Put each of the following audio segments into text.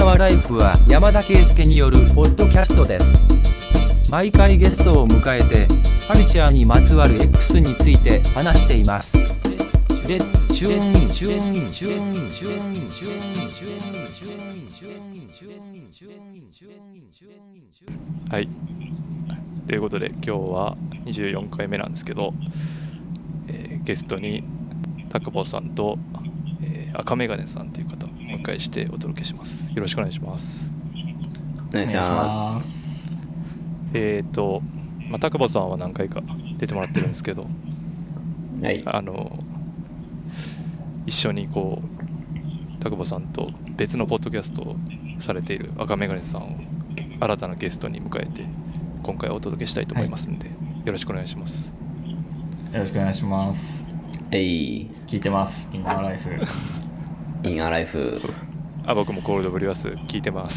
川ライフは山田圭介によるポッドキャストです。毎回ゲストを迎えてカルチャーにまつわる X について話しています。レッツチューンインチューンインチューンインチューンインチューンインチューンインチューンインチューンインチューンインチューンインチューンインチューンインチューン。 はい、ということで今日は24回目なんですけど、ゲストにタクボさんと、赤メガネさんという方をお迎えしてお届けします。よろしくお願いします。 お願いします。 タクボさんは何回か出てもらってるんですけど、 はい、 一緒にこうタクボさんと別のポッドキャストをされている赤メガネさんを新たなゲストに迎えて今回お届けしたいと思いますので、よろしくお願いします。 よろしくお願いします。聞いてます。インアライフ。 インアライフ。 僕もコールドブリュアス聞いてます。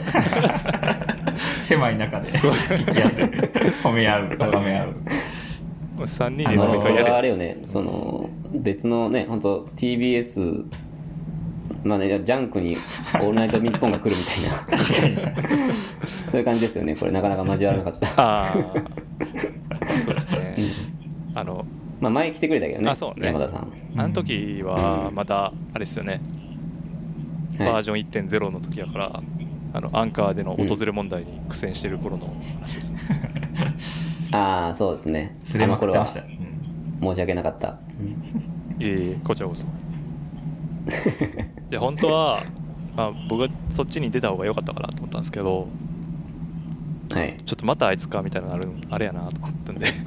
狭い中で聞き合ってる。褒め合う、高め合う。 3人で飲み会やる。 あれよね、その別のね、本当 TBS、まあね、ジャンクにオールナイトニッポンが来るみたいな。確かに。そういう感じですよね。これなかなか交わらなかった。 そうですね。 まあ、前来てくれたけどね、 そうね、 山田さん。 あの時はまだあれですよね、バージョン 1.0 の時やから、アンカーでの訪れ問題に苦戦してる頃の話ですね。 そうですね。 すれまくってました。 申し訳なかった。 いえ、こちらこそ。で本当は、僕はそっちに出た方が良かったかなと思ったんですけど、 はい、 ちょっとまたあいつかみたいなのあれやなと思ったんで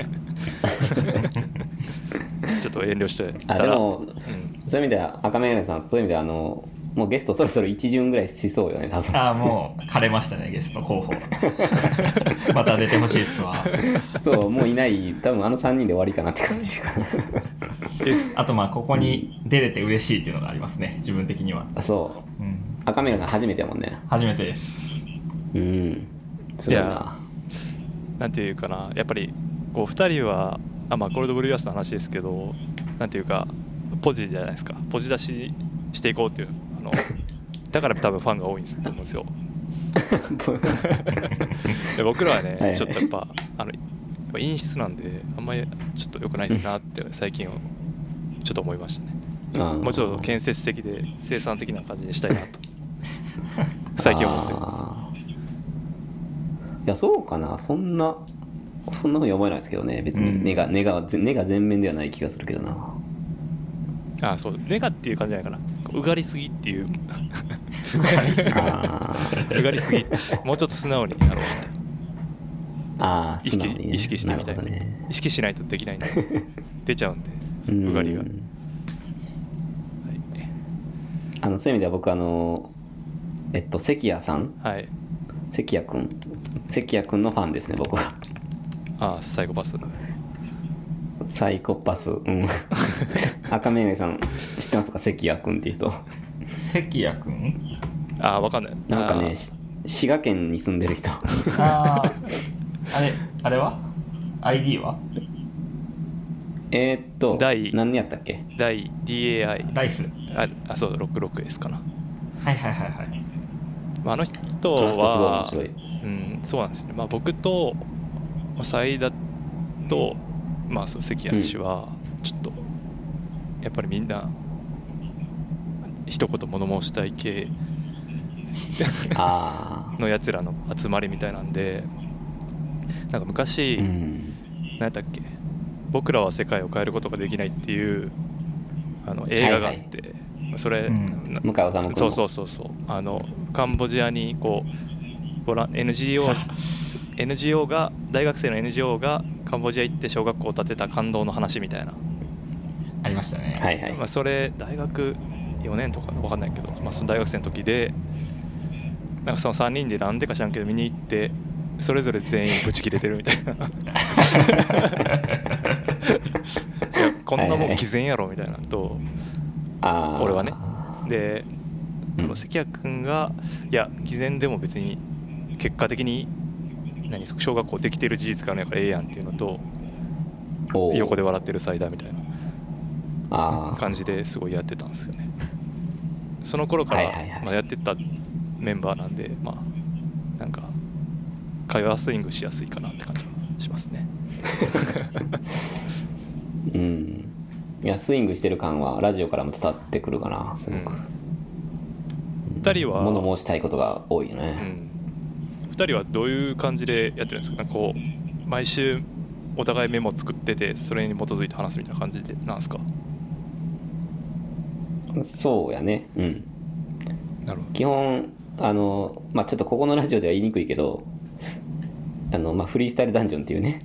ちょっと遠慮してたら。 でも、そういう意味では赤メガネさん、そういう意味ではもうゲストそろそろ1巡ぐらいしそうよね、多分。 もう枯れましたね、ゲスト候補。また出てほしいっすわ。 そう、もういない、多分3人で終わりかなって感じかな。 あとここに出れて嬉しいっていうのがありますね、自分的には。 そう、赤メガネさん初めてやもんね。 初めてです。 すごいな。 なんていうかな、やっぱりこう2人はコールドブリュアスの話ですけど、なんていうかポジじゃないですか、ポジ出ししていこうっていう、だから多分ファンが多いんですと思うんですよ。で僕らはね、ちょっとやっぱ陰湿なんであんまりちょっと良くないですなって最近はちょっと思いましたね。もうちょっと建設的で生産的な感じにしたいなと最近思ってます。 いや、そうかな、そんな風に思えないですけどね、別に根が全面ではない気がするけどな。 そう、ネガっていう感じじゃないかな、うがりすぎっていううがりすぎ、もうちょっと素直になろうって意識してみたいな、意識しないとできないんで出ちゃうんで、うがりが、 そういう意味では僕関谷さん、関谷くんのファンですね、僕は。 サイコパス、 赤メガネさん知ってますか、関谷くんっていう人。 関谷くん？ わかんない。 なんかね、滋賀県に住んでる人。 あれは ID は何やったっけ、 DAI ライス、 そう 66S かな。 はい。 あの人はすごい面白い。 そうなんですね。僕と斉田と関谷氏はちょっとやっぱりみんな一言物申したい系のやつらの集まりみたいなんで、なんか昔、何やったっけ、僕らは世界を変えることができないっていう映画があって、それ、 向井理君の。 そうカンボジアにこうNGO が大学生の NGO がカンボジア行って小学校を建てた感動の話みたいなありましたね。 それ大学4年とか分かんないけど、その大学生の時で、なんかその3人でなんでか知らんけど見に行ってそれぞれ全員ブチ切れてるみたいな。いやこんなもん偽善やろみたいなと、俺はね。で関谷君がいや偽善でも別に結果的に小学校できてる事実があるからええやんっていうのと、横で笑ってるサイダーみたいな感じですごいやってたんですよね。その頃からやってたメンバーなんで、まあなんか会話スイングしやすいかなって感じはしますねうん、いやスイングしてる感はラジオからも伝わってくるかなすごく、 2人は物申したいことが多いよね、 2人はどういう感じでやってるんですか？なんかこう毎週お互いメモ作っててそれに基づいて話すみたいな感じでなんですか？ そうやね、うん、 なるほど。 基本まあちょっとここのラジオでは言いにくいけどまあフリースタイルダンジョンっていうね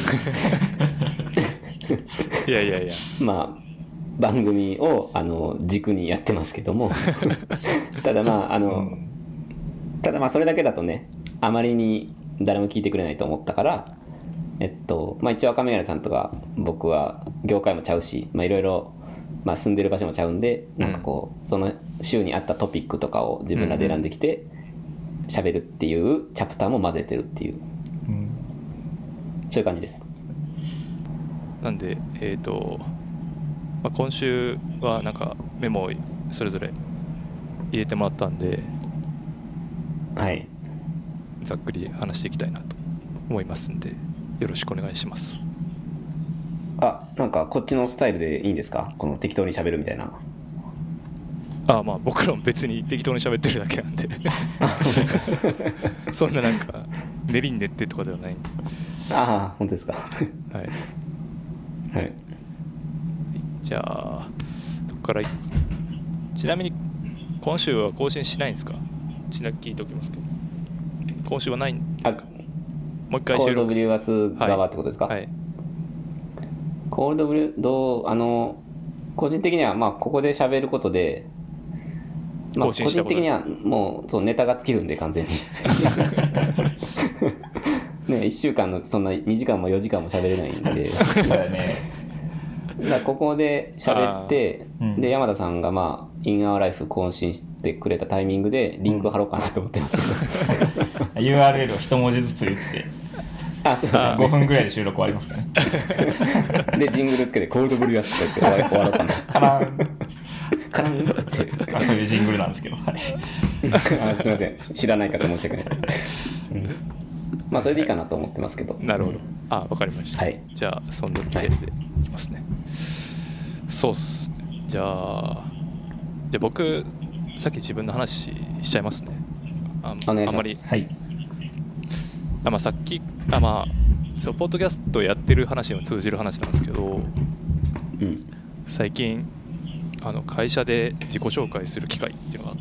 いやいやいやまあ番組を軸にやってますけどもただまあただまあそれだけだとねあまりに誰も聞いてくれないと思ったからまあ一応赤メガネさんとか僕は業界もちゃうしまあいろいろまあ住んでる場所もちゃうんでなんかこうその週にあったトピックとかを自分らで選んできて喋るっていうチャプターも混ぜてるっていうそういう感じです。 なんでまあ、今週はなんかメモをそれぞれ入れてもらったんで、 はい、 ざっくり話していきたいなと思いますんでよろしくお願いします。 なんかこっちのスタイルでいいんですか？この適当に喋るみたいな。 まあ僕らも別に適当に喋ってるだけなんでそんななんか練りに練ってとかではない。 ああ本当ですかはいはい。 じゃあどこからちなみに今週は更新しないんですか？ちなみに聞いておきますけど今週はないんですか？もう一回収録。 コールドブリュワス側ってことですか？ はい、 コールドブリュ個人的にはまあここで喋ることで、まあ、個人的にはもうそうネタが尽きるんで完全にね、1週間のそんな2時間も4時間も喋れないんでそうだね。 だからここで喋って、で山田さんがまあインアワーライフ更新してくれたタイミングでリンク貼ろうかなと思ってますけど、 URL を一文字ずつ言ってそうですね、 5分ぐらいで収録終わりますかねでジングルつけてコールドブリュワスとか言って終わろうかなカランってそういうジングルなんですけど、はい、 すいません知らない方申し訳ないです、まあそれでいいかなと思ってますけど。 なるほど、わかりました、はい、じゃあそんな程度でいきますね、そうっす。じゃあ僕さっき自分の話しちゃいますね。 お願いします。 あまり、 はい、 まあ、さっきそうポッドキャストやってる話にも通じる話なんですけど、最近会社で自己紹介する機会っていうのがあって、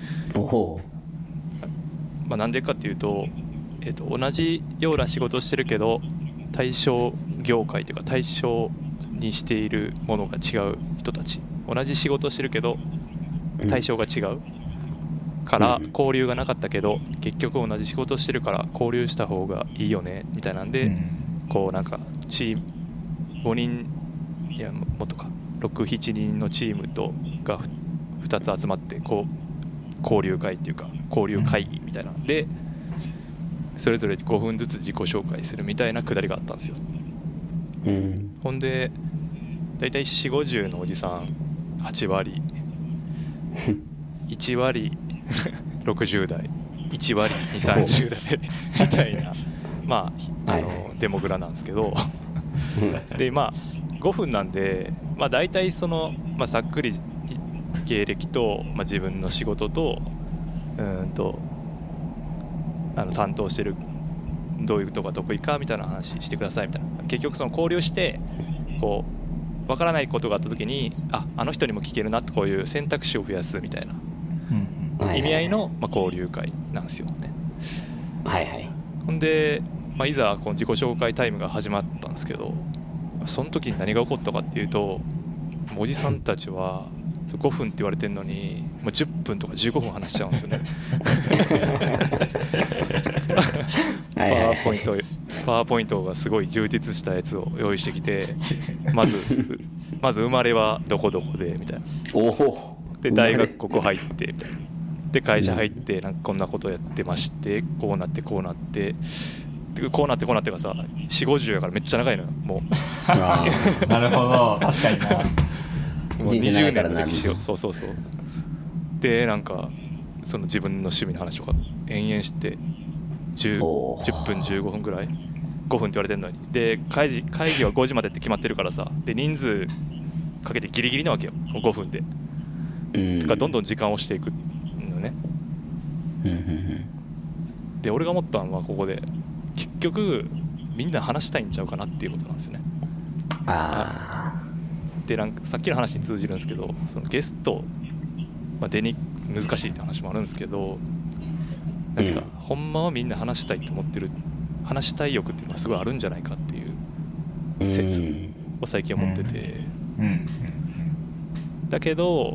まあ、なんでかっていうと、同じような仕事をしてるけど対象業界というか対象にしているものが違う人たち、同じ仕事をしてるけど対象が違うから交流がなかったけど結局同じ仕事をしてるから交流した方がいいよねみたいなんで、こうなんかチーム5人いやもっとか 6,7 人のチームが2つ集まってこう交流会っていうか交流会議みたいなんでそれぞれ5分ずつ自己紹介するみたいなくだりがあったんですよ。ほんでだいたい 4,50 のおじさん8割1割60代1割2,30代みたいなまあデモグラなんですけどでまあ5分なんでまあ大体そのまあざっくり経歴とまあ自分の仕事と担当してるどういうことが得意かみたいな話してくださいみたいな、結局その交流してこう分からないことがあった時にあの人にも聞けるなってこういう選択肢を増やすみたいな意味合いのまあ交流会なんですよね。 はいはい。 ほんで、まあ、いざこの自己紹介タイムが始まったんですけどその時に何が起こったかっていうとおじさんたちは5分って言われてるのにもう10分とか15分話しちゃうんですよねパワーポイントがすごい充実したやつを用意してきてまず生まれはどこどこでみたいなで大学ここ入ってみたいなで会社入ってなんかこんなことやってましてこうなってこうなってこうなってこうなってがさ 4,50 やからめっちゃ長いのよもうなるほど確かになもう20年の歴史をそうでなんかその自分の趣味の話とか延々して 10分15分ぐらい5分って言われてるのにで会議は5時までって決まってるからさで人数かけてギリギリなわけよ5分でだからどんどん時間をしていくのねで俺が思ったのはここで結局みんな話したいんちゃうかなっていうことなんですよねでなんかさっきの話に通じるんですけどそのゲスト、出に難しいって話もあるんですけどなんていうか、ほんまはみんな話したいと思ってる話したい欲っていうのがすごいあるんじゃないかっていう説を最近思っててだけど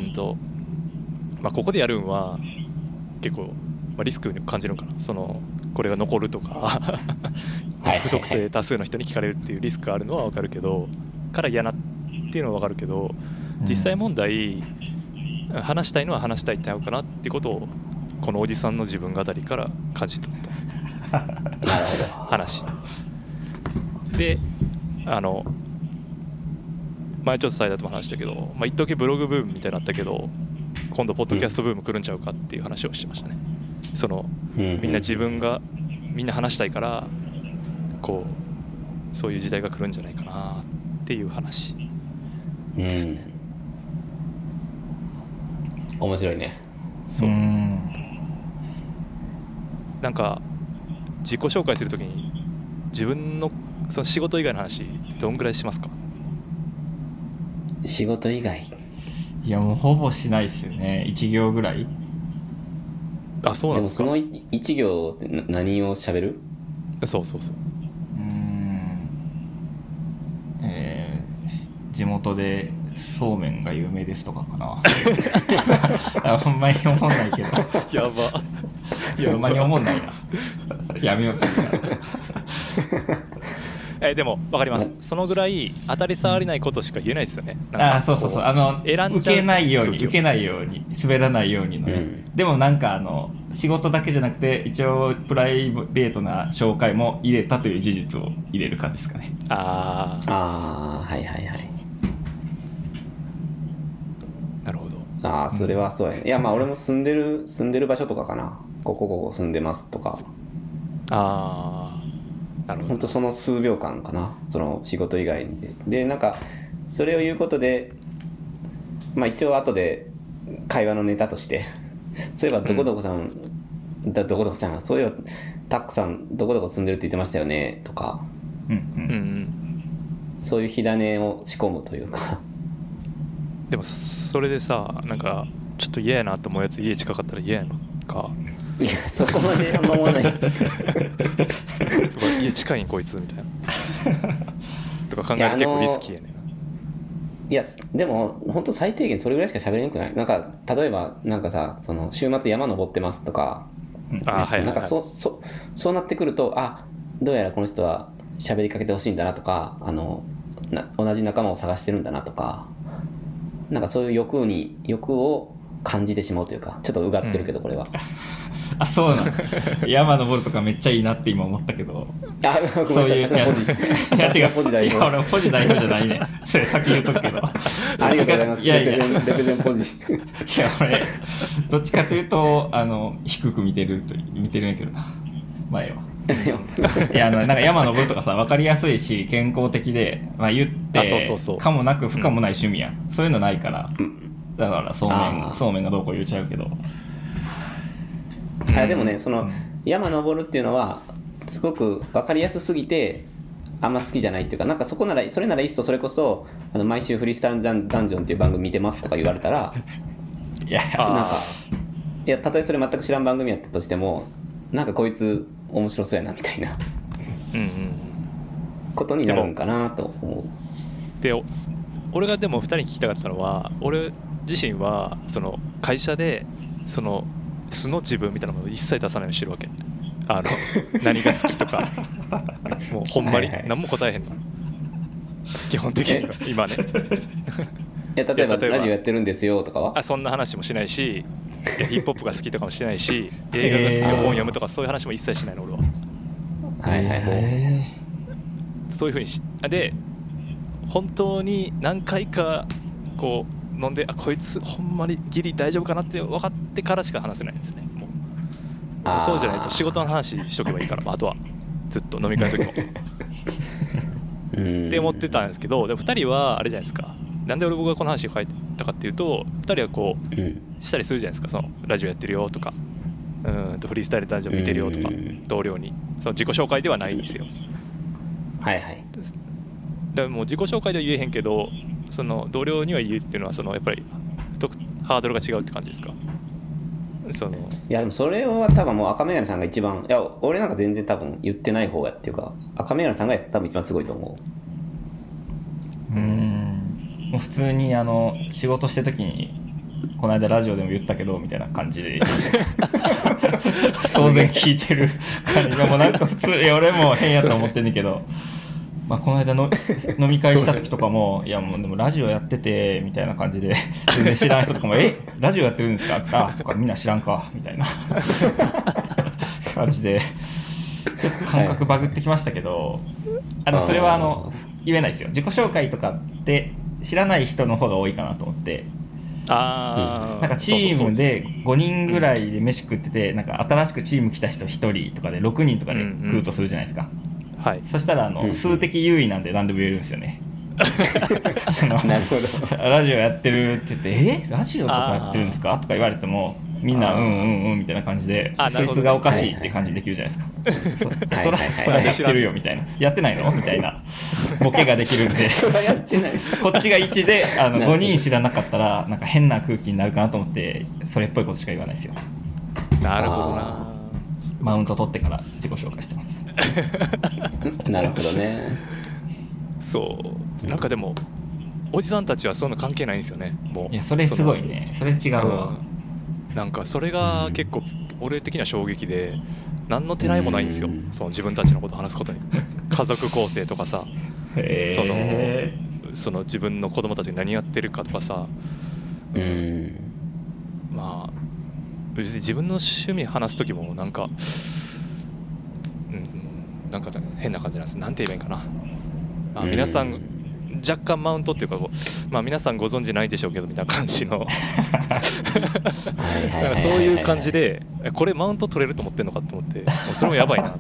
ここでやるんは結構、リスクに感じるのかなそのこれが残るとか不特定多数の人に聞かれるっていうリスクがあるのは分かるけどから嫌なっていうのは分かるけど実際問題話したいのは話したいって合うかなっていうことをこのおじさんの自分語りから感じ取った話で前ちょっと伝えたとも話したけど一時ブログブームみたいになったけど今度ポッドキャストブーム来るんちゃうかっていう話をしてましたねそのみんな自分がみんな話したいからこうそういう時代が来るんじゃないかなっていう話ですね面白いねそうなんか自己紹介するときに自分のその仕事以外の話どんぐらいしますか仕事以外いやもうほぼしないですよね1行ぐらいそうなんですかでもその1行って何を喋るそう地元でそうめんが有名ですとかかなほんまに思んないけどやばほんまに思んないなやめようかでも分かりますそのぐらい当たり障りないことしか言えないですよねそう受けないように滑らないようにのね、でもなんか仕事だけじゃなくて一応プライベートな紹介も入れたという事実を入れる感じですかねはいなるほどそれはそうやねいや俺も住んでる場所とかかなここ住んでますとかなるほど本当その数秒間かなその仕事以外でなんかそれを言うことで一応後で会話のネタとしてそういえばどこどこさん、そういえばタックさんどこどこ住んでるって言ってましたよねとか、そういう火種を仕込むというかでもそれでさなんかちょっと嫌やなと思うやつ家近かったら嫌やのかいやそこまであんま思わない家近いんこいつみたいなとか考える結構リスキーやねいやでも本当最低限それぐらいしか喋れなくないなんか例えばなんかさその週末山登ってますとかなんかそうなってくるとどうやらこの人は喋りかけてほしいんだなとか同じ仲間を探してるんだなとかなんかそういう欲を感じてしまうというかちょっとうがってるけどこれは、 そうなの山登るとかめっちゃいいなって今思ったけどごめんなさいさすがポジいや俺もポジ代表じゃないねそれ先言うとくけどありがとうございますレペゼンポジいや俺どっちかというと低く見てるんやけどな前はいやなんか山登るとかさ分かりやすいし健康的で、言ってかもなく不可もない趣味やん、そういうのないから、だからそうめんがどうこう言っちゃうけどでもねその山登るっていうのはすごく分かりやすすぎてあんま好きじゃないっていうかなんかそれならいっそそれこそ毎週フリースタイルダンジョンっていう番組見てますとか言われたらたとえそれ全く知らん番組やったとしてもなんかこいつ面白そうやなみたいなことになるんかなと思うで俺がでも2人に聞きたかったのは俺自身はその会社でその素の自分みたいなものを一切出さないようにしてるわけ何が好きとかもうほんまに何も答えへんの基本的には今ね例えばラジオやってるんですよとかはそんな話もしないしヒップホップが好きとかもしてないし映画が好きで本読むとかそういう話も一切しないの俺はそういう風にで本当に何回かこう飲んでこいつほんまにギリ大丈夫かなって分かってからしか話せないんですね。もうそうじゃないと仕事の話しとけばいいから、あとはずっと飲み会の時もって思ってたんですけど、でも2人はあれじゃないですか。なんで僕がこの話を書いたかっていうと、2人はこうしたりするじゃないですか。そのラジオやってるよとか、フリースタイルダンジョン見てるよとか、同僚にその自己紹介ではないんですよ。 はいはい。 だからもう自己紹介では言えへんけど、その同僚には言うっていうのは、そのやっぱりハードルが違うって感じですか。 いやでもそれは多分もう赤メガネさんが一番、いや俺なんか全然多分言ってない方やっていうか、赤メガネさんが多分一番すごいと思う。 もう普通に仕事してる時にこの間ラジオでも言ったけどみたいな感じで当然聞いてる感じで、もうなんか普通、いや俺も変やと思ってんねんけど、まあ、この間の飲み会した時とかもいやもうでもラジオやっててみたいな感じで、全然知らない人とかもラジオやってるんですかって言ったら、あそっかみんな知らんかみたいな感じでちょっと感覚バグってきましたけど、それは言えないですよ。自己紹介とかって知らない人の方が多いかなと思って、なんかチームで5人ぐらいで飯食ってて、なんか新しくチーム来た人1人とかで6人とかで食うとするじゃないですか。はい、そしたら数的優位なんで何でも言えるんですよね。 なるほど。 ラジオやってるって言ってラジオとかやってるんですかとか言われてもみんなうんみたいな感じで、そいつがおかしいって感じできるじゃないですか。それはやってるよみたいな、やってないのみたいなボケができるんでそれはやってないこっちが1で5人知らなかったらなんか変な空気になるかなと思ってそれっぽいことしか言わないですよ。 なるほどな。 マウント取ってから自己紹介してますなるほどね。 そうなんかでもおじさんたちはそんな関係ないんですよね。もういやそれすごいね。それ違うわ、 なんかそれが結構俺的には衝撃で、何のてらいもないんですよ。その自分たちのことを話すことに家族構成とかさその自分の子供たちに何やってるかとかさ、まあ別に自分の趣味話す時もなんか、なんか変な感じなんです。なんて言えばいいかな。皆さん若干マウントっていうか皆さんご存知ないでしょうけどみたいな感じのなんかそういう感じで、これマウント取れると思ってんのかと思って、もうそれもやばいなと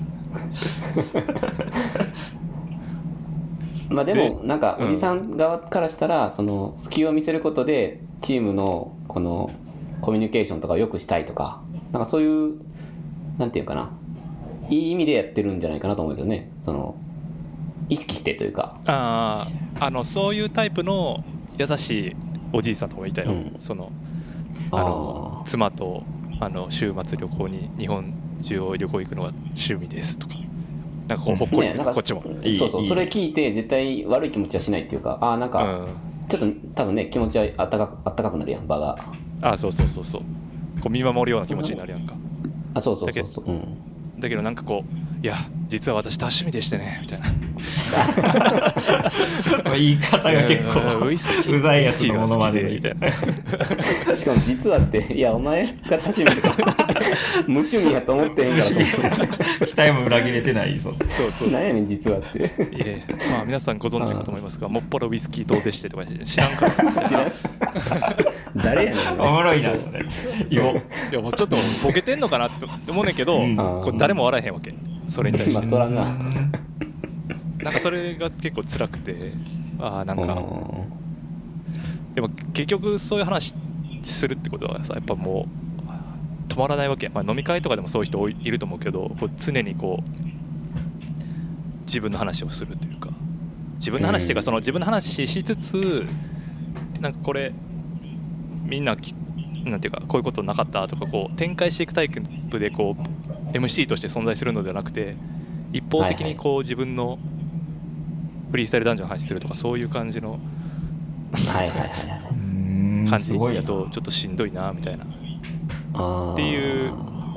まあでもなんかおじさん側からしたら、その隙を見せることでチームのこのコミュニケーションとかを良くしたいとか、なんかそういうなんていうかな、いい意味でやってるんじゃないかなと思うけどね。その意識してというか、 そういうタイプの優しいおじいさんとかもいたよ。その妻と週末旅行に日本中を旅行行くのが趣味ですとか、なんかこうほっこりする、こっちもそうそれ聞いて絶対悪い気持ちはしないっていうか、なんかちょっと多分ね気持ちはあったかくなるやん、場が。 そうこう見守るような気持ちになるやんか。 そうだけどなんかこう、いや実は私多趣味でしてねみたいな言い方が結構ウイスキーうざいやつのものまでみたいなしかも実はって、いやお前が多趣味とか無趣味やと思ってへんからと思って期待も裏切れてない。そう何やねん実はって皆さんご存知かと思いますが、もっぱらウイスキー島でしてとか知らんから誰やねんおもろいなそれ。 いやもうちょっとボケてんのかなって思うねんけど、これ誰も笑えへんわけ、それに対して。 そらななんかそれが結構辛くて、なんかでも結局そういう話するってことはさ、やっぱもう止まらないわけ。飲み会とかでもそういう人いると思うけど、こう常にこう自分の話をするというか、自分の話っていうか、その自分の話しつつ、なんかこれみんななんていうかこういうことなかったとか、こう展開していくタイプでこう MC として存在するのではなくて、一方的にこう自分のフリースタイルダンジョンの話するとか、そういう感じの感じだとちょっとしんどいなみたいなっていう、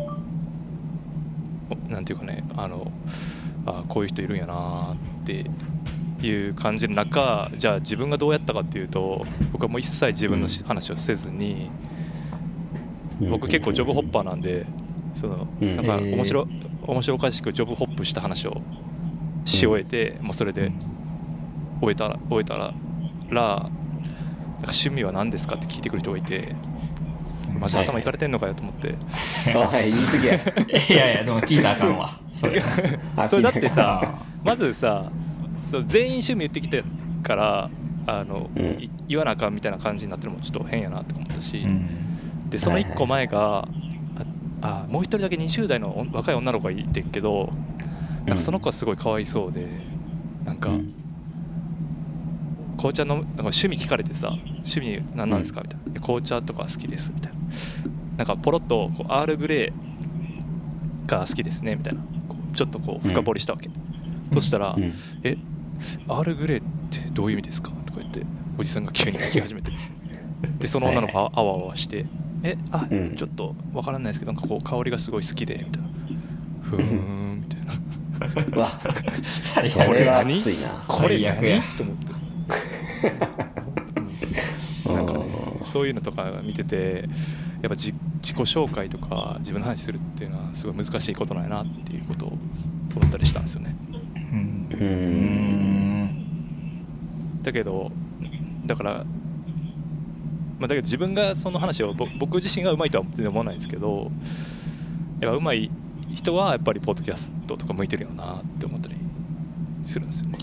なんていうかね、こういう人いるんやなっていう感じの中、じゃあ自分がどうやったかっていうと、僕はもう一切自分の話をせずに、僕結構ジョブホッパーなんで、そのなんか面白おかしくジョブホップした話をし終えて、もうそれで終えたら趣味は何ですかって聞いてくる人がいて、マジ頭いかれてんのかよと思って、 言い過ぎや。 いやいやでも聞いたらあかんわそれだってさ、まずさ、全員趣味言ってきてから言わなあかんみたいな感じになってるのもちょっと変やなと思ったし、でその1個前が、もう一人だけ20代の若い女の子がいてんけど、なんかその子はすごいかわいそうで、なんか、紅茶のなんか趣味聞かれてさ、趣味何なんですかみたいな、紅茶とか好きですみたいな、なんかポロッとこうアールグレーが好きですねみたいな、ちょっとこう深掘りしたわけ、そしたら、アールグレーってどういう意味ですかとか言っておじさんが急に聞き始めてでその女の子があわあわしてちょっとわからないですけどなんかこう香りがすごい好きでみたいな、ふーんみたいなうわそれはきついな。 これ何と思ってなんかね、そういうのとか見てて、やっぱ自己紹介とか自分の話するっていうのはすごい難しいことなんやなっていうことを思ったりしたんですよね。だけどだからだけど自分がその話を僕自身がうまいとは全然思わないんですけど、やっぱうまい人はやっぱりポッドキャストとか向いてるよなって思ったりするんですよね。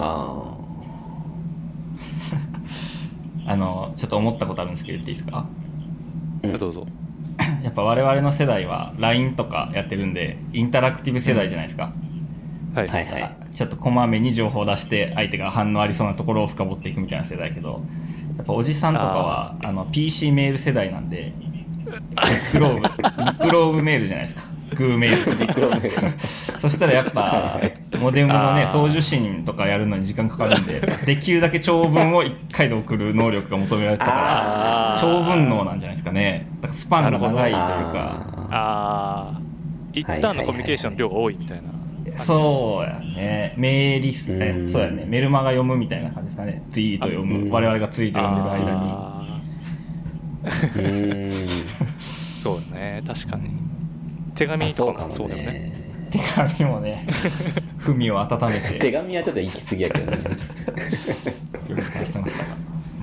ちょっと思ったことあるんですけど言っていいですか？ どうぞ。 やっぱ我々の世代は LINE とかやってるんでインタラクティブ世代じゃないですか、 はいはいはい、 ちょっとこまめに情報を出して相手が反応ありそうなところを深掘っていくみたいな世代だけど、やっぱおじさんとかはPC メール世代なんでビッグローブメールじゃないですか、グーメールビッグローブメールそしたらやっぱモデムのね送受信とかやるのに時間かかるんでできるだけ長文を1回で送る能力が求められてたから長文能なんじゃないですかね。だからスパンが長いというか、 一旦のコミュニケーション量が多いみたいな。 そうやね、メーリス、そうやね、メルマガ読むみたいな感じですかね。ツイート読む、我々がツイート読んでる間にそうだね、確かに手紙とかもそうだよね。 手紙もね文を温めて手紙はちょっと行き過ぎやけどねよく返してましたが、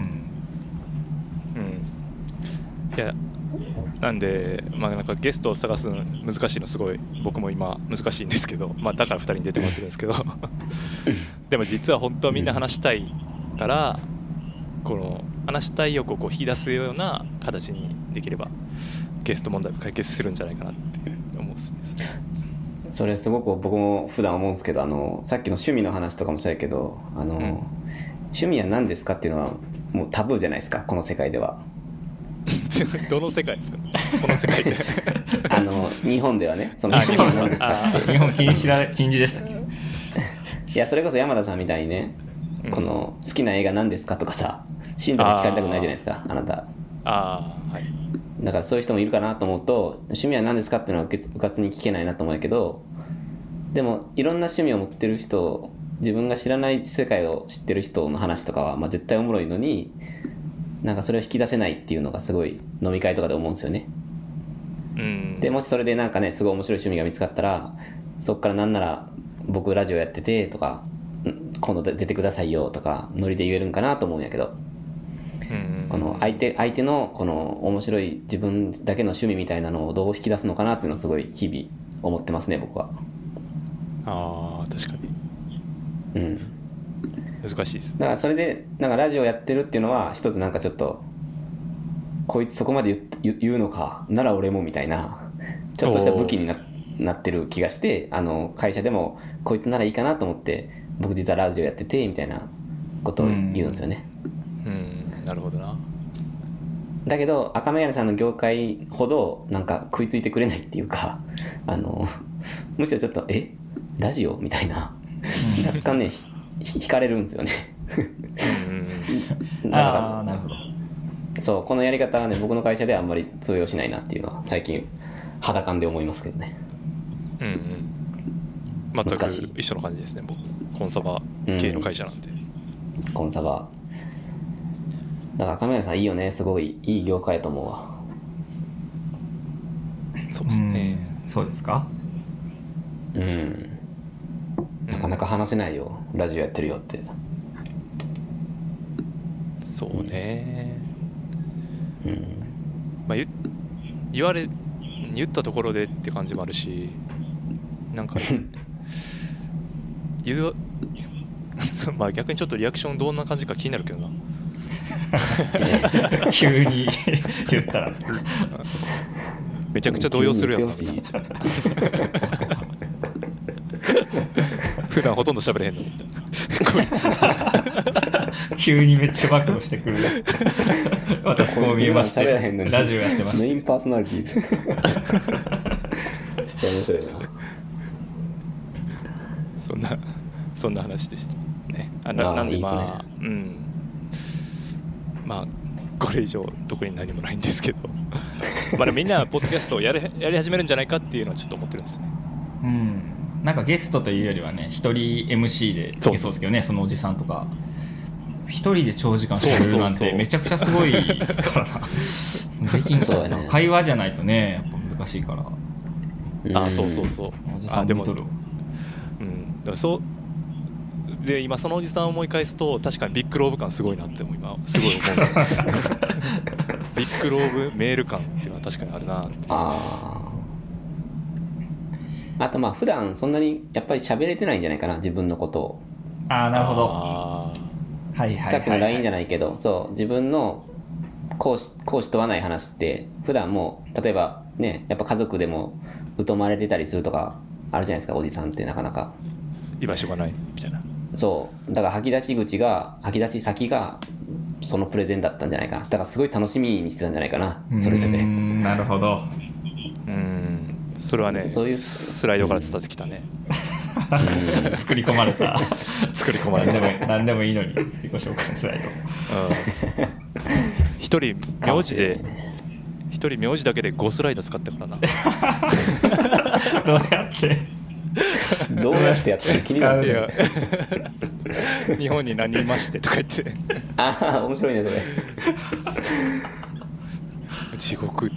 いやなんで、なんかゲストを探すの難しいのすごい僕も今難しいんですけど、だから2人に出てもらってるんですけどでも実は本当はみんな話したいから、この話したい欲をこう引き出すような形にできればゲスト問題を解決するんじゃないかなって思うんですね。 それすごく僕も普段思うんですけど、さっきの趣味の話とかもそうやけど、趣味は何ですかっていうのはもうタブーじゃないですか、この世界ではどの世界ですかこの世界で日本ではね、その趣味は何ですかって日本禁止でしたっけ？ いやそれこそ山田さんみたいにね、この好きな映画何ですかとかさ、進路が聞かれたくないじゃないですか、あなた。だからそういう人もいるかなと思うと、趣味は何ですかっていうのはうかつに聞けないなと思うけど、でもいろんな趣味を持ってる人、自分が知らない世界を知ってる人の話とかは、絶対おもろいのに、なんかそれを引き出せないっていうのがすごい飲み会とかで思うんですよね。でもしそれでなんかねすごい面白い趣味が見つかったら、そっからなんなら僕ラジオやっててとか、今度出てくださいよとかノリで言えるんかなと思うんやけど、この相手のこの面白い自分だけの趣味みたいなのをどう引き出すのかなっていうのをすごい日々思ってますね、僕は。 確かに難しいです。 だからそれでなんかラジオやってるっていうのは一つなんかちょっとこいつそこまで言うのかなら俺もみたいなちょっとした武器になってる気がして、会社でもこいつならいいかなと思って僕実はラジオやっててみたいなことを言うんですよね。 なるほどな。 だけど赤眼鏡さんの業界ほどなんか食いついてくれないっていうかむしろちょっとラジオみたいな若干ね惹かれるんですよねなるほど。 そう、このやり方はね僕の会社ではあんまり通用しないなっていうのは最近肌感で思いますけどね。 全く一緒の感じですね。僕コンサバ系の会社なんで、 コンサバだから赤眼鏡さんいいよね、すごいいい業界だと思うわ。 そうですね。 そうですか。 なかなか話せないよ、ラジオやってるよって。 そうね。 まあ、言ったところでって感じもあるし、なんかまあ逆にちょっとリアクションどんな感じか気になるけどな。 急に言ったらめちゃくちゃ動揺するやんなみたいな。普段ほとんど喋れへんのみたいな。 急にめっちゃ暴露してくる。私こう見えまして、ラジオやってます。 メインパーソナリティです。めっちゃ面白いな。 そんな話でしたね。なんでまあ、 いいっすね。 まあこれ以上特に何もないんですけど、まあみんなポッドキャストをやり始めるんじゃないかっていうのはちょっと思ってるんですよね。 なんかゲストというよりはね、一人 MC でいけそうですけどね、そのおじさんとか一人で長時間喋るなんてめちゃくちゃすごいからな。できんそうやね。会話じゃないとね、やっぱ難しいから。 そうおじさん見とる。 でもそうで、今そのおじさんを思い返すと確かにビッグローブ感すごいなって今すごい思う。ビッグローブメール感っていうのは確かにあるなって。 あとまあ普段そんなにやっぱり喋れてないんじゃないかな、自分のことを。 なるほど。はい。 さっきの LINE じゃないけど、そう自分の講師問わない話って普段もう例えばね、やっぱ家族でも疎まれてたりするとかあるじゃないですか、おじさんってなかなか居場所がないみたいな。 そうだから吐き出し先がそのプレゼンだったんじゃないかな。だからすごい楽しみにしてたんじゃないかな、それぞれ。 なるほど。 それはね、 そういうスライドから伝わってきたね。 作り込まれた。 何でもいいのに自己紹介スライド。 一人名字だけで5スライド使ったからな。 どうやってやってる気になる。 いや日本に何人いましてとか言って。 面白いねそれ。 地獄って。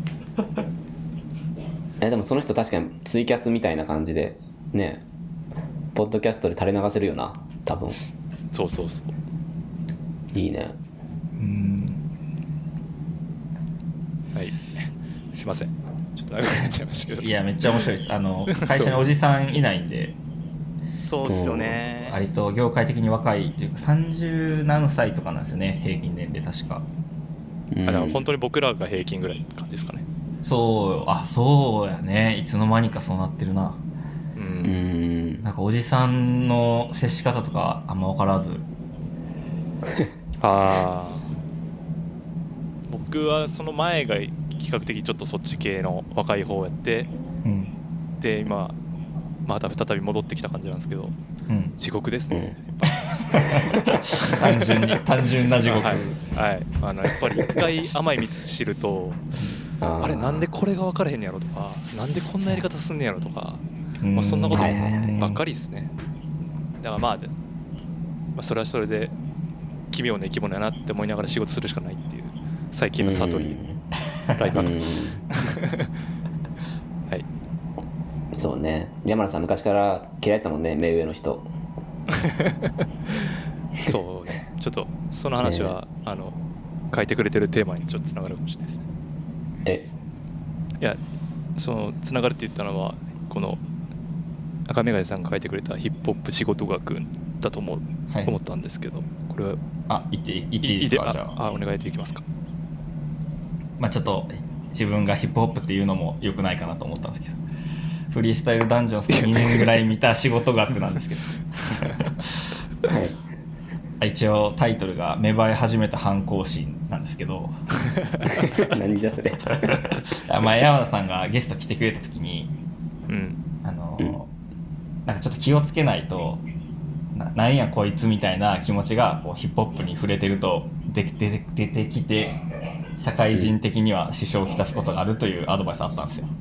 でもその人確かにツイキャスみたいな感じでね、ポッドキャストで垂れ流せるよな多分。 そういいね。 はい、すいません、ちょっと長くなっちゃいましたけど。 いやめっちゃ面白いです。会社におじさんいないんで。 そうっすよね。 割と業界的に若いというか30何歳とかなんですよね、平均年齢確か。 だから本当に僕らが平均ぐらいの感じですかね。 そうやね。いつの間にかそうなってるな。なんかおじさんの接し方とかあんま分からず。 僕はその前が比較的ちょっとそっち系の若い方やって、で今また再び戻ってきた感じなんですけど、地獄ですね、 単純な地獄。 やっぱり一回甘い蜜知るとあれなんでこれが分からへんねやろとか、なんでこんなやり方すんねやろとか、そんなことばっかりですね。だからまあそれはそれで奇妙な生き物やなって思いながら仕事するしかないっていう最近の悟りライフワーク。はい。 そうね、山田さん昔から嫌いだったもんね、目上の人。 そうね、ちょっとその話は、書いてくれてるテーマにちょっとつながるかもしれないですね。いや、そのつながるって言ったのはこの赤眼鏡さんが書いてくれたヒップホップ仕事学だと思ったんですけど、これは言っていいですか？じゃあお願いできますか？ ちょっと自分がヒップホップっていうのも良くないかなと思ったんですけど、フリースタイルダンジョンス2年ぐらい見た仕事学なんですけど、一応タイトルが芽生え始めた反抗心なんですけど何じゃそれ。 山田さんがゲスト来てくれた時に、なんかちょっと気をつけないとなんやこいつみたいな気持ちがこうヒップホップに触れてると出てきて、社会人的には支障をきたすことがあるというアドバイスあったんですよ。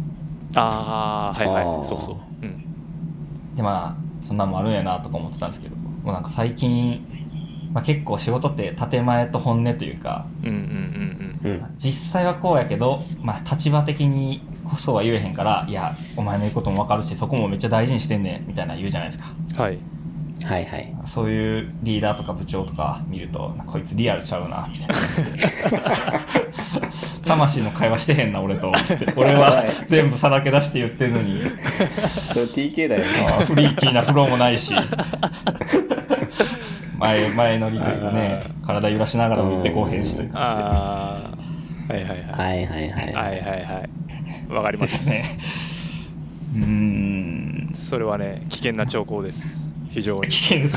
そう、 でそんなんもあるんやなとか思ってたんですけど、もうなんか最近、結構仕事って建前と本音というか、実際はこうやけど、立場的にこそは言えへんから、いやお前の言うことも分かるしそこもめっちゃ大事にしてんねんみたいな言うじゃないですか。そういうリーダーとか部長とか見ると、こいつリアルちゃうなみたいな魂の会話してへんな俺と俺は全部さらけ出して言ってるのにそれ TK だよね。 フリーキーなフローもないし前乗りというかね、体揺らしながらも言ってこうへんしというか、 はいはいはいはいはいはいはいはいわかりまですね。 それはね危険な兆候です。非常に危険です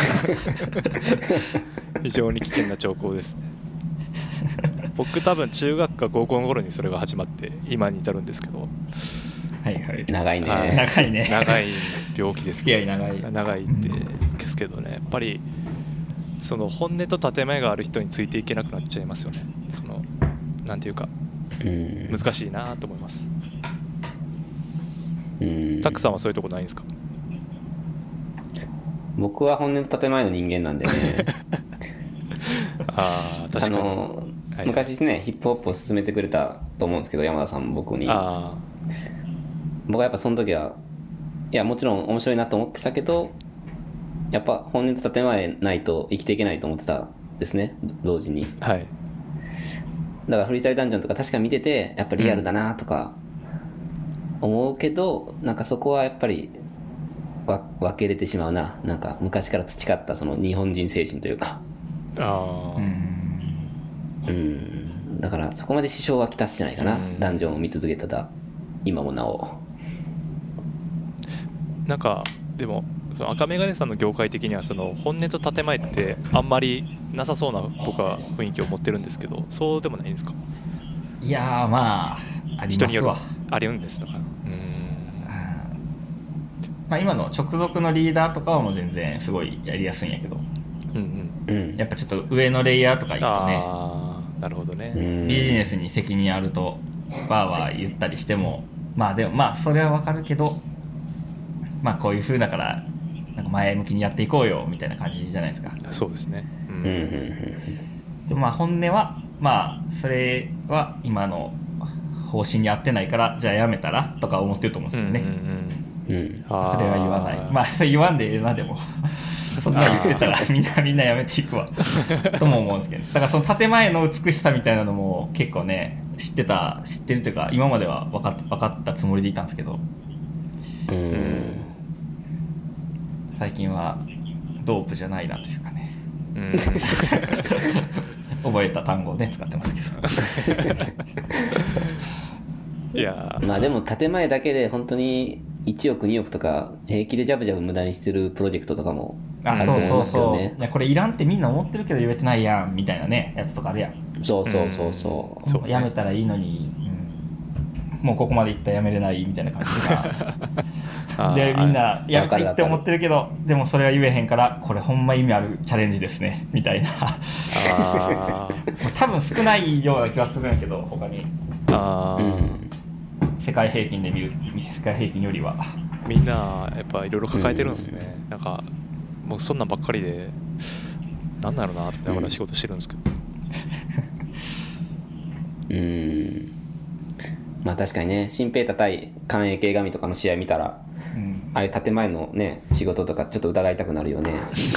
非常に危険な兆候ですね。僕多分中学か高校の頃にそれが始まって今に至るんですけど、 はいはい、 長いね、 長いね、 長い病気です、ね、 付き合い長いってですけどね、やっぱりその本音と建前がある人についていけなくなっちゃいますよね。そのなんていうか難しいなと思います。タックさんはそういうとこないんですか？ 僕は本音と建前の人間なんでね確かに昔ですね、ヒップホップを進めてくれたと思うんですけど、山田さんも僕に。僕はやっぱその時はいやもちろん面白いなと思ってたけど、やっぱ本音と建前ないと生きていけないと思ってたんですね、同時に。 はい。 だからフリースタイルダンジョンとか確か見ててやっぱリアルだなとか思うけど、なんかそこはやっぱり分けれてしまうな。なんか昔から培ったその日本人精神というか、だからそこまで支障はきたしてないかな、ダンジョンを見続けた今もなお。 なんかでもその赤メガネさんの業界的にはその本音と建前ってあんまりなさそうな僕は雰囲気を持ってるんですけど、そうでもないんですか？ いやまあありますわ。 あるんですのかな。 まあ、今の直属のリーダーとかはもう全然すごいやりやすいんやけど、やっぱちょっと上のレイヤーとか行くとね、 なるほどね、 ビジネスに責任あるとバーは言ったりしても、まあでもまあそれはわかるけど、まあこういう風だからなんか前向きにやっていこうよみたいな感じじゃないですか。 そうですね。 でもまあ本音はまあそれは今の方針に合ってないからじゃあやめたらとか思ってると思うんですけどね。それは言わない。まあ言わんでええな。でもそんな言ってたらみんなやめていくわとも思うんですけど、だからその建前の美しさみたいなのも結構ね知ってるというか今までは分かったつもりでいたんですけど、最近はドープじゃないなというかね、覚えた単語をね使ってますけどいやまあでも建前だけで本当に1億2億とか平気でジャブジャブ無駄にしてるプロジェクトとかもあると思いますけどね。 いやこれいらんってみんな思ってるけど言えてないやんみたいなねやつとかあるやん。 そう、 やめたらいいのに、もうここまでいったらやめれないみたいな感じがでみんなやめていって思ってるけど、でもそれは言えへんからこれほんま意味あるチャレンジですねみたいな多分少ないような気がするんやけど他に世界平均で見る世界平均よりはみんなやっぱいろいろ抱えてるんですね。なんかもうそんなんばっかりでなんだろうなって思いながら仕事してるんですけどまあ確かにね、新平太対関英系神とかの試合見たら、ああいう建前のね仕事とかちょっと疑いたくなるよね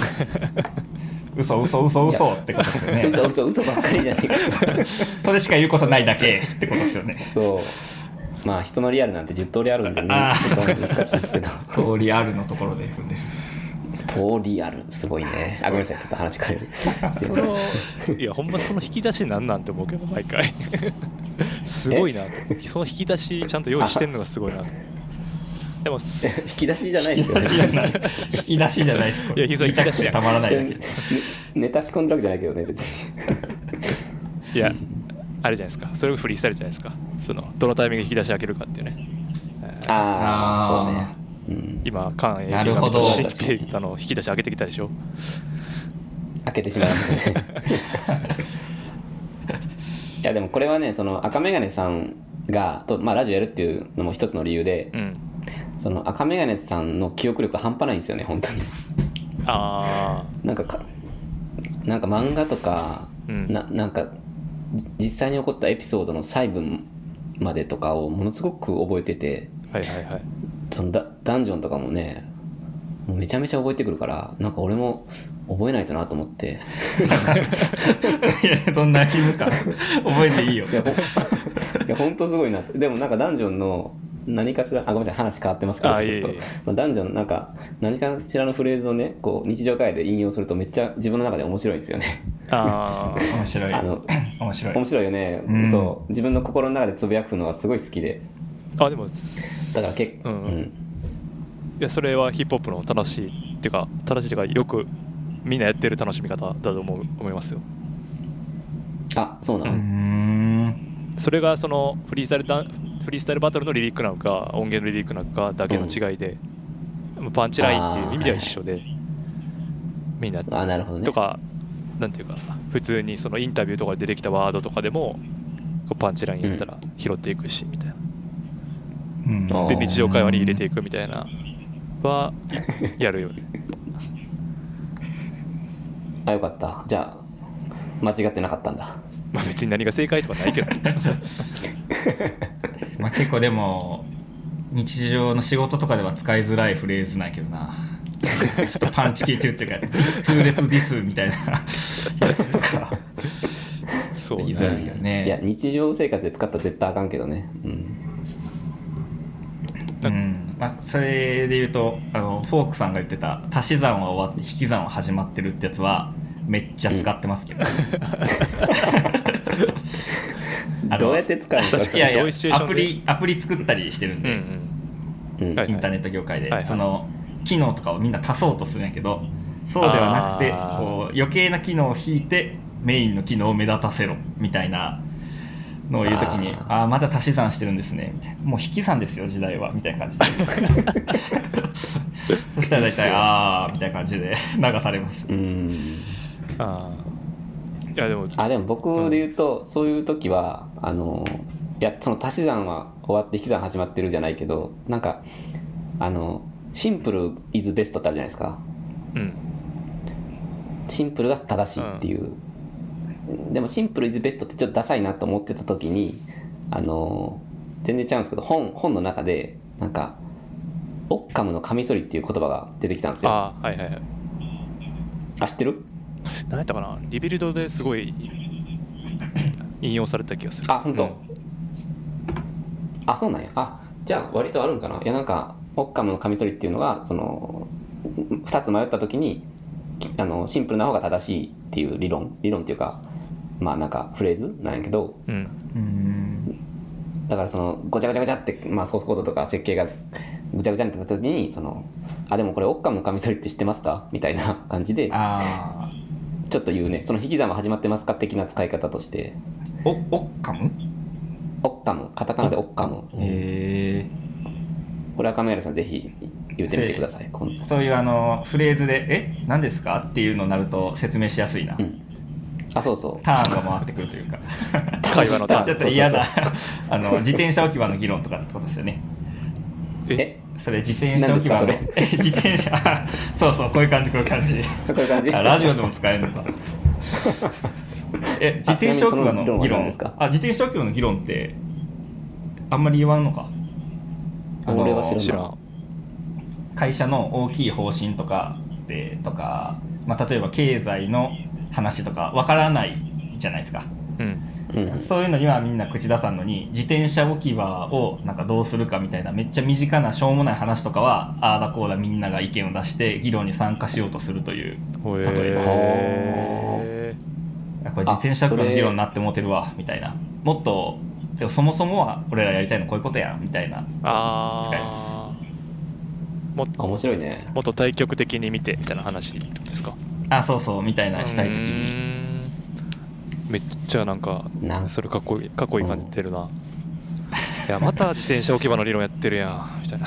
嘘ってことですよね嘘ばっかりじゃねえかそれしか言うことないだけってことですよね。 そうまあ人のリアルなんて10通りあるんでねちょっと難しいですけど通りあるのところで踏んでる。 通りあるすごいね。ごめんなさいちょっと話変えるいやほんまその引き出しなんなんて思うけど毎回すごいなその引き出しちゃんと用意してんのがすごいなでも引き出しじゃないですよね引き出しじゃないですいや引き出しじゃたまらないだけネタ仕込んだわけじゃないけどね別にいやあれじゃないですか、それがフリースタイルじゃないですか。そのどのタイミングで引き出し開けるかっていうね。 そうね、 今関英なるほど新平太の引き出し開けてきたでしょ。 開けてしまいましたねいやでもこれはねその赤メガネさんがラジオやるっていうのも一つの理由で、その赤メガネさんの記憶力半端ないんですよね本当に。なんか漫画とか、なんか実際に起こったエピソードの細部までとかをものすごく覚えてて、そのダンジョンとかもねもうめちゃめちゃ覚えてくるから、なんか俺も覚えないとなと思っていやどんな義務か覚えていいよ。 や本当すごいなって。でもなんかダンジョンの何かしら、ごめんなさい話変わってますけど、ちょっとまあ、ダンジョンなんか何かしらのフレーズをねこう日常会話で引用するとめっちゃ自分の中で面白いんですよね。 面白い面白いよね、うん、そう自分の心の中でつぶやくのがすごい好きで。 でもだから結構、 いやそれはヒップホップの正しいっていうかよくみんなやってる楽しみ方だと思いますよ。 そうなの。 それがそのフリースタイルバトルのリリックなのか音源のリリックなのかだけの違いで、パンチラインっていう意味では一緒で、みんななるほど、ね、 とかなんていうか普通にそのインタビューとかで出てきたワードとかでもパンチラインやったら拾っていくしみたいな、で日常会話に入れていくみたいなはやるよね。 よかった。じゃあ間違ってなかったんだ。 別に何が正解とかないけど結構でも日常の仕事とかでは使いづらいフレーズなんやけどな。ちょっとパンチ効いてるっていうか痛烈ディスみたいなやつとかそう言いづらいですけどね。 いや日常生活で使ったら絶対あかんけどね。 それで言うとフォークさんが言ってた足し算は終わって引き算は始まってるってやつはめっちゃ使ってますけど、 どうやって使うんですか。 いやアプリ作ったりしてるんで、インターネット業界で、その機能とかをみんな足そうとするんやけど、そうではなくてこう余計な機能を引いてメインの機能を目立たせろみたいなのを言うときにまだ足し算してるんですねみたいな、もう引き算ですよ時代はみたいな感じでそしたら大体みたいな感じで流されます。 いやでも僕で言うと、そういう時はいやその足し算は終わって引き算始まってるじゃないけど、なんかシンプルイズベストってあるじゃないですか、シンプルが正しいっていう、でもシンプルイズベストってちょっとダサいなと思ってた時に全然違うんですけど、本の中でなんかオッカムのカミソリっていう言葉が出てきたんですよ。知ってる？ 何やったかな、リビルドですごい引用された気がする。 本当、そうなんや。じゃあ割とあるんかな。いやなんかオッカムのカミソリっていうのがその2つ迷った時にシンプルな方が正しいっていう理論っていうか、なんかフレーズなんやけど、だからそのごちゃごちゃごちゃって、ソースコードとか設計がぐちゃぐちゃになった時にでもこれオッカムのカミソリって知ってますかみたいな感じでちょっと言うね。その引き算は始まってますか的な使い方として。 オッカムカタカナでオッカム。これは亀原さんぜひ言ってみてください。 そういうフレーズで何ですかっていうのになると説明しやすいな。 そうそう、 ターンが回ってくるというか会話のターンちょっと嫌な自転車置き場の議論とかってことですよね。それ自転車置き場の自転車そうこういう感じラジオでも使えるのか自転車置き場の議論ですか。自転車置き場の議論ってあんまり言わんのか。 俺は知らん。 会社の大きい方針とか例えば経済の話とかわからないじゃないですか、そういうのにはみんな口出さんのに、自転車置き場をなんかどうするかみたいなめっちゃ身近なしょうもない話とかはあだこうだみんなが意見を出して議論に参加しようとするという例えば、これ自転車置き場の議論になってもうてるわみたいな、もっとでもそもそもは俺らやりたいのこういうことやんみたいな使います。 面白いね。 もっと対極的に見てみたいな話ですか。 そうみたいなしたい時にめっちゃなんかそれかっこいい感じてるな。いやまた自転車置き場の理論やってるやんみたいな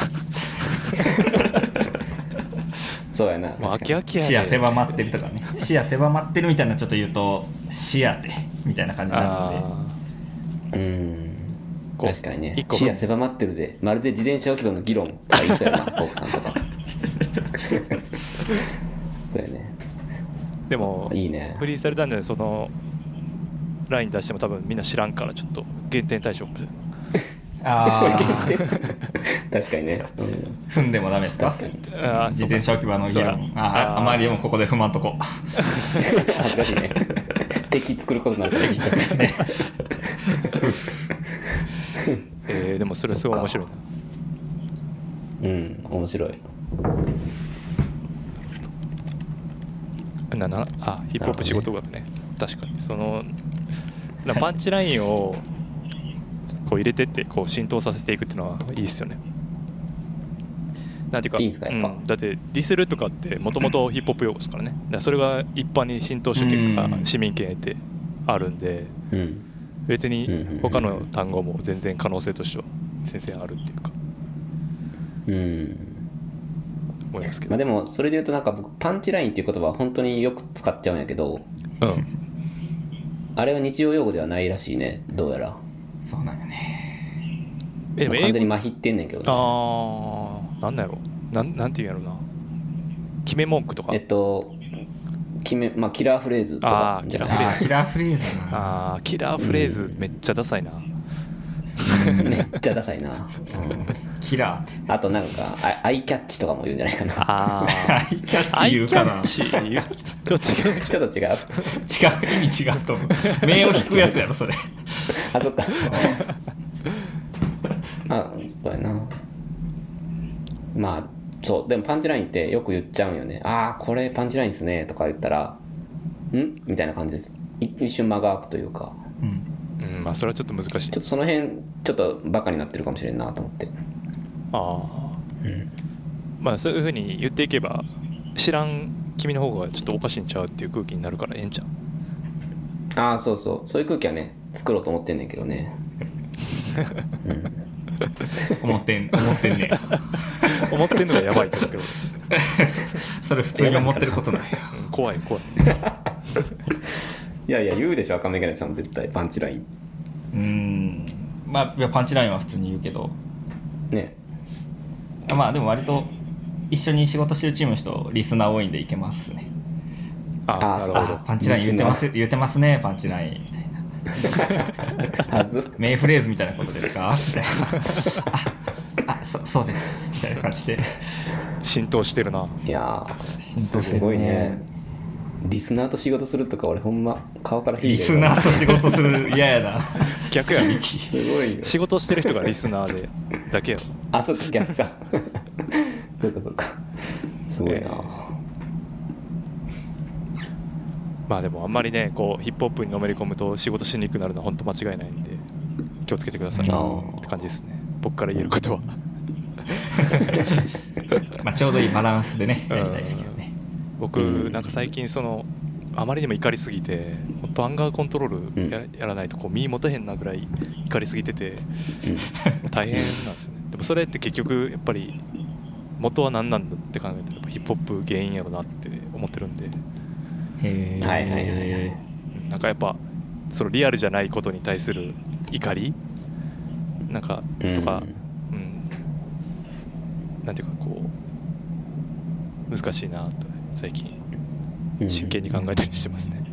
そうやな。 飽きや視野狭まってるとかね、視野狭まってるみたいなちょっと言うと視野ってみたいな感じになるので、 確かにね。視野狭まってるぜ、まるで自転車置き場の議論とか言いそうやなフォークさんとかそうやね。 でもいいね。 フリースタイルダンジョンでそのライン出しても多分みんな知らんからちょっと減点対象かもしれない確かにね、 踏んでもダメですか。 確かに自転車置き場の議論あまりでもここで踏まんとこ恥ずかしいね敵作ることなんかできたしねもそれすごい面白いな。面白い。 ヒップホップ仕事学ね。確かにそのパンチラインをこう入れてってこう浸透させていくっていうのはいいですよね。なんていうか、 いいんですかやっぱ、 だってディスるとかってもともとヒップホップ用語ですからね。だからそれが一般に浸透した結果、市民権得てあるんで、別に他の単語も全然可能性としては全然あるっていうか、思いますけど。 でもそれで言うとなんか僕パンチラインっていう言葉は本当によく使っちゃうんやけど、あれは日常用語ではないらしいね、どうやら。 そうなんよね。 完全に麻痺ってんねんけどね。 なんだろう、なんていうんやろうな、決め文句とか、 キラーフレーズとか。 キラーフレーズキラーフレーズな。 キラーフレーズめっちゃダサいな。 めっちゃダサいな。 キラーって。 あとなんかアイキャッチとかも言うんじゃないかな。 アイキャッチ言うかな。 ちょっと違う。 意味違うと思う。目を引くやつやろそれ。 そっか。そうやな。そうでもパンチラインってよく言っちゃうんよね。これパンチラインっすねとか言ったらみたいな感じです。一瞬間が空くというか、 それはちょっと難しい。 ちょっとその辺ちょっとバカになってるかもしれんなと思って。 そういう風に言っていけば知らん君の方がちょっとおかしいんちゃうっていう空気になるからええんちゃう。 そういう空気はね作ろうと思ってんねんけどね。 思ってんね思ってんのがやばいってことけどそれ普通に思ってることないよ。 怖いいや言うでしょ赤メガネさん絶対パンチライン。 パンチラインは普通に言うけどね。 でも割と一緒に仕事してるチームの人リスナー多いんでいけますね。 なるほど。 パンチライン言ってますねパンチラインみたいな。名フレーズみたいなことですかみたいな。そうですみたいな感じで浸透してるな。 いやすごいね。リスナーと仕事するとか俺ほんま顔からリスナーと仕事する嫌やな。 逆や。 すごいよ。 仕事してる人がリスナーでだけやろ。 そっか逆か。そうかすごいな。 でもあんまりねこうヒップホップにのめり込むと仕事しにくくなるのは本当間違いないんで気をつけてくださいって感じですね。僕から言えることは。 ちょうどいいバランスでねやりたいですけどね。 僕なんか最近あまりにも怒りすぎて本当アンガーコントロール やらないとこう身持てへんなぐらい怒りすぎてて大変なんですよね。でもそれって結局やっぱり元は何なんだって考えたらやっぱヒップホップ原因やろなって思ってるんで。なんかやっぱそのリアルじゃないことに対する怒りなんかとか、なんていうかこう難しいなと最近真剣に考えたりしてますね。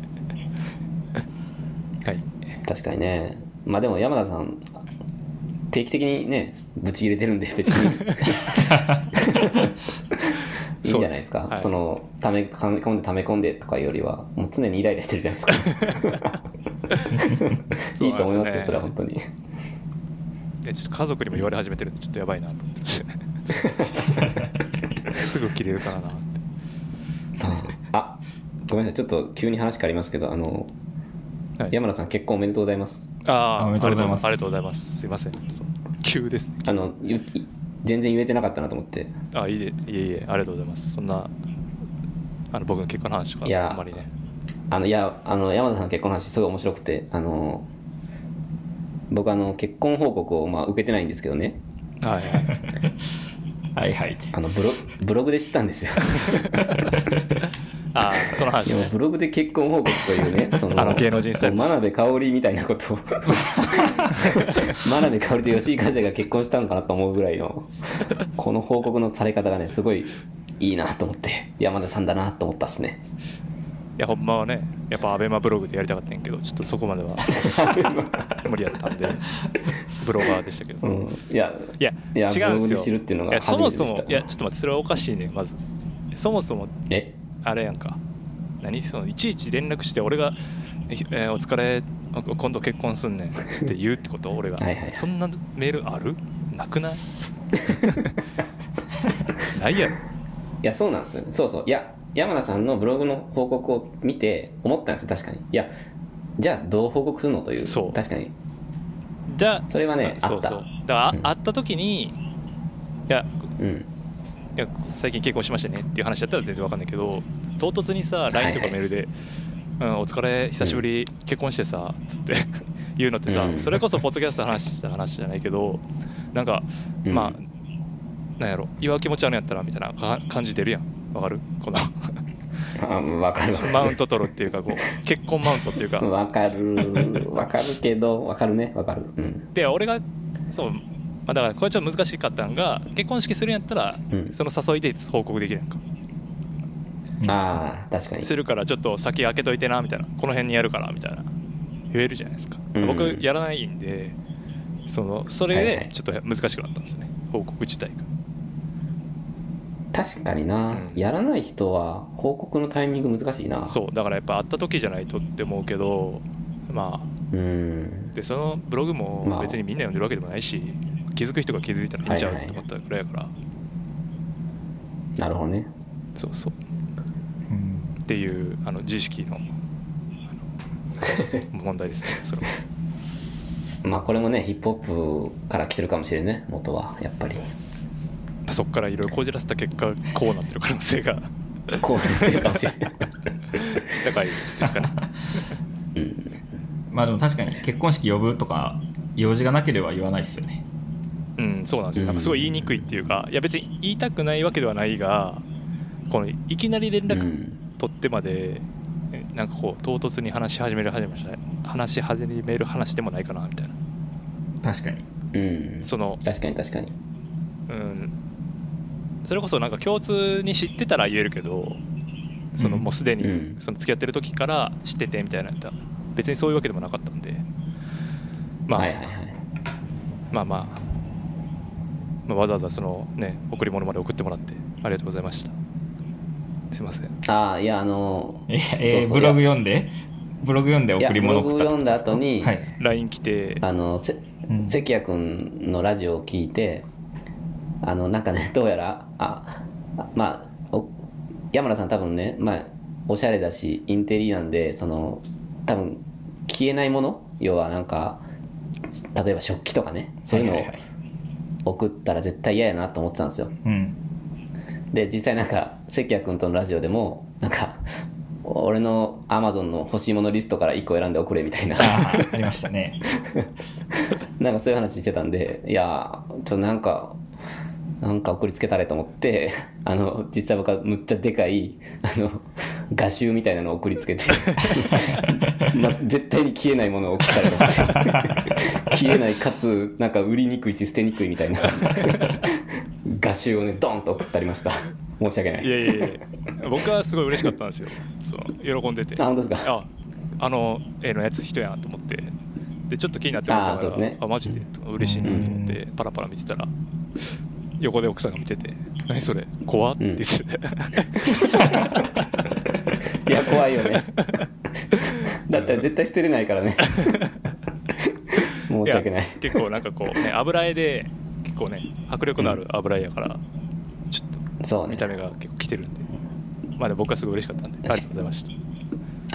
確かにね。でも山田さん定期的にねブチ切れてるんで別にいいんじゃないですか。その溜め込んでとかよりはもう常にイライラしてるじゃないですか。いいと思いますよそれは本当に。 ちょっと家族にも言われ始めてるんでちょっとやばいなと思ってすぐ切れるからなって。 ごめんなさいちょっと急に話変わりますけど山田さん結婚おめでとうございます。 おめでとうございます。 ありがとうございます。すいません急ですね。 全然言えてなかったなと思って。 いえありがとうございます。そんな僕の結婚の話とかあんまりね。 山田さんの結婚の話すごい面白くて僕結婚報告を受けてないんですけどね。ブログで知ったんですよ。 その話、 ブログで結婚報告というね芸能人さん真鍋かおりみたいなことを真鍋かおりと吉井和也が結婚したのかなと思うぐらいのこの報告のされ方がねすごいいいなと思って山田さんだなと思ったっすね。 いやほんまはねやっぱアベマブログでやりたかったんやけどちょっとそこまでは無理やったんでブロガーでしたけど、いや違うんですよ。 ブログで知るっていうのが初めてでした。 そもそもちょっと待ってそれはおかしいね。まずそもそもあれやんかいちいち連絡して俺がお疲れ今度結婚すんねんつって言うってこと俺がはいはい、 そんなメールある？なくない？ないやろ。 いやそうなんですよ。そうそう、いや山名さんのブログの報告を見て思ったんですよ。確かに。いやじゃあどう報告するのという。 そう確かに。 じゃあそれはね、 そうそうだから、 うん、 会った時にいや、 うん、 いや最近結婚しましたねっていう話だったら全然わかんないけど、唐突にさ LINE とかメールで、はいはい、お疲れ久しぶり、結婚してさつって言うのってさ、それこそポッドキャストで話した話じゃないけど、なんか、まあなんやろ、言う気持ちあるんやったらみたいな感じ出るやん。わかる？このわかるマウント取るっていうか、こう結婚マウントっていうかわかるけど、わかるね、わかる、うん、 で俺がそう、だからこれちょっと難しかったのが、結婚式するんやったら、その誘いで報告できるやんか。 ああ確かに。 するからちょっと先開けといてなみたいな、この辺にやるからみたいな言えるじゃないですか。僕やらないんで、それでちょっと難しくなったんですよね、報告自体が。 確かにな、やらない人は報告のタイミング難しいな。 そうだからやっぱ会った時じゃないとって思うけど、まあでそのブログも別にみんな読んでるわけでもないし、気づく人が気づいたらいいんちゃうと思ったぐらいやから、 なるほどね。 そうそう、っていう自意識の問題ですね、それも。 まあこれもねヒップホップから来てるかもしれんね、元はやっぱり。 そこからいろいろこじらせた結果こうなってる可能性がこうなってるかもしれない高いですかね。 まあでも確かに結婚式呼ぶとか用事がなければ言わないですよね。 そうなんですよ。なんかすごい言いにくいっていうか、いや別に言いたくないわけではないが、このいきなり連絡取ってまで、なんかこう唐突に話し始める話でもないかなみたいな。 確かに。 確かに。それこそなんか共通に知ってたら言えるけど、もうすでにその付き合ってる時から知っててみたいな、別にそういうわけでもなかったんで、まあわざわざそのね贈り物まで送ってもらってありがとうございました。すいません。 いやブログ読んで贈り物送った。 ブログ読んだ後に、 はい、LINE 来て関谷君のラジオを聞いて、なんかね、どうやら山田さん多分ね、おしゃれだしインテリなんで、多分消えないもの、要はなんか例えば食器とかね、そういうのを送ったら絶対嫌やなと思ってたんですよ、で実際なんか関谷君とのラジオでもなんか俺の Amazon の欲しいものリストから1個選んで送れみたいなありましたねなんかそういう話してたんで、いやなんか送りつけたれと思って実際僕はむっちゃでかい画集みたいなのを送りつけて絶対に消えないものを送ったれと思って消えないかつなんか売りにくいし捨てにくいみたいな画集をねドーンと送ってありました。申し訳ない。 いや僕はすごい嬉しかったんですよ。喜んでて、 本当ですか。 のやつ人やと思って、でちょっと気になって思ったから、ね、マジで嬉しいなと思ってパラパラ見てたら、横で奥さんが見てて、何それ怖って言ってて、 いや怖いよねだったら絶対捨てれないからね申し訳ない。 結構なんかこうね、油絵で結構ね迫力のある油絵やから、ちょっと見た目が結構きてるんで、僕はすごい嬉しかったんでありがとうございました。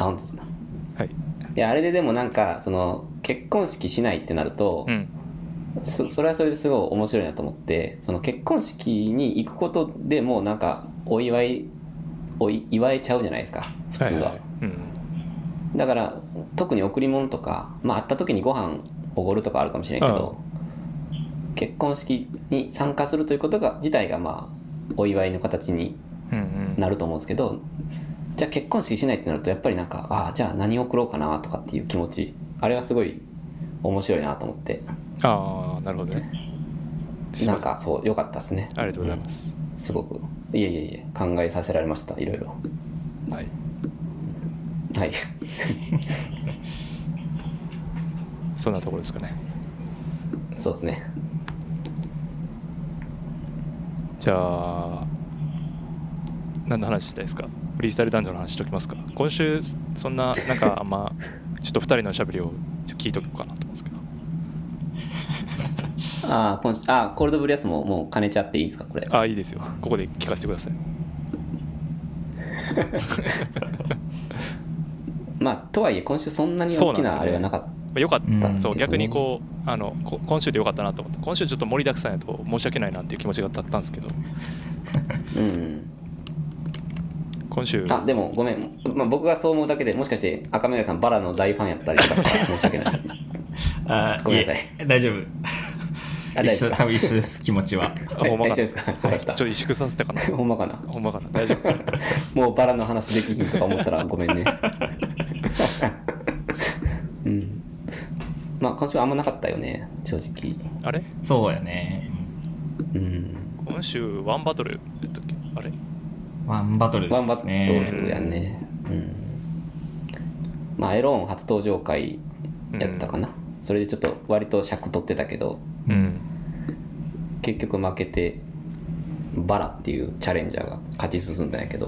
本当ですか。 はい。 いやあれででもなんか結婚式しないってなると、それはそれですごい面白いなと思って、結婚式に行くことでもうなんか祝えちゃうじゃないですか普通は、だから特に贈り物とか、会った時にご飯おごるとかあるかもしれないけど、結婚式に参加するということが自体がお祝いの形になると思うんですけど、じゃあ結婚式しないってなるとやっぱりなんかじゃあ何送ろうかなとかっていう気持ち、あれはすごい面白いなと思って。 なるほどね。 なんかそう良かったですね。 ありがとうございます、 すごくいえ考えさせられました、いろいろ。はいそんなところですかね。 そうですね。 じゃあ何の話したいですか。フリースタイルダンジョンの話しときますか。今週そんななんかあんまちょっと2人のしゃべりを聞いとこうかなと思うんですけど。 コールドブリュアスももう兼ねちゃっていいですかこれ。 いいですよ。ここで聞かせてください。 とはいえ今週そんなに大きなあれはなかった。 よかった、そう逆にこう今週でよかったなと思って、今週ちょっと盛りだくさんやと申し訳ないなっていう気持ちが立ったんですけど、今週でもごめん、僕がそう思うだけでもしかして赤目さんバラの大ファンやったりとか申し訳ないごめんなさい。 大丈夫多分一緒です気持ちは。 ほんまかな。 一緒ですか。ちょっと萎縮させたかな。 ほんまかな。 大丈夫。 もうバラの話できひんとか思ったらごめんね。今週はあんまなかったよね正直。 あれ？ そうやね。 今週ワンバトルやったっけ？あれ？ ワンバトルですね。 ワンバトルやね。エローン初登場回やったかな。それでちょっと割と尺取ってたけど、結局負けてバラっていうチャレンジャーが勝ち進んだんやけど、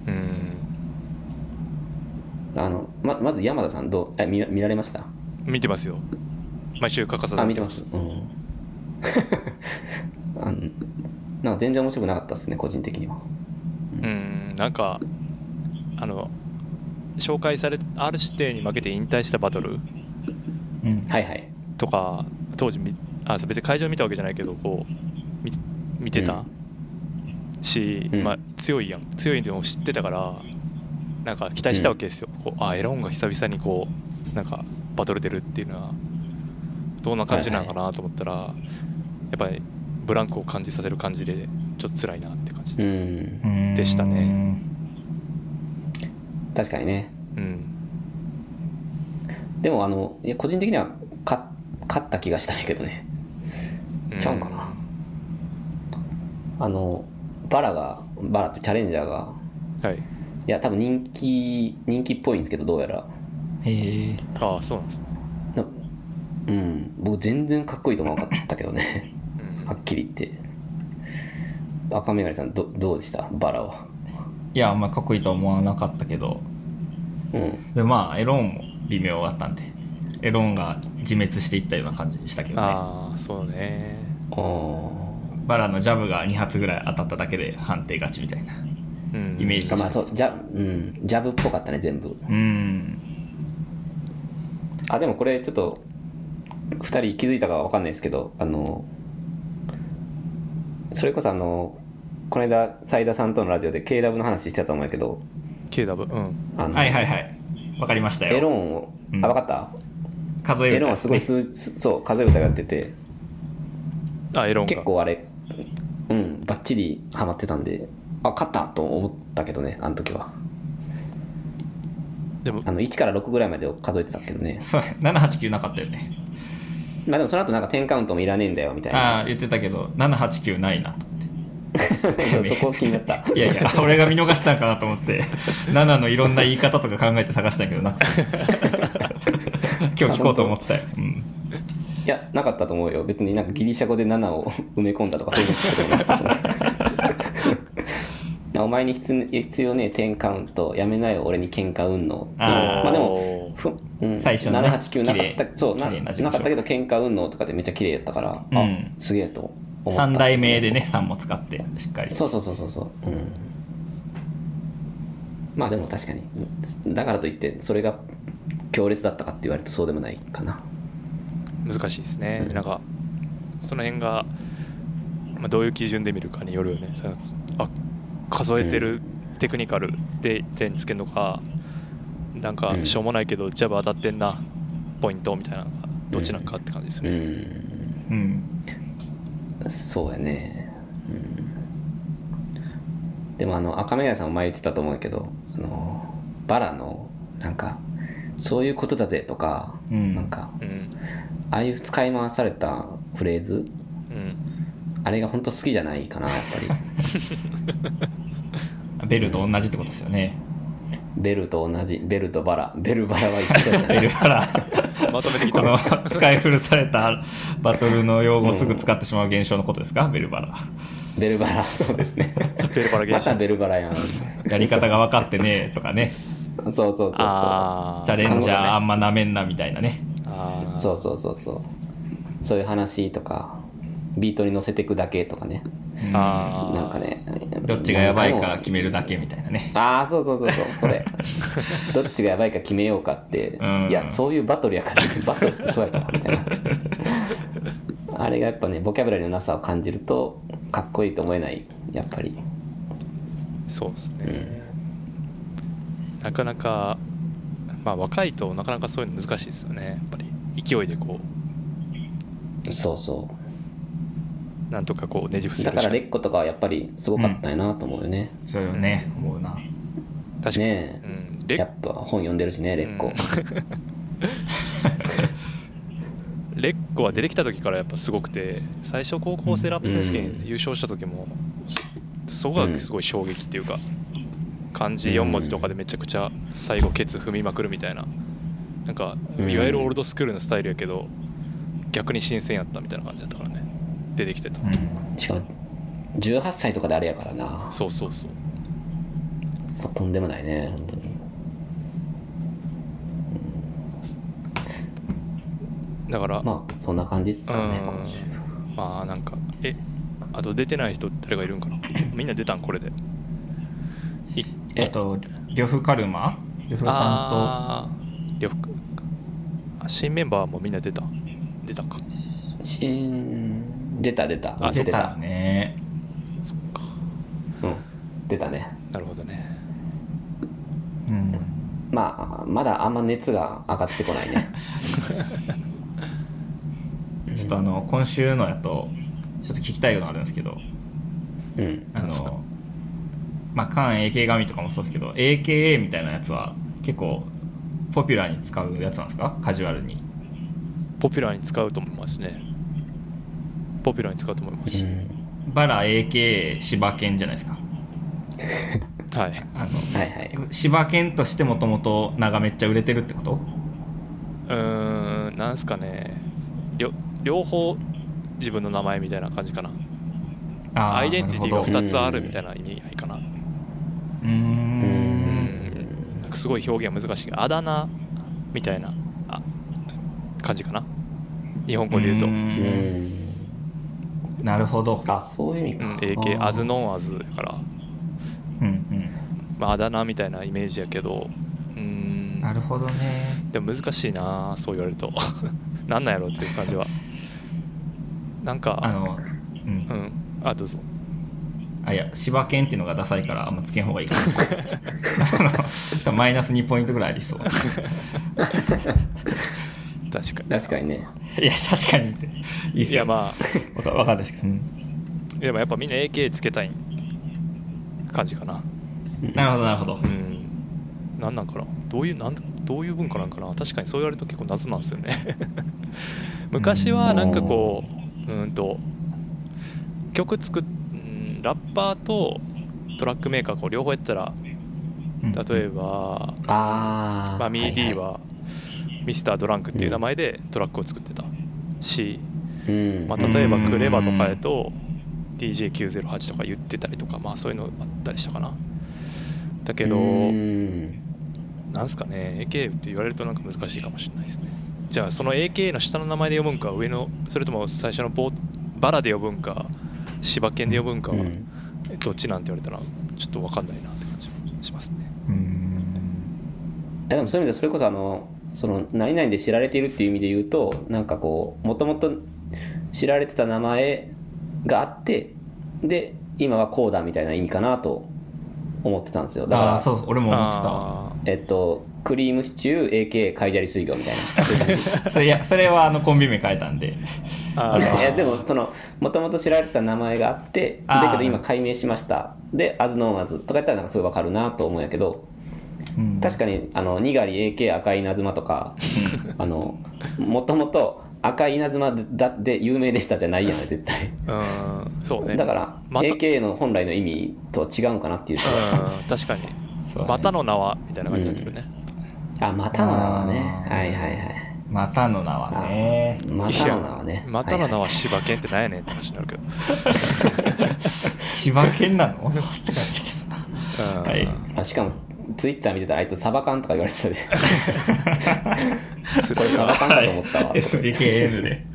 まず山田さん見られました？ 見てますよ。毎週欠かさず見てます。なんか全然面白くなかったですね個人的には。 なんか紹介され R 指定に負けて引退したバトルとか当時別に会場見たわけじゃないけどこう見てたし、強いのを知ってたからなんか期待したわけですよ。エロンが久々にこうなんかバトル出るっていうのはどんな感じなのかなと思ったら、やっぱりブランクを感じさせる感じでちょっと辛いなって感じでしたね。 確かにね。でも個人的には勝った気がしたんやけどね。ちゃうんかな。バラってチャレンジャーが、いや多分人気っぽいんですけどどうやら。 そうなんですね。 僕全然かっこいいと思わなかったけどね。はっきり言って。赤メガネさんどうでしたバラは？ いやあんまかっこいいとは思わなかったけど、でエローンも微妙だったんでエローンが自滅していったような感じでしたけどね。 そうね。 バラのジャブが2発ぐらい当たっただけで判定勝ちみたいなイメージでした。 ジャブっぽかったね全部。でもこれちょっと2人気づいたかは分かんないですけどそれこそこの間斉田さんとのラジオで KW の話してたと思うんやけど KW はい分かりましたよ。 エロンを分かった？ 数え歌、 エロンはすごいそう数え歌やっててエロン結構バッチリハマってたんで勝ったと思ったけどねあの時は。でも1から6ぐらいまでを数えてたけどね。 そう789なかったよね。 でもその後なんか10カウントもいらねえんだよみたいな言ってたけど789ないなと思ってそこ気になった。 いや俺が見逃したんかなと思って7のいろんな言い方とか考えて探したんやけどな今日聞こうと思ってたよ。 いやなかったと思うよ。別になんかギリシャ語で7を埋め込んだとかそういうことなお前に必要ねえ10カウントやめなよ俺に喧嘩うんのでも最初の、ね、 789なかったそう なかったけど喧嘩うんのとかでめっちゃ綺麗やったから、すげえと思った。 3代目でね3も使ってしっかりそう、でも確かにだからといってそれが強烈だったかって言われるとそうでもないかな。 難しいですね。なんかその辺が、どういう基準で見るかによるよね。数えてるテクニカルで点つけるのか、なんかしょうもないけどジャブ当たってんなポイントみたいなのがどっちなんかって感じですね。 そうやね。でも赤目屋さんも前言ってたと思うけどバラのなんかそういうことだぜとか、なんか、ああいう使い回されたフレーズ、あれが本当好きじゃないかなやっぱりベルと同じってことですよね。 ベルと同じ、ベルとバラ、ベルバラは一緒だったベルバラまとめてきた。 この使い古されたバトルの用語をすぐ使ってしまう現象のことですか？ベルバラ。 ベルバラ、そうですね。 ベルバラ現象。 またベルバラやん。 やり方が分かってねとかね。 そうそうそうそう、 チャレンジャーあんまなめんなみたいなね。 そうそうそうそう、そういう話とかビートに乗せていくだけとかね、なんかね、 どっちがやばいか決めるだけみたいなね。 そうそうそうそう、それどっちがやばいか決めようかって、いやそういうバトルやからバトルってそうやからみたいなあれがやっぱねボキャブラリーのなさを感じるとかっこいいと思えない、やっぱり。 そうですね、なかなかまあ若いとなかなかそういうの難しいですよね、やっぱり勢いでこう、そうそうなんとかこうねじ伏せる。 だからレッコとかはやっぱりすごかったんやなと思うよね、 そうよね、思うな。 確かにねえ、やっぱ本読んでるしねレッコ、 レッコは出てきた時からやっぱすごくて、最初高校生ラップ選手権優勝した時もそこがすごい衝撃っていうか、漢字4文字とかでめちゃくちゃ最後ケツ踏みまくるみたいな、なんかいわゆるオールドスクールのスタイルやけど逆に新鮮やったみたいな感じだったからね、出てきてた。 しかも18歳とかであれやからな。 そうそうそう、 とんでもないね本当に。 だからまあそんな感じですかね。 まあなんかあと出てない人誰がいるんかなみんな出たんこれで。 呂布カルマ、呂布さんと呂布、新メンバーもみんな出たか。 出た出たね。 そっか、 出たね。 なるほどね。 まあまだあんま熱が上がってこないねちょっと今週のやとちょっと聞きたいのがあるんですけど、まあカン AK 神とかもそうですけど AKA みたいなやつは結構ポピュラーに使うやつなんですか？カジュアルに。 ポピュラーに使うと思いますね。ポピュラーに使うと思います。 バラ AKA 柴犬じゃないですかはいはいはい。 柴犬としてもともと名がめっちゃ売れてるってこと？ なんすかね、両方自分の名前みたいな感じかな。アイデンティティが2つあるみたいな意味合いかな。なんかすごい表現は難しいが、あだ名みたいな感じかな、日本語で言うと。 なるほど。 そういう意味か。 AK アズノンアズだから、まああだ名みたいなイメージやけど、 なるほどね。 でも難しいな、そう言われるとなんなんやろうっていう感じは。なんかどうぞ。 いや、柴犬っていうのがダサいからあんまつけん方がいいかなと思うんですけどマイナス2ポイントぐらいありそう確かにね。 いや確かにっていいっすよ。 いやまあ分かんないですけど、 でもやっぱみんな AK つけたい感じかな。 なるほどなるほど。 なんかな、どういう文化なんかな。確かにそう言われると結構謎なんですよね昔はなんかこう曲ラッパーとトラックメーカーこう両方やったら、例えばミー D はミスタードランクっていう名前でトラックを作ってたし、例えばクレバとかやと DJ908 とか言ってたりとか、まあそういうのあったりしたかな。だけどなんすかね、 AK って言われるとなんか難しいかもしれないですね。じゃあその AK の下の名前で呼ぶんか、上のそれとも最初のバラで呼ぶんか柴犬で呼ぶんかはどっちなんて言われたらちょっと分かんないなって感じしますね。 でもそういう意味でそれこそその何々で知られているっていう意味で言うと、なんかこうもともと知られてた名前があってで今はこうだみたいな意味かなと思ってたんですよ。だからそう俺も思ってたわ。 クリームシチュー AK カイジャリ水魚みたいなそれはコンビ名変えたんでいやでももともと知られてた名前があってだけど今改名しましたでアズノンアズとかやったらなんかすごい分かるなと思うんやけど、確かににがり AK 赤い稲妻とかもともと赤い稲妻で有名でしたじゃないやん絶対。 そうね。 だから、AK の本来の意味とは違うんかなっていう気が確かにまたの名はみたいな感じになってくるね。 またの名はね。はいはいはい。 またの名はね。 またの名はね。 またの名は柴犬ってなんやねんって話になるけど柴犬なのって感じけどな。 しかもツイッター見てたらあいつサバ缶とか言われてたでこれサバ缶かと思ったわ SBKN で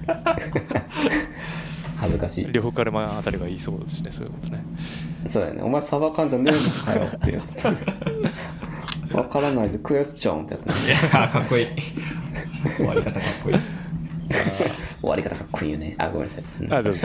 恥ずかしい。 両方カルマあたりが言いそうですね、そういうことね。 そうだよね、お前サバ缶じゃねえのかよっていうやつわからないでクエスチョンってやつね。 いやかっこいい終わり方かっこいい終わり方かっこいいよね。あ、ごめんなさい、 どうぞ。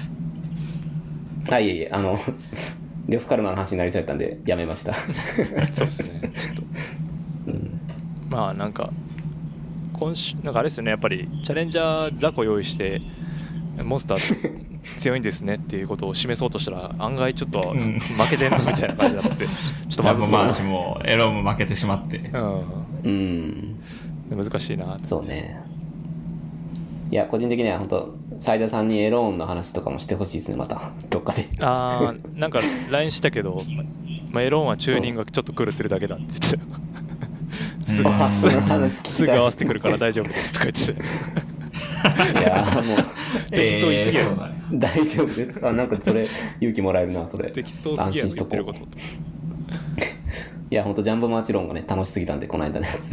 いえいえ、呂布カルマの話になりそうやったんでやめましたそうですね、ちょっと、まあなんか今週なんかあれですよね、やっぱりチャレンジャー雑魚用意してモンスター強いんですねっていうことを示そうとしたら案外ちょっと負けてんぞみたいな感じだってちょっとまずマーチもエロも負けてしまって、 難しいな。 そうね。いや個人的には本当斉田さんにエローンの話とかもしてほしいですね、またどっかで。 なんか LINE したけど、エローンはチューニングがちょっと狂ってるだけだって言ってたすぐ合わせてくるから大丈夫ですとか言っていやもう適当すぎやろ、 大丈夫ですか。なんかそれ勇気もらえるな、それ。 適当すぎやろ言ってること。 いや本当ジャンボマーチロンがね楽しすぎたんで、この間のやつ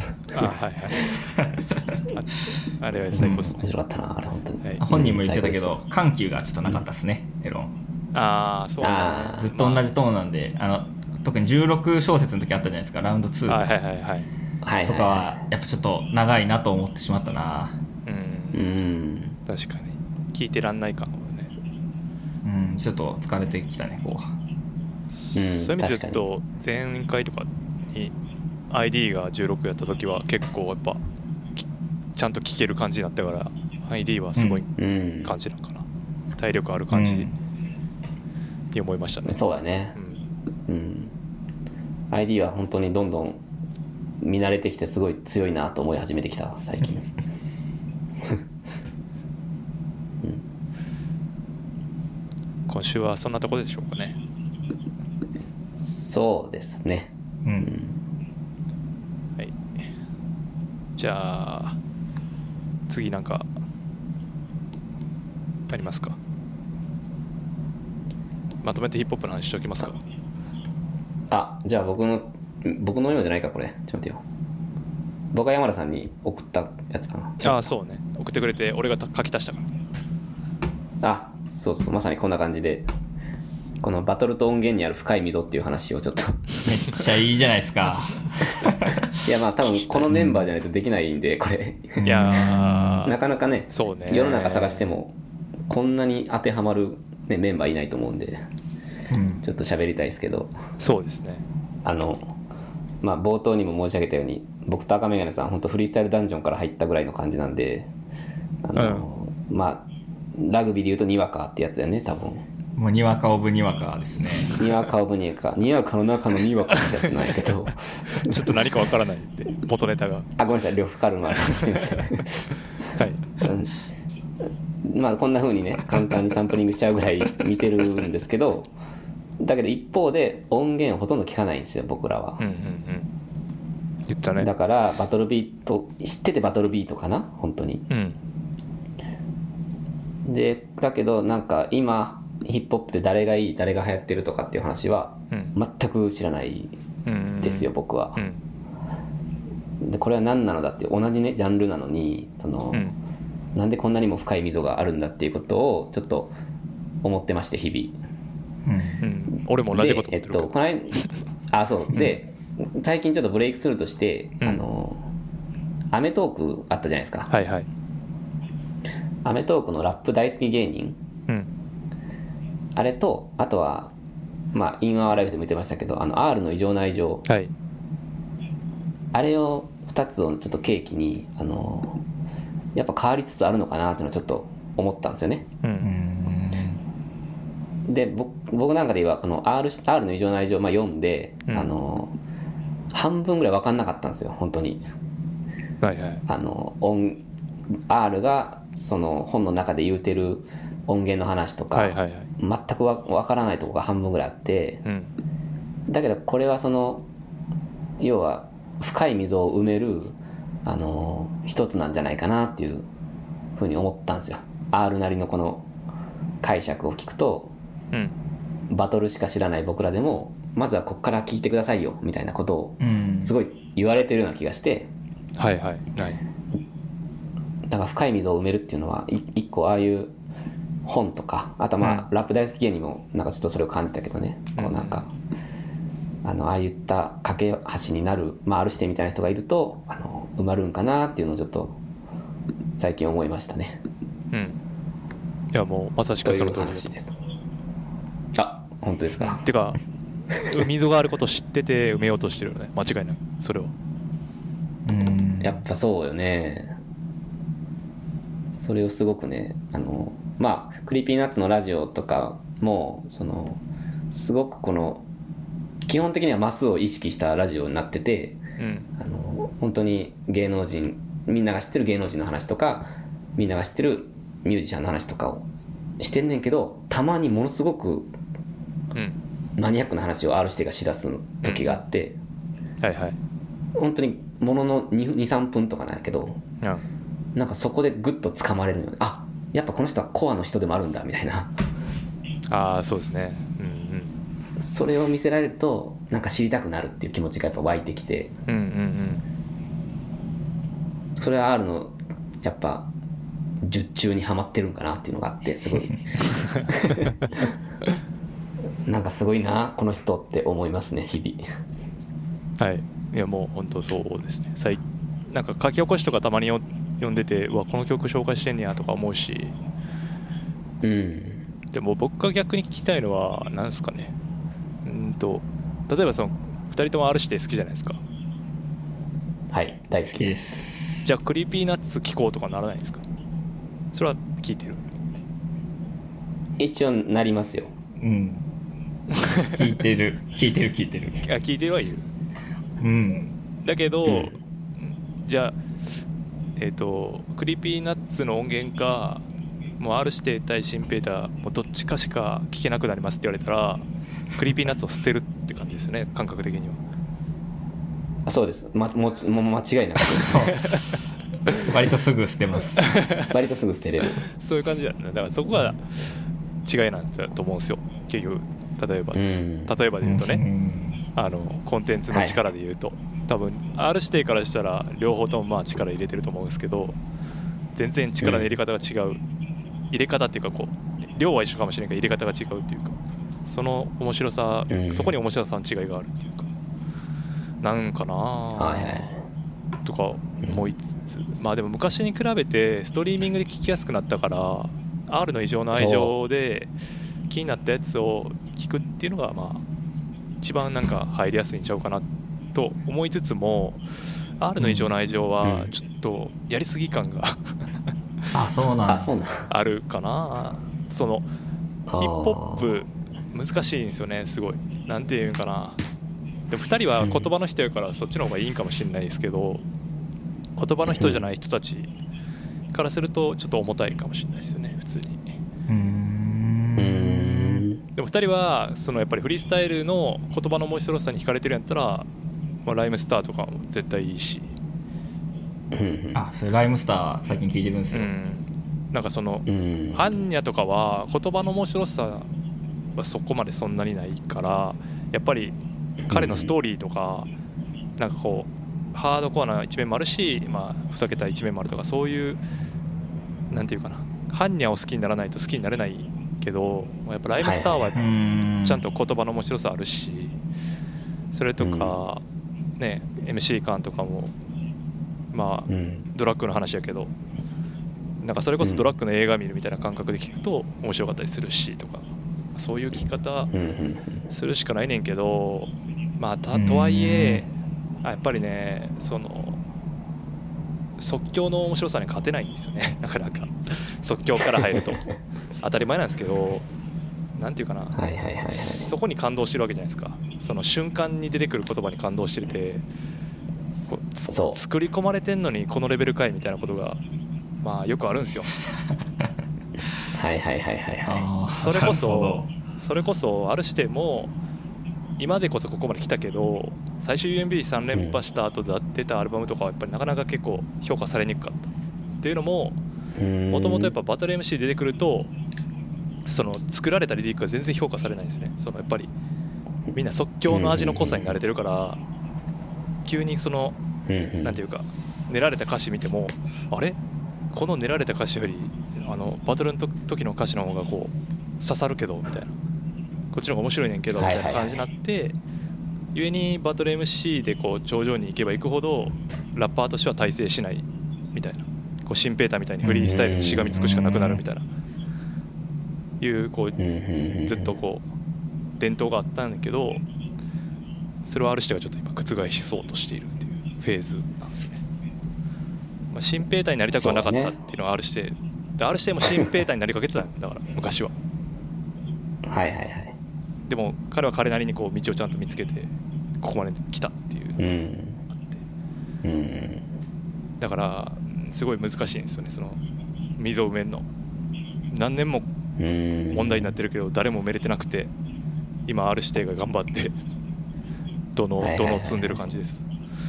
あれは最高ですね。 面白かったなあれ本当に、 本人も言ってたけど緩急がちょっとなかったですね、エロン。 そうね。 ずっと同じトーンなんで、特に16小節の時あったじゃないですか、ラウンド2とかはやっぱちょっと長いなと思ってしまったな。 確かに聞いてらんない感もね。 ちょっと疲れてきたね後半。 そういう意味で言うと前回とかに ID が16やった時は結構やっぱちゃんと聴ける感じになったから ID はすごい感じなのかな、体力ある感じに思いましたね。 そうだね、ID は本当にどんどん見慣れてきてすごい強いなと思い始めてきた最近今週はそんなとこでしょうかね。 そうですね、 はい。じゃあ次なんかありますか。まとめてヒップホップの話しておきますか。 じゃあ僕の今じゃないかこれ。ちょっと待ってよ。僕は山田さんに送ったやつかな。 そうね、送ってくれて俺が書き足したから。 そうまさにこんな感じで、このバトルと音源にある深い溝っていう話をちょっとめっちゃいいじゃないですかいや多分このメンバーじゃないとできないんでこれいやなかなかね、 そうね、 世の中探してもこんなに当てはまる、メンバーいないと思うんで、ちょっと喋りたいですけど。 そうですね。 冒頭にも申し上げたように僕と赤メガネさん本当フリースタイルダンジョンから入ったぐらいの感じなんで、ラグビーでいうとにわかってやつだよね多分。 もうにわかオブにわかですね。 にわかオブにわか、にわかの中のにわかってやつなんやけどちょっと何かわからないんで元ネタがごめんなさい、呂布カルマすいませんはい、こんな風にね簡単にサンプリングしちゃうぐらい見てるんですけど、だけど一方で音源ほとんど聞かないんですよ僕らは。 言ったね。 だからバトルビート知っててバトルビートかな本当に、でだけどなんか今ヒップホップって誰がいい誰が流行ってるとかっていう話は全く知らないですよ僕は。でこれは何なのだって同じねジャンルなのになんでこんなにも深い溝があるんだっていうことをちょっと思ってまして日々、 俺も同じこと思ってる。 この間そうで最近ちょっとブレイクスルーとしてアメトークあったじゃないですか。アメトークのラップ大好き芸人、あれとあとはインアワーライフでも言ってましたけどR の異常な愛情、あれを2つをちょっと契機にやっぱ変わりつつあるのかなっていうのをちょっと思ったんですよね。で僕なんかで言えばこの R の異常な愛情、読んで、半分ぐらい分かんなかったんですよ本当に。R がその本の中で言うてる音源の話とか、全く分からないところが半分ぐらいあって、だけどこれは要は深い溝を埋める一つなんじゃないかなっていうふうに思ったんですよ。 R なりのこの解釈を聞くと、バトルしか知らない僕らでもまずはここから聞いてくださいよみたいなことをすごい言われてるような気がして、 はいはい、 だから深い溝を埋めるっていうのは一個ああいう本とか、あとまあラップ大好き芸人もなんかちょっとそれを感じたけどね、こうなんかああいった架け橋になる、まあ、ある視点みたいな人がいると埋まるんかなっていうのをちょっと最近思いましたね。 うん。いやもうまさしくその通りです。あ、本当ですか。 てか溝があることを知ってて埋めようとしてるよね、間違いなくそれを。 やっぱそうよね。それをすごくね、まあクリーピーナッツのラジオとかもすごくこの基本的にはマスを意識したラジオになってて、本当に芸能人、みんなが知ってる芸能人の話とかみんなが知ってるミュージシャンの話とかをしてんねんけど、たまにものすごくマニアックな話を R 指定がしだす時があって、 はいはい、 本当にものの 2,3 分とかなんやけど、なんかそこでグッと掴まれるよね。あ、やっぱこの人はコアの人でもあるんだみたいな。 ああそうですね、 それを見せられるとなんか知りたくなるっていう気持ちがやっぱ湧いてきて、それは R のやっぱ術中にはまってるんかなっていうのがあって、すごいなんかすごいなこの人って思いますね、日 々。はい、いやもう本当そうですね。なんか書き起こしとかたまに読んでて、うわこの曲紹介してんねやとか思うし、でも僕が逆に聞きたいのは何ですかね。例えばその2人とも R 指定好きじゃないですか。 はい、大好きです。 じゃあクリーピーナッツ聞こうとかならないですか。それは聞いてる？ 一応なりますよ。 聞いてるあ、 聞いてるはいる。だけど、じゃあクリーピーナッツの音源かもう R 指定対シンペーターもうどっちかしか聞けなくなりますって言われたらクリーピーナッツを捨てるって感じですよね、感覚的には。 あ、そうです。もう間違いなく割とすぐ捨てます割とすぐ捨てれるそういう感じだね。だからそこが違いなんだと思うんですよ、結局。例えばで言うとね、コンテンツの力で言うと、多分 R 指定からしたら両方ともまあ力入れてると思うんですけど、全然力の入れ方が違う、入れ方っていうかこう量は一緒かもしれないけど入れ方が違うっていうか、その面白さ、そこに面白さの違いがあるっていうかなんかな、とか思いつつ、まあでも昔に比べてストリーミングで聞きやすくなったから R の異常な愛情で気になったやつを聞くっていうのがまあ一番なんか入りやすいんちゃうかなと思いつつも、 R の異常な愛情はちょっとやりすぎ感があるかな。そのヒップホップ難しいんですよね、すごい。なんていうんかな。でも2人は言葉の人やからそっちの方がいいんかもしれないですけど、言葉の人じゃない人たちからするとちょっと重たいかもしれないですよね、普通に。でも2人はそのやっぱりフリースタイルの言葉の面白さに惹かれてるんやったら、まあ、ライムスターとかも絶対いいし。 あ、それライムスター最近聞いてるんですよ。 なんかそのハンニャとかは言葉の面白さはそこまでそんなにないから、やっぱり彼のストーリーとかなんかこうハードコアな一面もあるし、まあふざけた一面もあるとか、そういうなんていうかな、ハンニャを好きにならないと好きになれないけど、やっぱライムスターはちゃんと言葉の面白さあるし、それとかね MC 感とかもまあドラッグの話やけど、なんかそれこそドラッグの映画見るみたいな感覚で聞くと面白かったりするしとか、そういう聞き方するしかないねんけど、まあとはいえやっぱりね、その即興の面白さに勝てないんですよね、なかなか即興から入ると当たり前なんですけど、なんていうかな、そこに感動してるわけじゃないですか。その瞬間に出てくる言葉に感動してて、作り込まれてんのにこのレベルかいみたいなことがまあよくあるんですよ。それこそある視点も今でこそここまで来たけど、最初 UMB3 連覇した後出たアルバムとかはやっぱりなかなか結構評価されにくかったっていうのも、もともとやっぱバトル MC 出てくるとその作られたリリックが全然評価されないんですね。そのやっぱりみんな即興の味の濃さに慣れてるから、急にそのなんていうか練られた歌詞見ても、あれこの練られた歌詞よりバトルの時の歌詞の方がこう刺さるけどみたいな、こっちの方が面白いねんけどみたいな感じになって、故にバトル MC でこう頂上に行けば行くほどラッパーとしては大成しないみたいな、こうシンペーターみたいにフリースタイルにしがみつくしかなくなるみたいないうこうずっとこう伝統があったんだけど、それを R 指定がちょっと今覆しそうとしているっていうフェーズなんですよね。まあ、シンペーターになりたくはなかったっていうのは R 指定で、 R 指定もシンペーターになりかけてたんだから昔は。 はいはいはい。 でも彼は彼なりにこう道をちゃんと見つけてここまで来たっていうのがあって、だからすごい難しいんですよね、その溝埋めんの。何年も問題になってるけど誰も埋めれてなくて、今 R 指定が頑張ってどのを積んでる感じです。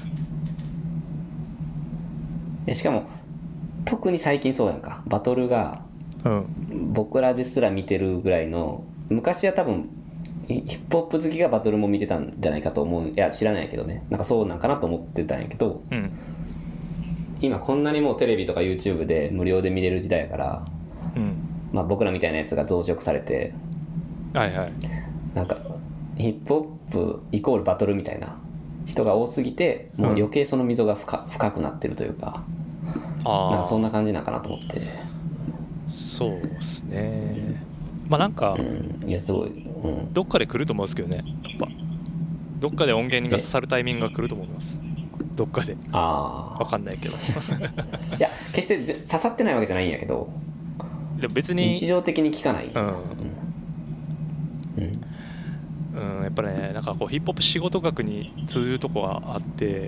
しかも特に最近そうやんか、バトルが僕らですら見てるぐらいの、昔は多分ヒップホップ好きがバトルも見てたんじゃないかと思う。いや知らないけどね、なんかそうなんかなと思ってたんやけど、今こんなにもうテレビとか YouTube で無料で見れる時代やから、まあ、僕らみたいなやつが増殖されて、なんかヒップホップイコールバトルみたいな人が多すぎて、もう余計その溝が深くなってるというか、なんかそんな感じなんかなと思って。 そうですね。まあなんか、 いやすごい、 どっかで来ると思うんですけどね、やっぱどっかで音源が刺さるタイミングが来ると思います。どっかで。分かんないけどいや決して刺さってないわけじゃないんやけど、 でも別に日常的に聞かない。 やっぱね、なんかこうヒップホップ仕事学に通じるとこがあって、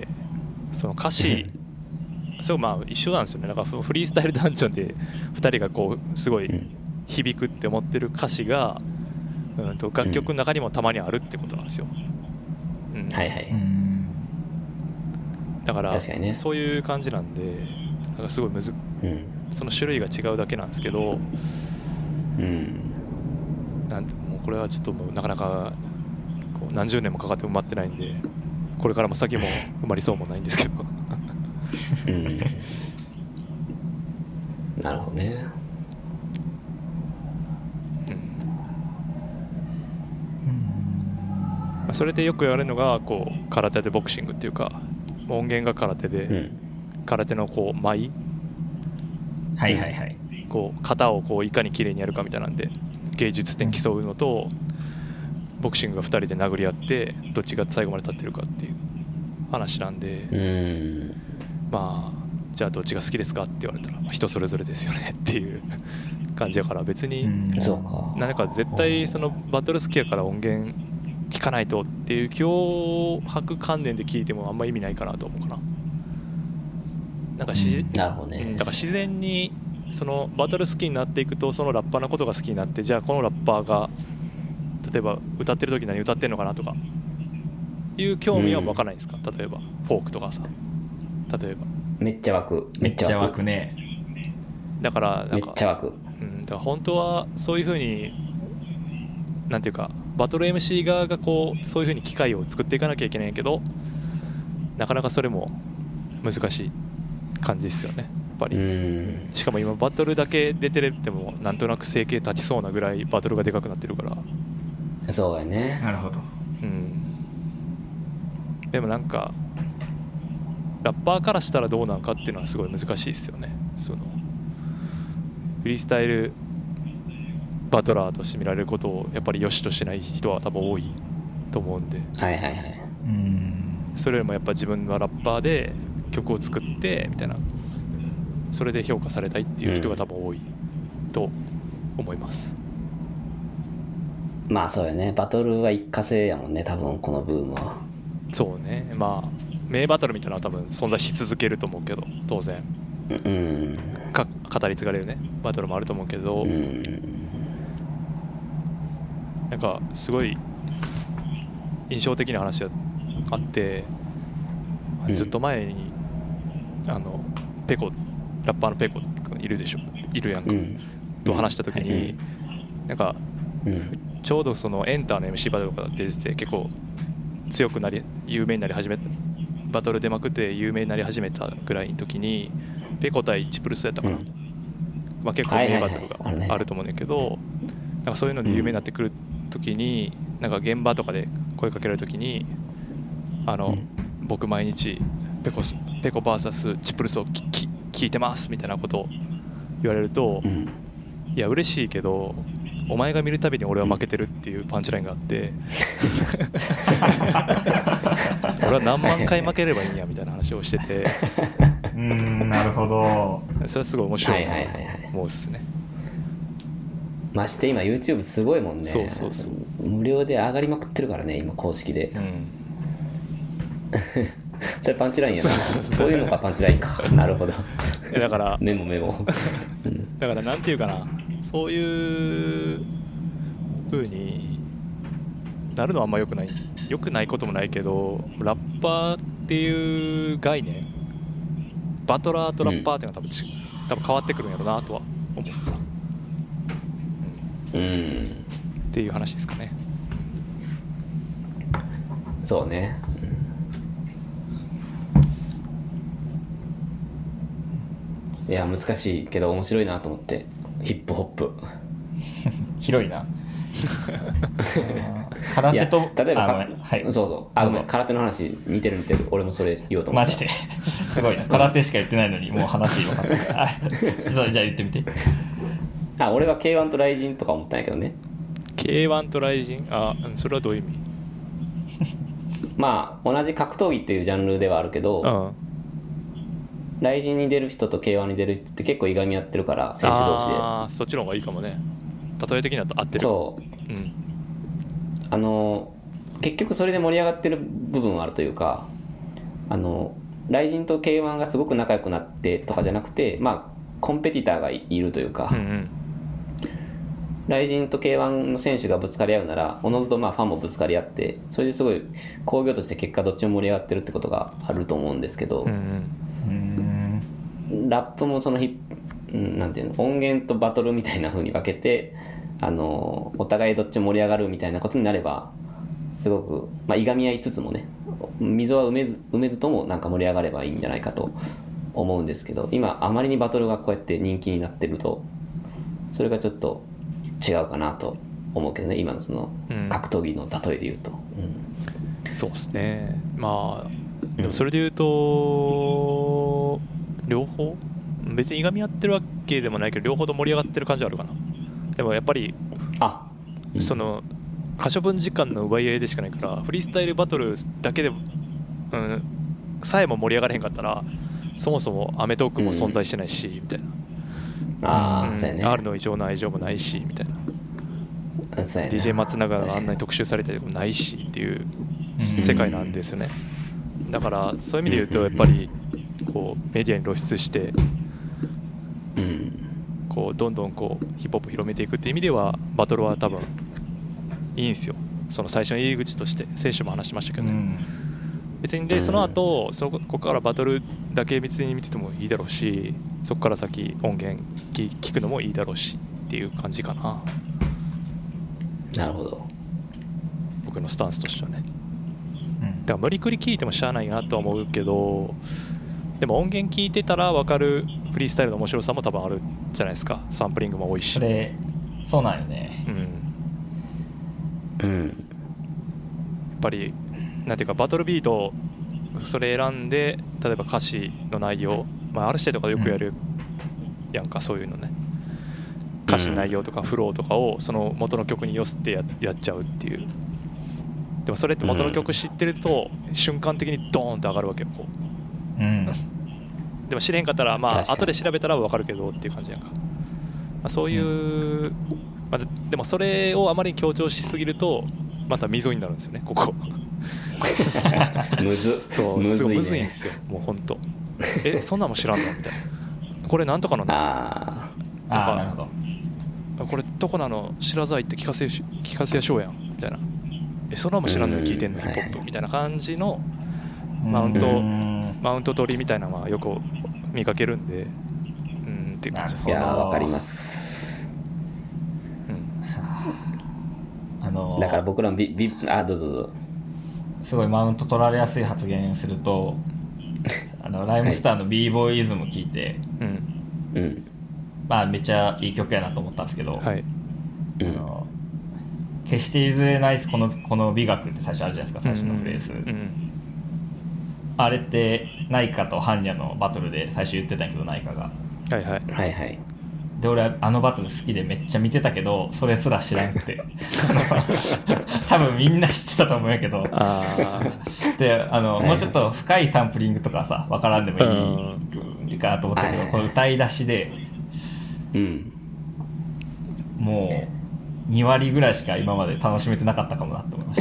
その歌詞それまあ一緒なんですよね。なんかフリースタイルダンジョンで2人がこうすごい響くって思ってる歌詞が、楽曲の中にもたまにあるってことなんですよ。 はいはい。 だから確かにね、 そういう感じなんで、なんかすごいその種類が違うだけなんですけど、なんてもうこれはちょっともうなかなかこう何十年もかかって埋まってないんで、これからも先も埋まりそうもないんですけどなるほどね。 それでよく言われるのがこう空手でボクシングっていうか、音源が空手で、空手のこう舞、こう型をこういかに綺麗にやるかみたいなんで芸術点競うのと、ボクシングが2人で殴り合ってどっちが最後まで立ってるかっていう話なんで、まあじゃあどっちが好きですかって言われたら、人それぞれですよねっていう感じだから、別に何か絶対そのバトル好きやから音源聞かないとっていう脅迫観念で聞いてもあんま意味ないかなと思うかな。なんかなるほどね。 だから自然にそのバトル好きになっていくと、そのラッパーのことが好きになって、じゃあこのラッパーが例えば歌ってる時何歌ってんのかなとかいう興味は湧かないですか。例えばフォークとかさ、例えばめっちゃ湧く、 めっちゃ湧くね。 だからめっちゃ湧く。 だから本当はそういう風になんていうか、バトル MC 側がこうそういう風に機会を作っていかなきゃいけないけど、なかなかそれも難しい感じですよね、やっぱり。しかも今バトルだけ出ててもなんとなく生計立ちそうなぐらいバトルがでかくなってるから。 そうやね。 なるほど。 でもなんかラッパーからしたらどうなのかっていうのはすごい難しいですよね。そのフリースタイルバトラーとして見られることをやっぱり良しとしない人は多分多いと思うんで、それよりもやっぱ自分はラッパーで曲を作ってみたいな、それで評価されたいっていう人が多分多いと思います。 まあそうよね、バトルは一過性やもんね、多分このブームは。 そうね、まあ名バトルみたいなのは多分存在し続けると思うけど、当然語り継がれるねバトルもあると思うけど、なんかすごい印象的な話があって、ずっと前にペコ、ラッパーのペコいるでしょ、いるやんか、と話した時に、なんかちょうどそのエンターの MC バトルとか出てて結構強くなり有名になり始めたバトル出まくって有名になり始めたぐらいの時にペコ対チプルスやったかな、まあ、結構名バトルがあると思うんだけど、なんかそういうので有名になってくる時になんか現場とかで声かけられる時に僕毎日ペコ VS チプルスを聞いてますみたいなことを言われると、いや嬉しいけどお前が見るたびに俺は負けてるっていうパンチラインがあって俺は何万回負ければいいんやみたいな話をしててなるほど。 それはすごい面白いなと思うっすね。 まして今 YouTube すごいもんね。 そう無料で上がりまくってるからね今公式で、それパンチラインやな。そういうのかパンチラインかなるほど。 だからメモだからなんていうかな、そういう風になるのはあんま良くないこともないけど、ラッパーっていう概念、バトラーとラッパーっていうのは多分変わってくるんやろうなとは思うな、っていう話ですかね。 そうね、いや難しいけど面白いなと思って。ヒップホップ広いな空手と例えばごめん、空手の話似てる俺もそれ言おうと思った。 マジですごいな。空手しか言ってないのにもう話分かったそれじゃあ言ってみて。 俺は K1 と雷神とか思ったんやけどね。 K1 と雷神、それはどういう意味？ まあ同じ格闘技っていうジャンルではあるけど、雷神に出る人と K1 に出る人って結構いがみ合ってるから、選手同士で。 そっちの方がいいかもね。例え的には合ってる。 そう、結局それで盛り上がってる部分はあるというか、雷神と K1 がすごく仲良くなってとかじゃなくて、まあコンペティターがいるというか、雷神と K1 の選手がぶつかり合うならおのずとまあファンもぶつかり合って、それですごい興行として結果どっちも盛り上がってるってことがあると思うんですけど、ラップもそのなんていうの、音源とバトルみたいな風に分けて、お互いどっちも盛り上がるみたいなことになればすごく、まあ、いがみ合いつつもね、溝は埋めずともなんか盛り上がればいいんじゃないかと思うんですけど、今あまりにバトルがこうやって人気になってるとそれがちょっと違うかなと思うけどね、今のその格闘技の例えで言うと、 そうですね。まあでもそれで言うと、両方別にいがみ合ってるわけでもないけど両方と盛り上がってる感じはあるかな。でもやっぱりその可処分時間の奪い合いでしかないから、フリースタイルバトルだけで、さえも盛り上がれへんかったらそもそもアメトーークも存在してないしみたいな、 そうやね、 R の異常な愛情もないしみたいな、DJ 松永があんなに特集されてもないしっていう世界なんですよね。だからそういう意味で言うとやっぱりこうメディアに露出してこうどんどんこうヒップホップ広めていくっていう意味ではバトルは多分いいんですよ。その最初の入り口として選手も話しましたけどね、別にでその後ここからバトルだけ別に見ててもいいだろうし、そこから先音源聞くのもいいだろうしっていう感じかな。 なるほど。 僕のスタンスとしてはね。だから無理くり聞いてもしゃあないなとは思うけど、でも音源聞いてたら分かるフリースタイルの面白さも多分あるじゃないですか。サンプリングも多いし。 そうなんよね。 やっぱりなんていうかバトルビートそれ選んで、例えば歌詞の内容、まあ、ある程度とかでよくやるやんか、そういうのね。歌詞の内容とかフローとかをその元の曲に寄せて やっちゃうっていう。でもそれって元の曲知ってると瞬間的にドーンと上がるわけよこう、でも知れへんかったらまあ後で調べたら分かるけどっていう感じやんか、まあ、そういう、まあ、でもそれをあまり強調しすぎるとまた溝になるんですよねここそうすごいむずいんですよもうほんとそんなんも知らんのみたいな、これなんとかのなるほど、これどこなの白沢行って聞かせやしょうやんみたいな、そんなんも知らんのに聞いてんのヒップホップみたいな感じのマウント取りみたいなのはよく見かけるんで、っていう感じです。 いやわかります。 から僕らもどうぞどうぞ。 すごいマウント取られやすい発言するとライムスターの b ボーイズム聞いて、 うん、 まあめっちゃいい曲やなと思ったんですけど、 はい、 決して譲れないこの美学って最初あるじゃないですか、最初のフレーズ、あれってナイカとハンニャのバトルで最初言ってたんやけど、ナイカがはいはいはいはい。 で俺あのバトル好きでめっちゃ見てたけどそれすら知らんくて多分みんな知ってたと思うんやけどでもうちょっと深いサンプリングとかさ分からんでもいいかなと思ったけど、この歌い出しで、もう2割ぐらいしか今まで楽しめてなかったかもなと思いま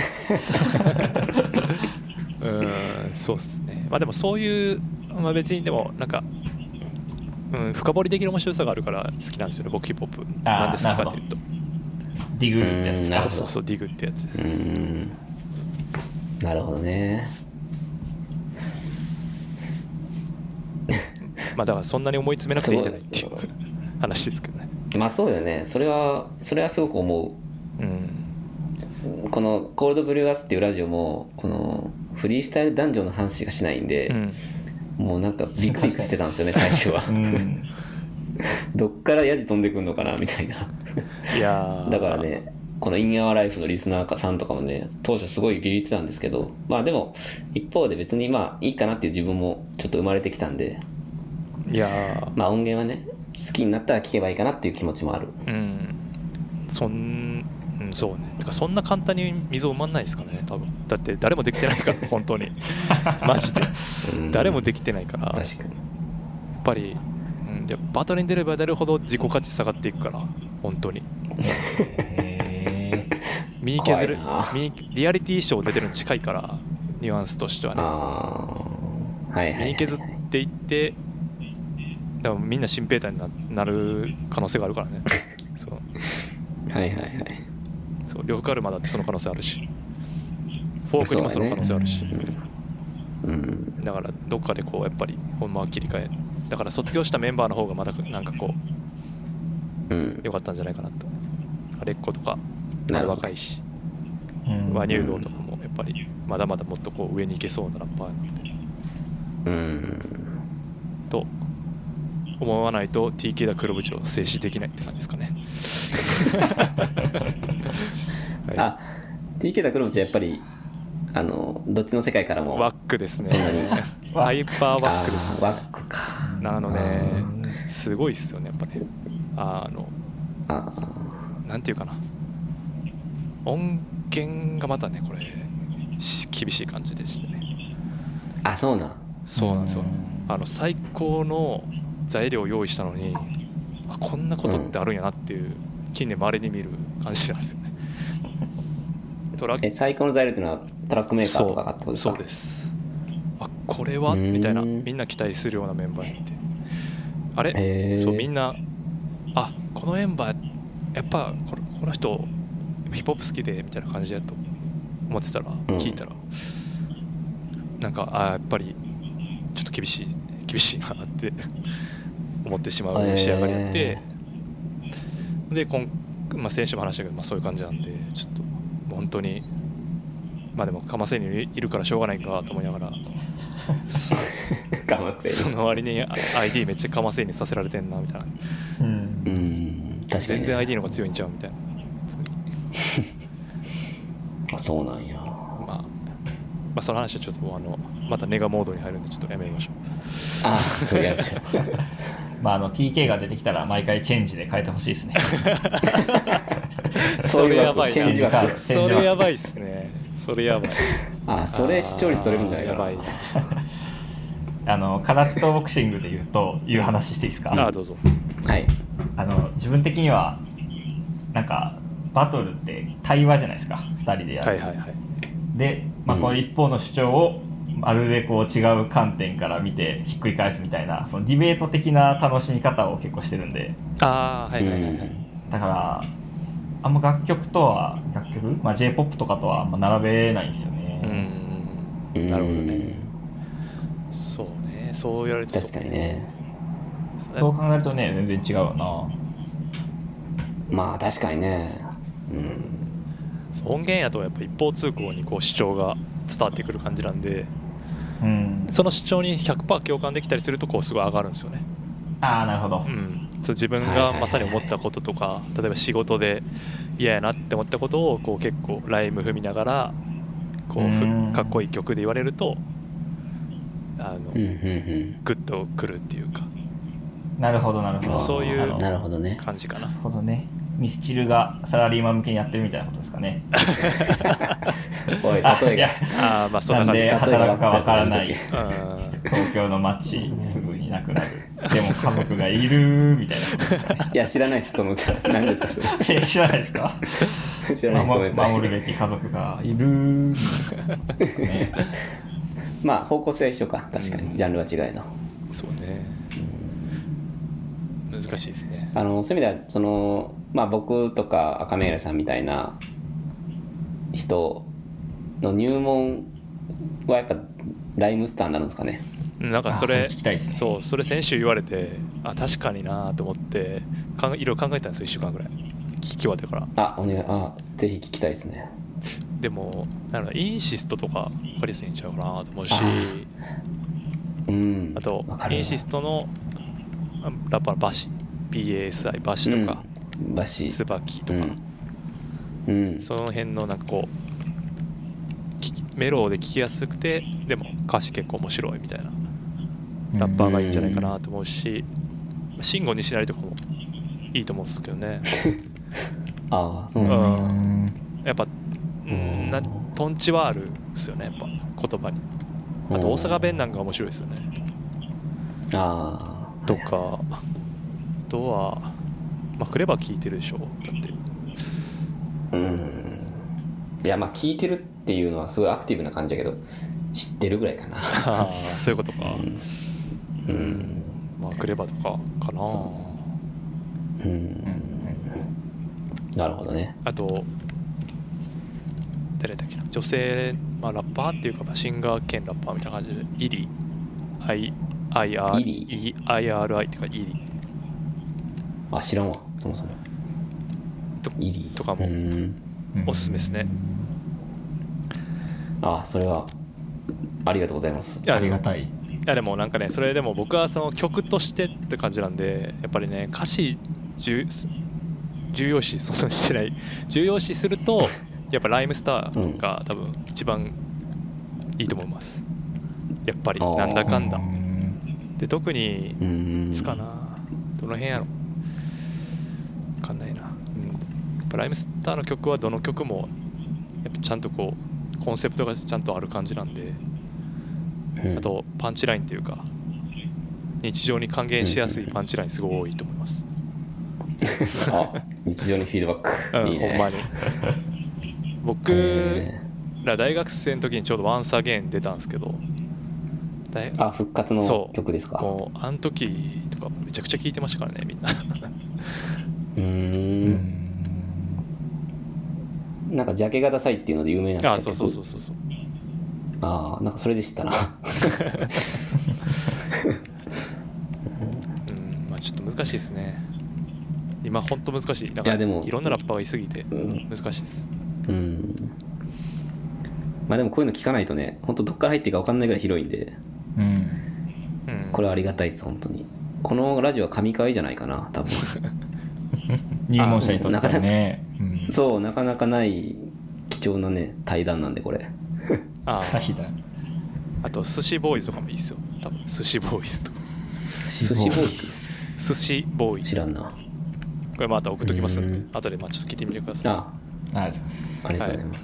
したそうっすね。まあでもそういう、まあ、別にでもなんか深掘りできる面白さがあるから好きなんですよね、僕ヒップホップ。なんで好きかというとディグルってやつです。 そうディグってやつです。 なるほどね。 まあだからそんなに思い詰めなくていいんじゃないっていう話ですけどね。 まあそうよね。それはすごく思う。このコールドブルーアスっていうラジオもこのフリースタイルダンジョンの話しかしないんで、もうなんかビクビクしてたんですよね最初は。どっからヤジ飛んでくんのかなみたいな。 いやだからね、このインアワーライフのリスナーさんとかもね、当初すごいビビってたんですけど、まあでも一方で別にまあいいかなっていう自分もちょっと生まれてきたんで、 いやまあ音源はね好きになったら聴けばいいかなっていう気持ちもある。 そうね。だからそんな簡単に溝埋まんないですかね、多分。だって誰もできてないから本当にマジで誰もできてないから。 確かに。 やっぱり、でバトルに出れば出るほど自己価値下がっていくから本当に。身に削るリアリティショー出てるの近いからニュアンスとしてはね。身に削っていってでもみんな新兵隊になる可能性があるからね。そうそう呂布カルマだってその可能性あるし、フォークにもその可能性あるし、だからどっかでこうやっぱりほんまは切り替え、だから卒業したメンバーの方がまだなんかこう良かったんじゃないかなと。レッコとか若いし、ワニュードとかもやっぱりまだまだもっとこう上に行けそうなラッパーなんで、と思わないと TK だ黒渕を静止できないって感じですかね。 はい、TK だ黒渕はやっぱりどっちの世界からもワックですね。そんなにハイパーワックですね。 ワックか。 すごいっすよねやっぱね。なんていうかな、音源がまたねこれ厳しい感じでしたね。 そうなんですよ。最高の材料を用意したのにこんなことってあるんやなっていう近年稀に見る感じなんですよね。 最高の材料っていうのはトラックメーカーとかがってことですか？ そうです。これはみたいな、みんな期待するようなメンバーにいて、あれそうみんなこのメンバーやっぱこの人ヒップホップ好きでみたいな感じだと思ってたら、聞いたらなんかやっぱりちょっと厳しいなって思ってしまう仕上がりになって、で先週も話したけど、そういう感じなんでちょっと本当にでもかませにいるからしょうがないかと思いながらその割に ID めっちゃかませにさせられてんなみたいな、全然 ID の方が強いんちゃうみたいな。 そうなんや。 その話はちょっとまたネガモードに入るんでちょっとやめましょう。そうやっちゃう。 TK が出てきたら毎回チェンジで変えてほしいですね。 それやばいな。それやばいっすね。それやばい。 それ視聴率取れるんじゃないかな。 やばい。 空手とボクシングでいう話していいですか？ どうぞ。 はい。 自分的にはなんかバトルって対話じゃないですか、2人でやる。で、この一方の主張をまるでこう違う観点から見てひっくり返すみたいな、そのディベート的な楽しみ方を結構してるんで、だからあんま楽曲、J-POP とかとはあんま並べないんですよね。 なるほどね。そうね、そう言われると確かにね。 そう考えるとね全然違うよな。 確かにね。 音源やとやっぱ一方通行にこう主張が伝わってくる感じなんで、 うん、 その主張に 100% 共感できたりするとこうすごい上がるんですよね。 ああなるほど、 うん、そう自分がまさに思ったこととか、例えば仕事で嫌やなって思ったことをこう結構ライム踏みながらこうかっこいい曲で言われるとグッとくるっていうか。 なるほどなるほど、 そういう感じかな。 なるほどね。ミスチルがサラリーマン向けにやってるみたいなことですかね。 おい例えがまあそんな感じ。 なんで働くかわからない東京の街すぐになくなる。でも家族がいるみたいなことですかね。 いや知らないですその歌。何ですかそれ。 知らないですか。 知らないです。 守るべき家族がいる、ね、 まあ方向性は一緒か。確かにジャンルは違いの。 そうね、難しいですね。 そういう意味ではその、まあ、僕とか赤目さんみたいな人の入門はやっぱライムスターになるんですかね。 なんかそれ聞きたいですね。 そうそれ先週言われて確かになと思っていろいろ考えたんですよ。1週間ぐらい聞き終わってから。 お願い。ぜひ聞きたいですね。 でもインシストとか分かりやすいんちゃうかなと思うし、あとインシストのラッパーのバシ BASI バシとか、 バシ椿とか、その辺のなんかこうメロで聴きやすくてでも歌詞結構面白いみたいなラッパーがいいんじゃないかなと思うし、慎吾西成とかもいいと思うんですけどね。 そうなんだ。 やっぱトンチはあるんですよね、やっぱ言葉に。あと大阪弁なんか面白いですよね。とかあとはまあクレバ聞いてるでしょ。だっていやまあ聞いてるっていうのはすごいアクティブな感じだけど知ってるぐらいかな。 そういうことか。まあクレバとかかな。 なるほどね。 あと誰だっけな、女性、まあ、ラッパーっていうか、シンガー兼ラッパーみたいな感じでイリ IRI ってかイリ知らんわそもそも。イリとかもおすすめですね。 それはありがとうございます。 ありがたい。 いやでもなんかね、それでも僕はその曲としてって感じなんで、やっぱりね歌詞重要視そんなにしてない。重要視するとやっぱライムスターが多分一番いいと思います。やっぱりなんだかんだで、特につかな、どの辺やろ分かんないな。やっぱライムスターの曲はどの曲もやっぱちゃんとこうコンセプトがちゃんとある感じなんで、あとパンチラインっていうか日常に還元しやすいパンチラインすごい多いと思います。 日常にフィードバック、いいね。 ほんまに僕ら大学生の時にちょうどワンスアゲイン出たんですけど、 復活の曲ですか。 もうあの時とかめちゃくちゃ聴いてましたからね、みんな。 なんかジャケがダサいっていうので有名な曲。 そう。 なんかそれで知ったな。 まあちょっと難しいですね今。ほんと難しい。なんかいろんなラッパーがいすぎて難しいです。 まあでもこういうの聞かないとね、本当どっから入っていいか分かんないぐらい広いんで、これはありがたいです本当に。このラジオは神回じゃないかな多分。 入門者にとってはね。 そうなかなかない貴重なね対談なんでこれ。 あと寿司ボーイズとかもいいっすよ多分。寿司ボーイズとか。 寿司ボーイズ。 寿司ボーイズ知らんな。 これまた送っときますんで、後でちょっと聞いてみてください。 ありがとうございます。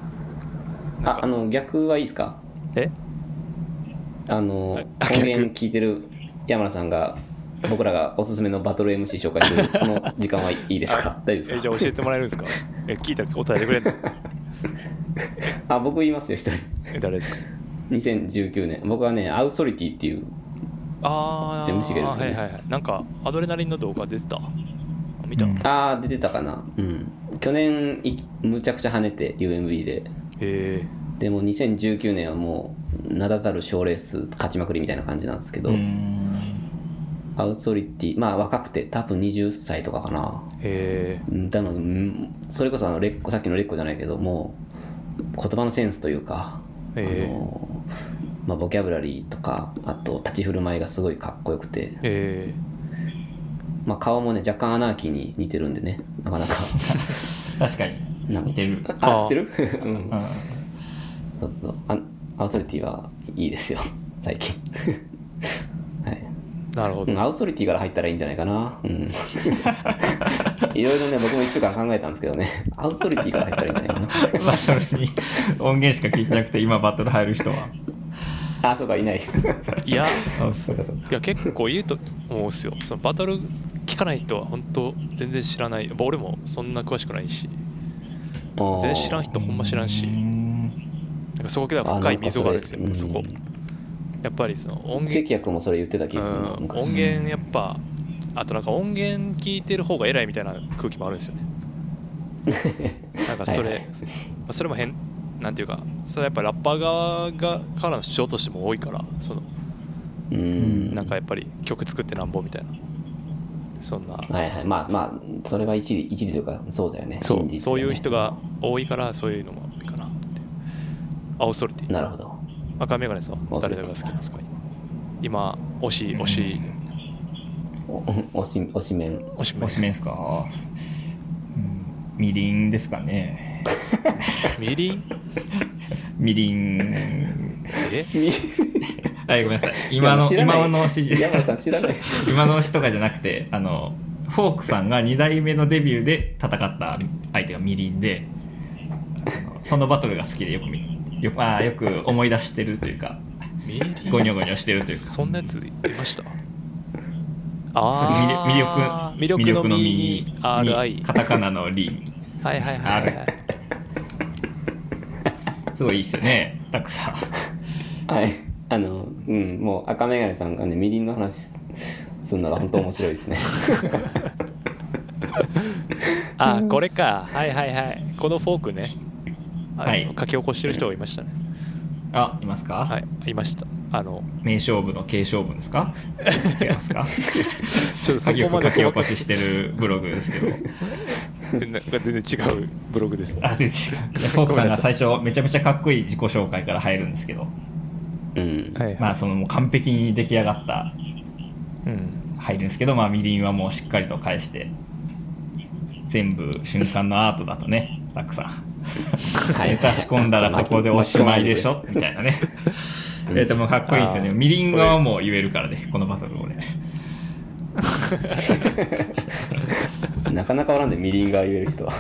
逆はいいですか。音源聞いてる山田さんが僕らがおすすめのバトル MC 紹介するその時間はいいですか。大丈夫ですか。 じゃあ教えてもらえるんですか。聞いたら答えてくれんの。 僕言いますよ一人。 誰ですか。 2019年僕はねアウソリティっていう MC がいるんですよね。 なんかアドレナリンの動画出てた。見た。 出てたかな。去年むちゃくちゃ跳ねて UMB で。でも2019年はもう名だたる賞レース勝ちまくりみたいな感じなんですけど、 アウソリティ、まあ若くて多分20歳とかかな。 へえ。 多分それこそさっきのレッコじゃないけども言葉のセンスというか、まあ、ボキャブラリーとかあと立ち振る舞いがすごいかっこよくて、まあ、顔もね若干アナーキーに似てるんでね、なかなか確かに似てる。 知ってるうん、そうそう、アウソリティはいいですよ最近はい、 なるほど。 アウソリティから入ったらいいんじゃないかな。いろいろね僕も1週間考えたんですけどね、アウソリティから入ったらいいんじゃないかなまあそれに音源しか聞いてなくて今バトル入る人はそうかいないいやそうか結構いいと思うんですよ。そのバトル聞かない人は本当全然知らない。俺もそんな詳しくないし、全然知らん人ほんま知らんし、なんかそこでは深い溝があるんですよ。そこやっぱりその音源、 関谷君もそれ言ってた気がするな、 音源やっぱ、あとなんか音源聞いてる方が偉いみたいな空気もあるんですよねなんかそれ、はいはい、それも変なんていうか、それはやっぱラッパー側からの主張としても多いから、そのなんかやっぱり曲作ってなんぼみたいな、そんな、 はいはい、まあそれは一理というかそうだよね。 そういう人が多いからそういうのも多いかなって。アウソリティ、なるほど。赤メガネさん誰が好きなんですか今？推しメンですか？みりんですかねみりんみりんはい、ごめんなさい。今の推し山田さん知らない今の推しとかじゃなくて、フォークさんが2代目のデビューで戦った相手がみりんで、そのバトルが好きでよく思い出してるというか、ゴニョゴニョしてるというか、 そんなやついました？ 魅力のみに RI カタカナのリはいはいはいはい、 すごいいいっすよね、たくさん。 はい、もう赤メガネさんがねみりんの話するのが本当面白いですねこれか、はいはいはい、このフォークね、はい、書き起こしてる人がいましたね。 いますか？ はい、いました。 名勝負の継承文ですか？違いますか？ ちょっとそこまで書き起こししてるブログですけどなんか全然違うブログです。 全然違う。フォークさんが最初めちゃめちゃかっこいい自己紹介から入るんですけど、まあそのもう完璧に出来上がった、入るんですけど、まあみりんはもうしっかりと返して、全部瞬間のアートだとね、たくさんネタ仕込んだらそこでおしまいでしょみたいなねもうかっこいいですよね。みりん側も言えるからね、このバトルをねなかなかおらんでみりん側言える人は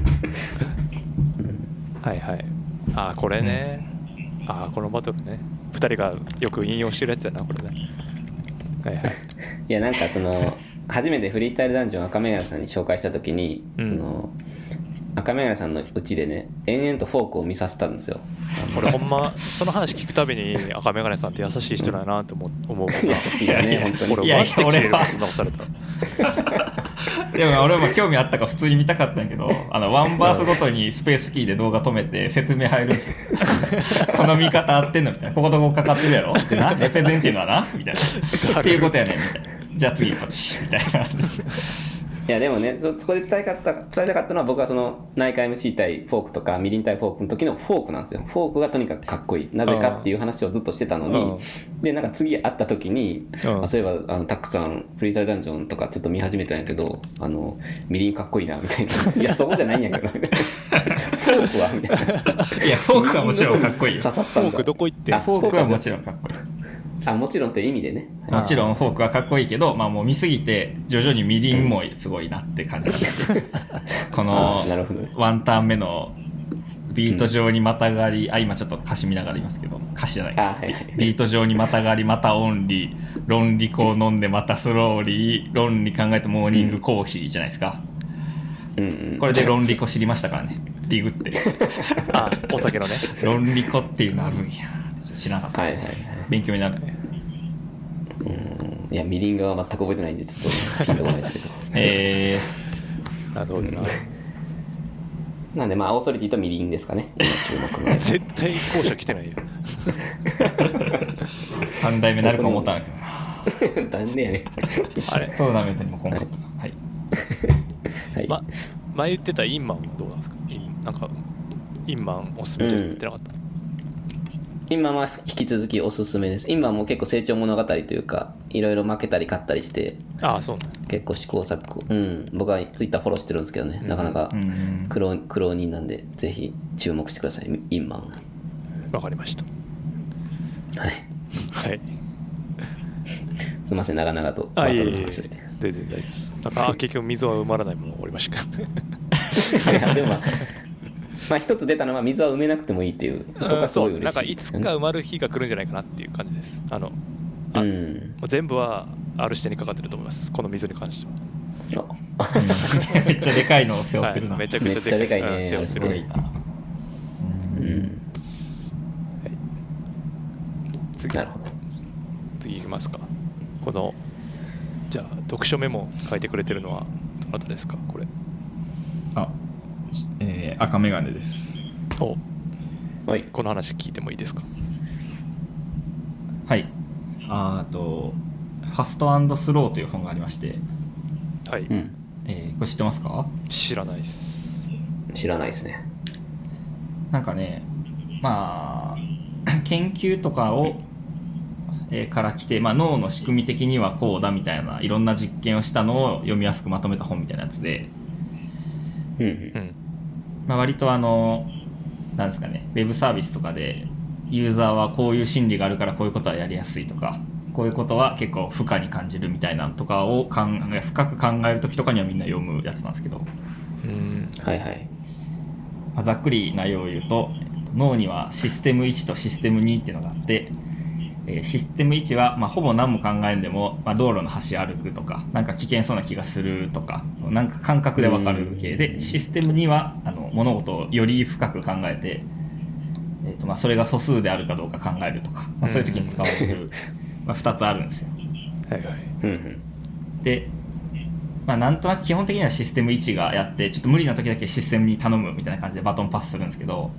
はいはい、これね、このバトルね、2人がよく引用してるやつやなこれね。はいはい。 いやなんかその初めてフリースタイルダンジョン赤メガネさんに紹介した時に、その赤メガネさんのうちでね延々とフォークを見させたんですよ。 俺ほんまその話聞くたびに赤メガネさんって優しい人だなと思う優しいよね本当に。 俺マジで切れるからそんなことされたでも俺も興味あったから普通に見たかったんやけど、ワンバースごとにスペースキーで動画止めて説明入るんですよこの見方合ってんのみたいな、こことここかかってるやろってな、レペゼンっていうのはなみたいなっていうことやねんみたいな、じゃあ次こっちみたいないやでもね、そこで伝えたかったのは、僕はその内科 MC 対フォークとかみりん対フォークの時のフォークなんですよ。フォークがとにかくかっこいい、なぜかっていう話をずっとしてたのに、でなんか次会った時に、そういえばたくさんフリースタイルダンジョンとかちょっと見始めたんやけど、みりんかっこいいなみたいないやそこじゃないんやけどフォークはみたいな。 いやフォークはもちろんかっこいいよ。 フォークどこ行ってんの？ フォークはもちろんかっこいい。 もちろんって意味でね、 もちろんフォークはかっこいいけど、まあ、もう見すぎて徐々にみりんもすごいなって感じになってこのワンターン目のビート上にまたがり、今ちょっと歌詞見ながら言いますけど、歌詞じゃない、ビート上にまたがりまたオンリー、論理こう飲んでまたスローリー、論理考えてモーニングコーヒーじゃないですか、これで論理コ知りましたからね、ディグってお酒のね論理コっていうのあるんや、知らなかった、勉強になる。 いやみりんが全く覚えてないんでちょっと聞いてこないですけどなるほどな。 なんでまあオーソリティとみりんですかね、注目の絶対後者来てないよ 3代目なるか思ったんだけどななんでやねんあれトーナメントにも今回はい、 はい前言ってたインマンどうなんですか？なんかインマンおすすめですって言ってなかった？ 今は引き続きおすすめです。今も結構成長物語というか、いろいろ負けたり勝ったりして、 ああそうなん結構試行錯誤、僕はツイッターフォローしてるんですけどね、なかなか苦労人なんで、ぜひ注目してください、インマン。 わかりました。 はいはいすいません、長々とバトルの話をして。 全然大丈夫です。なんか結局水は埋まらないものおりましたいやでもまあ一つ出たのは水は埋めなくてもいいっていう、そこがすごい嬉しい。 なんかいつか埋まる日が来るんじゃないかなっていう感じです。もう全部はある視点にかかってると思います。この水に関しては。 めっちゃでかいのを背負ってるな、 はい、めちゃくちゃでかいね、 背負ってる。 はい、 次なるほど。 次いきますか。このじゃあ読書メモ書いてくれてるのはどなたですか？これ赤メガネです。 はい、 この話聞いてもいいですか？ はい。ファスト&スローという本がありまして、 はい、 これ知ってますか？ 知らないです。 知らないですね。 なんかね、まあ研究とかをから来て、まあ、脳の仕組み的にはこうだみたいないろんな実験をしたのを読みやすくまとめた本みたいなやつで、まあ、割となんですかね、ウェブサービスとかでユーザーはこういう心理があるからこういうことはやりやすいとか、こういうことは結構負荷に感じるみたいなのとかを深く考えるときとかにはみんな読むやつなんですけど、 はいはい。 まあ、ざっくり内容を言うと、脳にはシステム1とシステム2っていうのがあって、システム1は、まあ、ほぼ何も考えんでも、まあ、道路の端歩くとか、なんか危険そうな気がするとか、なんか感覚で分かる系で、システム2は物事をより深く考えて、まあ、それが素数であるかどうか考えるとか、まあ、そういう時に使われてる、まあ、2つあるんですよ。 はいはい。 で、まあ、なんとなく基本的にはシステム1がやって、ちょっと無理な時だけシステムに頼むみたいな感じでバトンパスするんですけど、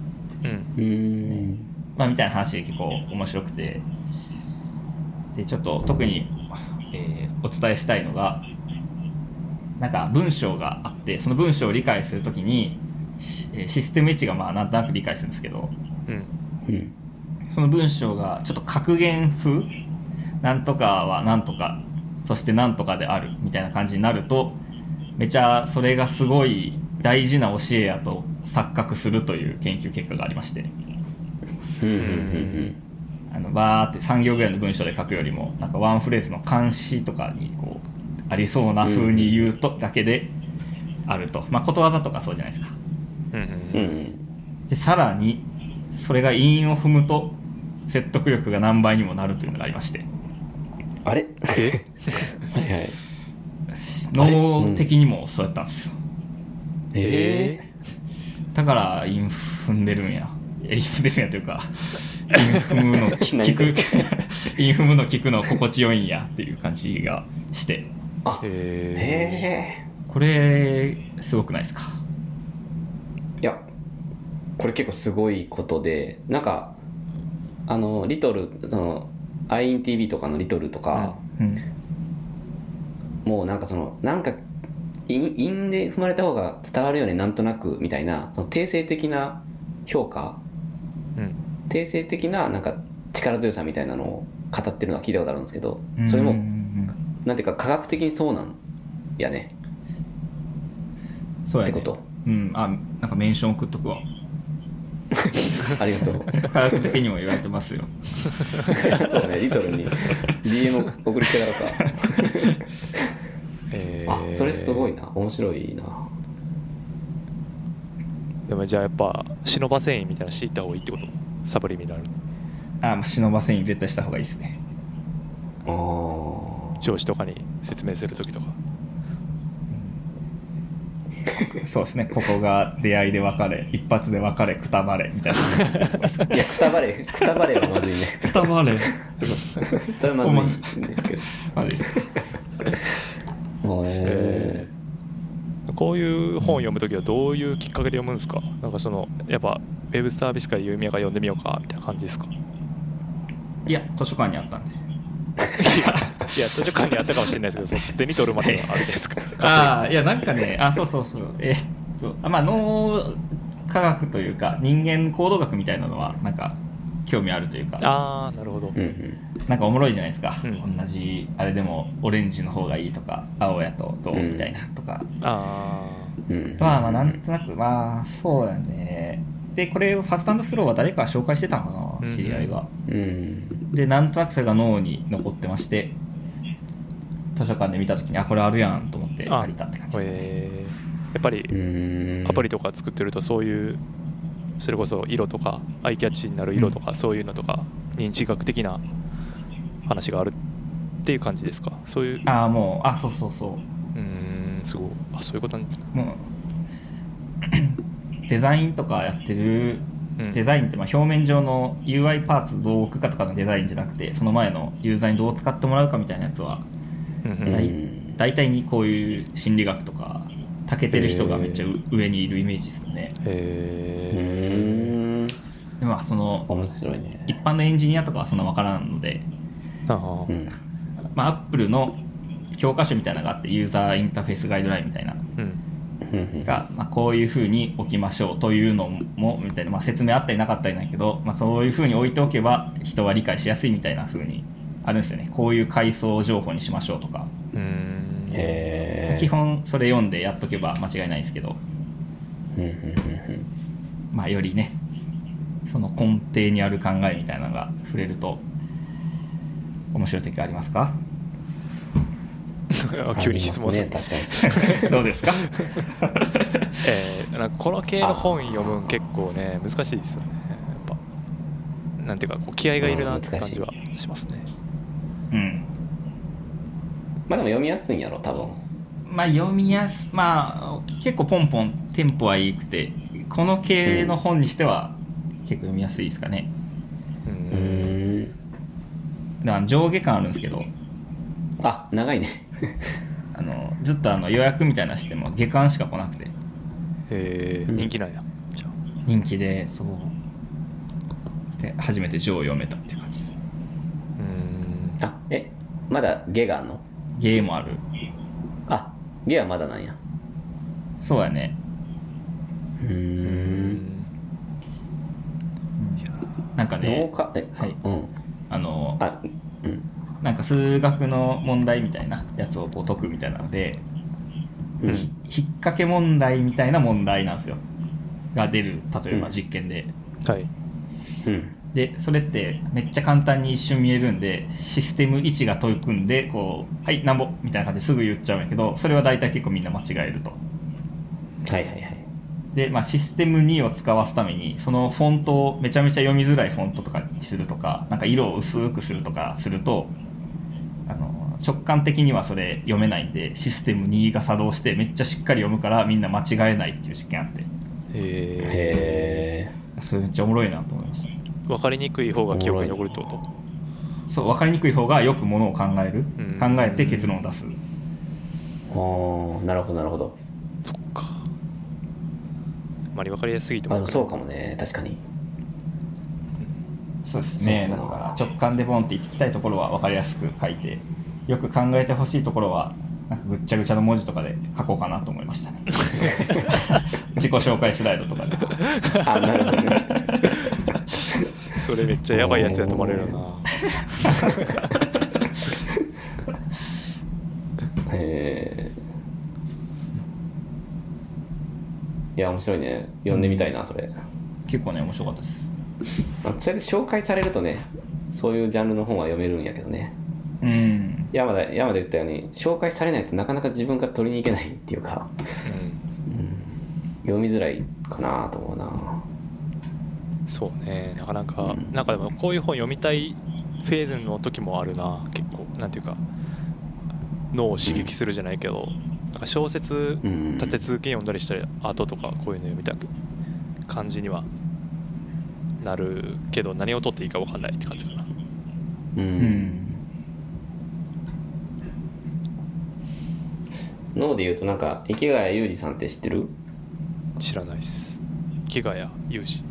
まあ、みたいな話が結構面白くて、でちょっと特に、お伝えしたいのが、なんか文章があって、その文章を理解するときにシステム1がまあなんとなく理解するんですけど、その文章がちょっと格言風、なんとかはなんとか、そしてなんとかであるみたいな感じになると、めちゃそれがすごい大事な教えやと錯覚するという研究結果がありまして、バーって3行ぐらいの文章で書くよりも、なんかワンフレーズの漢詩とかにこうありそうな風に言うとだけであると、まあ、ことわざとかそうじゃないですか。でさらにそれが韻を踏むと説得力が何倍にもなるというのがありまして、 あれはいはい、 脳的にもそうやったんですよ。だから韻踏んでるんや、韻踏んでるんやというか韻踏むの聞く韻踏むの聞くの心地よいんやっていう感じがして、これすごくないですか？ いや、これ結構すごいことで、なんかリトル、その INTV とかのリトルとか、もうなんかなんか韻で踏まれた方が伝わるよね、なんとなくみたいな、その定性的な評価、定性的ななんか力強さみたいなのを語ってるのは聞いたことあるんですけど、それもなんていうか科学的にそうなんやね。 そうやねってこと。 なんかメンション送っとくわありがとう。 科学的にも言われてますよそうね、リトルに DM 送りつけたのかそれすごいな、面白いな。 でもじゃあやっぱ忍ばせんみたいなしていった方がいいってこと？サブリミナル。 忍ばせん絶対した方がいいですね。 上司とかに説明するときとかそうですね、ここが出会いで別れ、一発で別れ、くたばれみたいな。 いや、くたばれはまずいね。 くたばれそれはまずいんですけど。 まずいこういう本を読むときはどういうきっかけで読むんですか？なんかやっぱウェブサービスから読みやが読んでみようかみたいな感じですか？ いや、図書館にあったんで。 いや図書館にあったかもしれないですけど、その手に取るまではあるじゃないですか。 いやなんかね、そうまあ脳科学というか人間行動学みたいなのはなんか興味あるというか、 なるほど、 なんかおもろいじゃないですか、 同じあれでもオレンジの方がいいとか青やとどうみたいなとか、まあなんとなくそうだね。でこれファスト&スローは誰か紹介してたのかな、知り合いが、でなんとなくそれが脳に残ってまして、図書館で見た時にこれあるやんと思って借りたって感じですね。 やっぱりアプリとか作ってるとそういうそれこそ色とかアイキャッチになる色とかそういうのとか認知学的な話があるっていう感じですか。そういうもうそうすごいそういうことにもうデザインとかやってる、デザインって表面上の UI パーツどう置くかとかのデザインじゃなくて、その前のユーザーにどう使ってもらうかみたいなやつは大体にこういう心理学とか長けてる人がめっちゃ上にいるイメージですよね。でもその面白いね。 一般のエンジニアとかはそんな分からんので、アップルの教科書みたいなのがあって、ユーザーインターフェースガイドラインみたいなが、こういう風に置きましょうというのもみたいな、説明あったりなかったりないけど、そういう風に置いておけば人は理解しやすいみたいな風にあるんですよね。こういう階層情報にしましょうとか。基本それ読んでやっとけば間違いないですけど、よりねその根底にある考えみたいなのが触れると面白い時ありますか？ 急に質問ね、確かにどうですか？ なんかこの系の本読むん結構ね難しいですよね。やっぱなんていうか気合がいるなって感じはしますね。 でも読みやすいんやろ多分。 読みやす結構ポンポンテンポはいいくて、この系の本にしては結構読みやすいですかね。だから上下巻あるんですけど、 長いねずっと予約みたいなしても下巻しか来なくて、 人気なんや。じゃあ人気でで初めて上を読めたっていう感じです。 まだ下があんの？ 下もある。 下はまだなんや。 そうやね。なんかね、なんか数学の問題みたいなやつを解くみたいなので、引っ掛け問題みたいな問題なんですよが出る。例えば実験で、でそれってめっちゃ簡単に一瞬見えるんで、システム1が解くんではいなんぼみたいな感じですぐ言っちゃうんやけど、それは大体結構みんな間違えると。で、システム2を使わすためにそのフォントをめちゃめちゃ読みづらいフォントとかにするとか、なんか色を薄くするとかすると直感的にはそれ読めないんで、システム2が作動してめっちゃしっかり読むからみんな間違えないっていう実験あって、それめっちゃおもろいなと思いました。 分かりにくい方が記憶に残るってこと？ そう、分かりにくい方がよくものを考えて結論を出す。 なるほどなるほど。 そっか。あまり分かりやすいと思う。 そうかもね、確かに。 そうですね。だから直感でボンっていきたいところは分かりやすく書いて、よく考えてほしいところはなんかぐっちゃぐちゃの文字とかで書こうかなと思いましたね。自己紹介スライドとかで。 なるほどね。 それめっちゃやばいやつやと思われるな。 いや面白いね。読んでみたいなそれ。 結構ね面白かったです。 それで紹介されるとね、そういうジャンルの本は読めるんやけどね。山で言ったように紹介されないとなかなか自分が取りに行けないっていうか、読みづらいかなと思うな。 そうね、なかなか、なんかでもこういう本読みたいフェーズの時もあるな。結構なんていうか脳を刺激するじゃないけど、小説立て続け読んだりしたり後とかこういうの読みたく感じにはなるけど、何を取っていいか分かんないって感じかな。 脳で言うとなんか池谷裕二さんって知ってる？ 知らないっす。池谷裕二。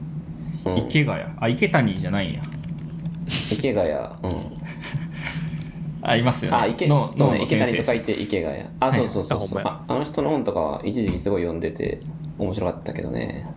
池谷、池谷じゃないんや。 池谷、 いますよね。 そうね、池谷と書いて池谷。そうそうそうそう、あの人の本とかは一時期すごい読んでて面白かったけどね。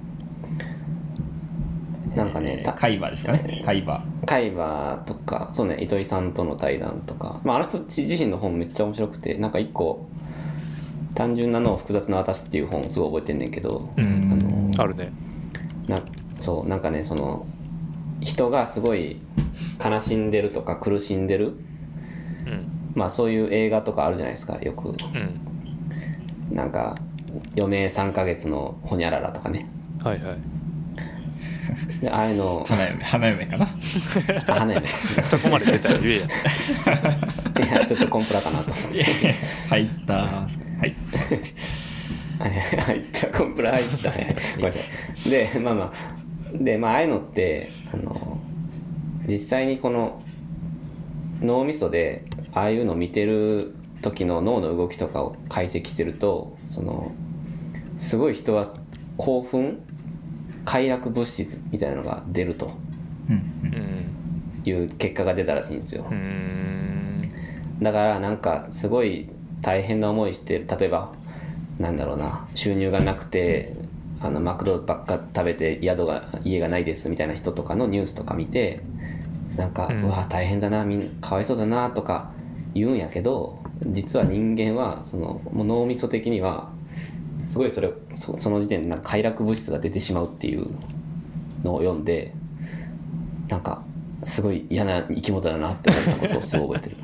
なんかね、 海馬ですかね。海馬とか、そうね、糸井さんとの対談とか、あの人自身の本めっちゃ面白くて、なんか一個単純な脳複雑な私っていう本すごい覚えてんねんけど、 あるね。 そうなんかね、その人がすごい悲しんでるとか苦しんでる、そういう映画とかあるじゃないですか、よく、なんか余命3ヶ月のホニャララとかね。 はいはい。 でああいうの花嫁かな。 花嫁そこまで出たら言えや。いやちょっとコンプラかなと思って入ったはい入ったコンプラ入ったねごめんなさい。でああいうのって実際にこの脳みそでああいうのを見てる時の脳の動きとかを解析してると、すごい人は興奮快楽物質みたいなのが出るという結果が出たらしいんですよ。だからなんかすごい大変な思いして、例えばなんだろうな、収入がなくてマクドばっか食べて家がないですみたいな人とかのニュースとか見て、なんか、うわ大変だな、みんなかわいそうだなとか言うんやけど、実は人間はもう脳みそ的にはすごいその時点でなんか快楽物質が出てしまうっていうのを読んで、なんかすごい嫌な生き物だなって思ったことをすごい覚えてる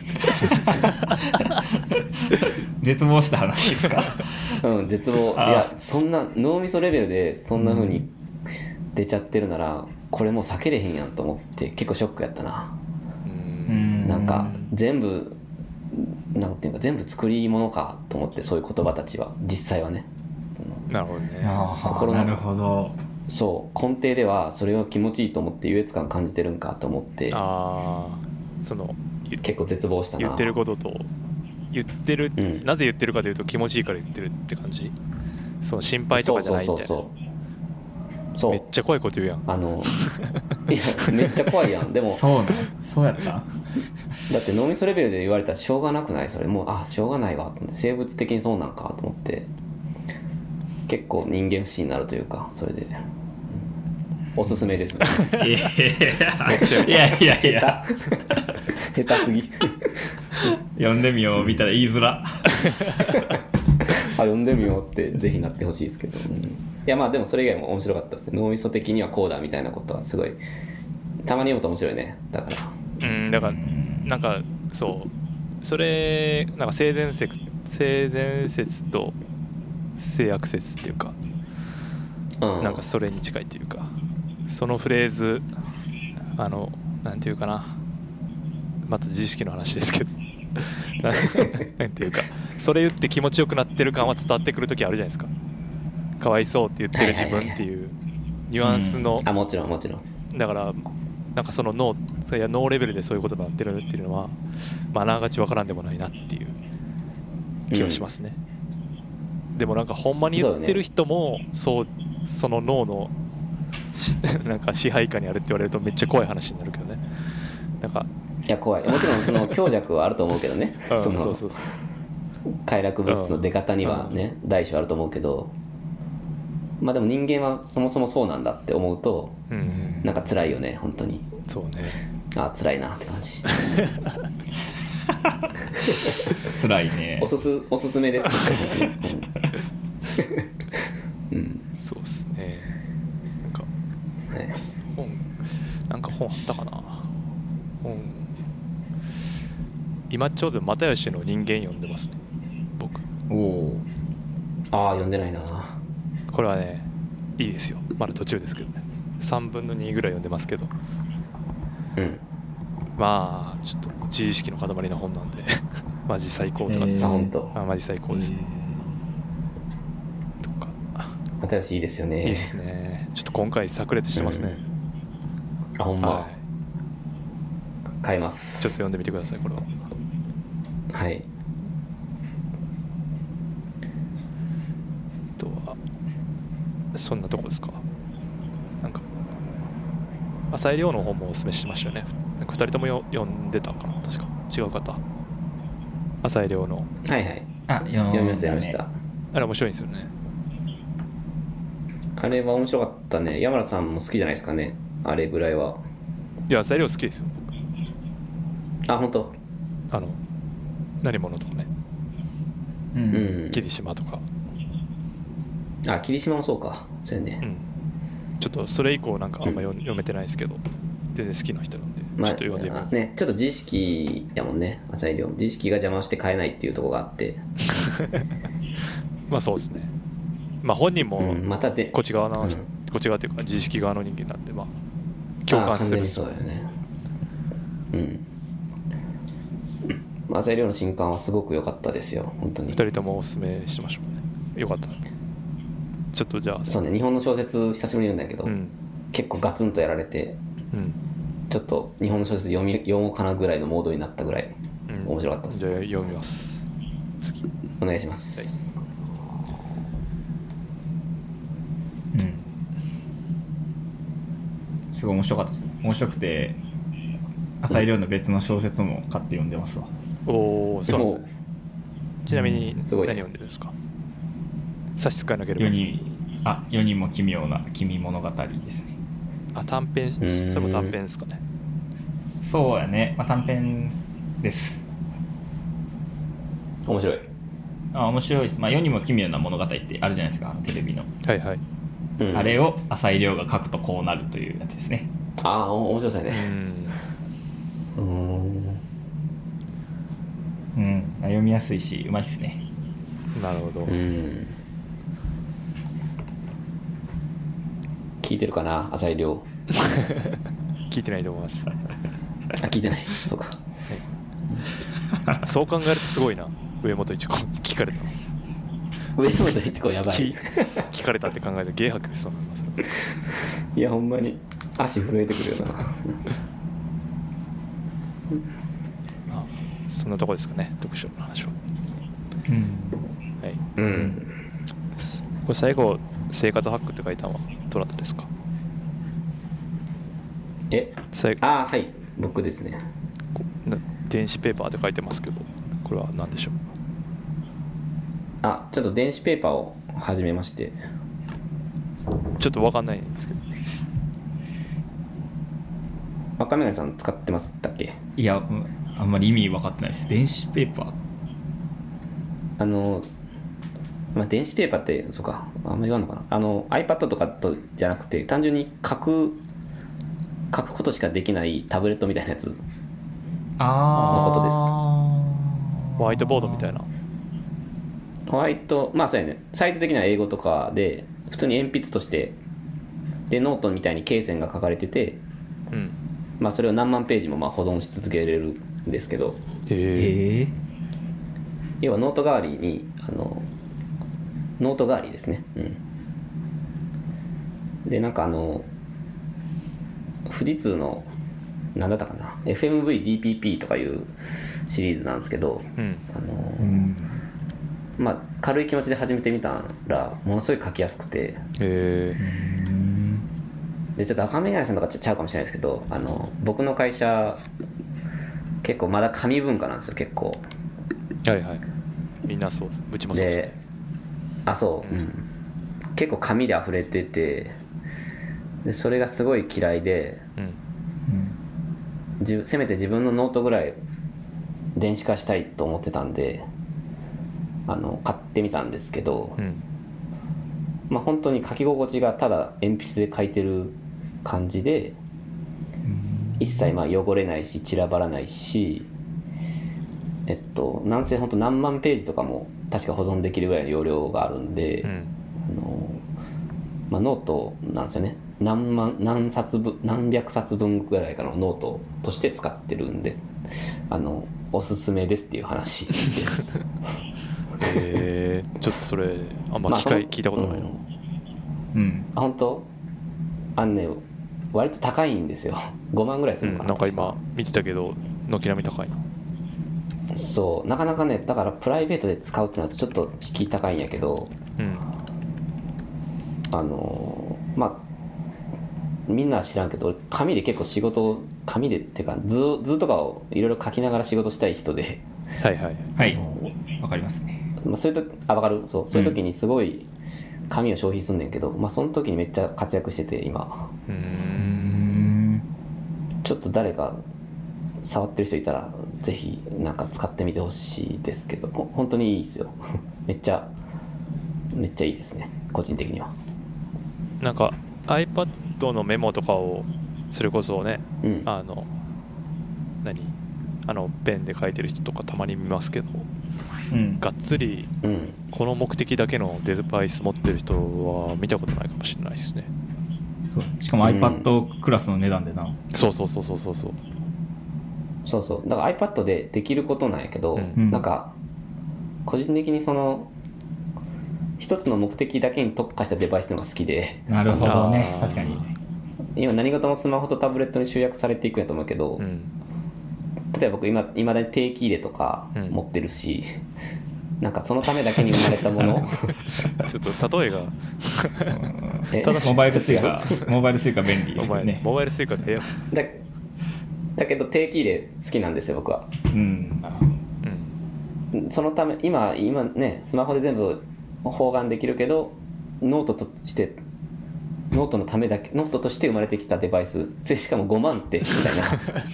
絶望した話ですか。 絶望。いや、そんな脳みそレベルでそんな風に出ちゃってるなら、これもう避けれへんやんと思って結構ショックやったな。なんか全部なんていうか全部作り物かと思って、そういう言葉たちは実際はね、 なるほどね。 心のなるほど。 そう根底ではそれを気持ちいいと思って優越感感じてるんかと思って、結構絶望したな。 言ってることと言ってる、なぜ言ってるかというと気持ちいいから言ってるって感じ。その心配とかじゃないみたいな。そうめっちゃ怖いこと言うやん。 いやめっちゃ怖いやん。でもそうやった。 だって脳みそレベルで言われたらしょうがなくない？それもうしょうがないわと思って、生物的にそうなんかと思って、結構人間不信になるというか、それでおすすめですね。 いや下手すぎ。 読んでみよう見たら言いづら。 読んでみようってぜひなってほしいですけど、いやでもそれ以外も面白かったですね。脳みそ的にはこうだみたいなことはすごいたまに読むと面白いね。だからなんかそれなんか性善説と性悪説っていうか、なんかそれに近いというか、そのフレーズなんていうかな、また自意識の話ですけどなんていうか、それ言って気持ちよくなってる感は伝わってくる時あるじゃないですか。かわいそうって言ってる自分っていうニュアンスの、 もちろんだからなんかその脳レベルでそういうことになってるっていうのは、あながちわからんでもないなっていう気はしますね。でもなんかほんまに言ってる人もその脳のなんか支配下にあるって言われるとめっちゃ怖い話になるけどね。なんかいや怖い。もちろんその強弱はあると思うけどね。 そう快楽物質の出方にはね、大小あると思うけど、でも人間はそもそもそうなんだって思うと、なんか辛いよね本当に。 そうね。 辛いなって感じ。 辛いね。 おすすめです。 そうっすね。なんか本あったかな。今ちょうど又吉の人間読んでますね、僕。 読んでないな。 これはねいいですよ。まだ途中ですけどね、3分の2ぐらい読んでますけど、ちょっと自意識の塊の本なんでマジ最高とかです。マジ最高ですね。とか又吉いいですよね。 いいですね。ちょっと今回炸裂してますね。 ほんま。買います。 ちょっと読んでみてください、これは。 はい。 あとはそんなとこですか。なんか浅井亮の本もおすすめしましたよね。なんか2人とも読んでたんかな、確か。ちょっ違う方、浅井亮の。 はいはい、 あ、 読みました。 あれ面白いですよね。 あれは面白かったね。山田さんも好きじゃないですかね、あれぐらいは。 いや、浅井亮好きですよ。 あ、本当。 何者とかね、 うん、 霧島とか。 あ、霧島もそうか、そうやね、 うん、ちょっとそれ以降なんかあんま読めてないですけど、全然好きな人なんで、ちょっと読んでみよう。 ね、ちょっと自意識やもんね、浅井亮。自意識が邪魔をして買えないっていうところがあってまあそうですね。まあ本人もまたでこっち側の、こっち側っていうか自意識側の人間なんで、まあ共感する。 そうだよね。浅井亮の新刊はすごく良かったですよ、本当に。 2人ともおすすめしてましょうね。よかった。ちょっとじゃあ、 そうね、日本の小説久しぶりに読んだけど、結構ガツンとやられて、ちょっと日本の小説読もうかなぐらいのモードになったぐらい面白かったです。 じゃあ読みます。 お願いします。 はい、すごい面白かったです。面白くて、浅井亮の別の小説も買って読んでますわ。 おお、そうなんですね。ちなみに何読んでるんですか？差し支えなければ。 世にも奇妙な君物語ですね。 あ、短編、それも短編ですかね。 そうやね、まあ、短編です。 面白い。 面白いです。まあ、世にも奇妙な物語ってあるじゃないですか、テレビの。 はいはい。 あれを浅井亮が書くとこうなるというやつですね。 ああ、面白そうやね。 読みやすいしうまいっすね。 なるほど。 聞いてるかな、浅井亮。 聞いてないと思います。 聞いてない。そうか。 そう考えるとすごいな。上本一子聞かれた。 上本一子やばい。 聞かれたって考えて芸博しそうになります。 いやほんまに足震えてくるよな。 そんなとこですかね、読書の話は。はい。これ最後生活ハックって書いたのはどなたですか？ はい、僕ですね。 電子ペーパーって書いてますけど、これは何でしょう？ ちょっと電子ペーパーを始めまして。 ちょっと分かんないんですけど。 赤眼鏡さん使ってますだっけ？ いや、あんまり意味分かってないです。電子ペーパー、 電子ペーパーってそうか、あんまり言わんのかな。iPad とかとじゃなくて、単純に書くことしかできないタブレットみたいなやつのことです。 ホワイトボードみたいな。 まあそうやね。サイズ的には英語とかで普通に鉛筆としてでノートみたいに罫線が書かれてて、まあそれを何万ページもまあ保存し続けられるんですけど、要はノート代わりにノート代わりですね。でなんか富士通の何だったかな、 FMVDPP とかいうシリーズなんですけど、まあ軽い気持ちで始めてみたらものすごい書きやすくて、でちょっと赤眼鏡さんとかちゃうかもしれないですけど、僕の会社結構まだ紙文化なんですよ。結構はいはい、みんなそうです。うちもそうですね。 結構紙で溢れてて、でそれがすごい嫌いで、せめて自分のノートぐらい電子化したいと思ってたんで買ってみたんですけど、まあ本当に書き心地がただ鉛筆で書いてる感じで、一切まあ汚れないし散らばらないし、なんせ本当何万ページとかも確か保存できるぐらいの容量があるんで、まあ、ノートなんですよね。何百冊分ぐらいかのノートとして使ってるんで、おすすめですっていう話です。 ちょっとそれあんま聞いたことないの。 本当ね、割と高いんですよ。5万ぐらいするのかな。 なんか今見てたけど軒並み高いな。 そうなかなかね、だからプライベートで使うってなるとちょっと敷居高いんやけど、まあみんなは知らんけど、俺紙で結構仕事紙でっていうか図とかをいろいろ書きながら仕事したい人で、 はいはいはいわかりますね。 そういう時分かる、そういう時にすごい紙を消費すんねんけど、その時にめっちゃ活躍してて今。ちょっと誰か触ってる人いたらぜひなんか使ってみてほしいですけど、本当にいいですよめっちゃいいですね個人的には。 なんか iPad のメモとかをそれこそね、ペンで書いてる人とかたまに見ますけど、がっつりこの目的だけのデバイス持ってる人は見たことないかもしれないですね。 そうしかも iPad クラスの値段でな、 そうだから iPad でできることなんやけど、なんか個人的にその一つの目的だけに特化したデバイスっていうのが好きで。 なるほどね、確かに今何事もスマホとタブレットに集約されていくんやと思うけど、例えば僕今だに定期入れとか持ってるし、なんかそのためだけに生まれたものちょっと例えがモバイルスイカ便利ですよね。 モバイルスイカでだけど定期入れ好きなんですよ僕は。そのため今ねスマホで全部包含できるけど、ノートとしてノートのためだけ、ノートとして生まれてきたデバイス、しかも5万ってみたい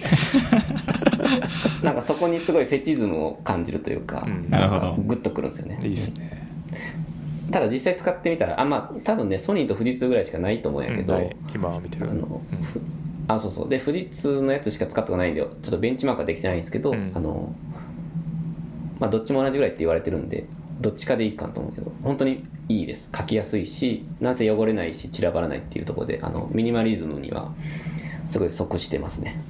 ななんかそこにすごいフェチズムを感じるというか、 なるほど、 グッとくるんですよね。 いいですね。 ただ実際使ってみたら多分ねソニーと富士通ぐらいしかないと思うんやけど、 今見てるそうで富士通のやつしか使ったことないんでちょっとベンチマークはできてないんですけど、どっちも同じぐらいって言われてるんでどっちかでいいかと思うけど、本当にいいです。書きやすいし、なぜ汚れないし散らばらないっていうところでミニマリズムにはすごい即してますね。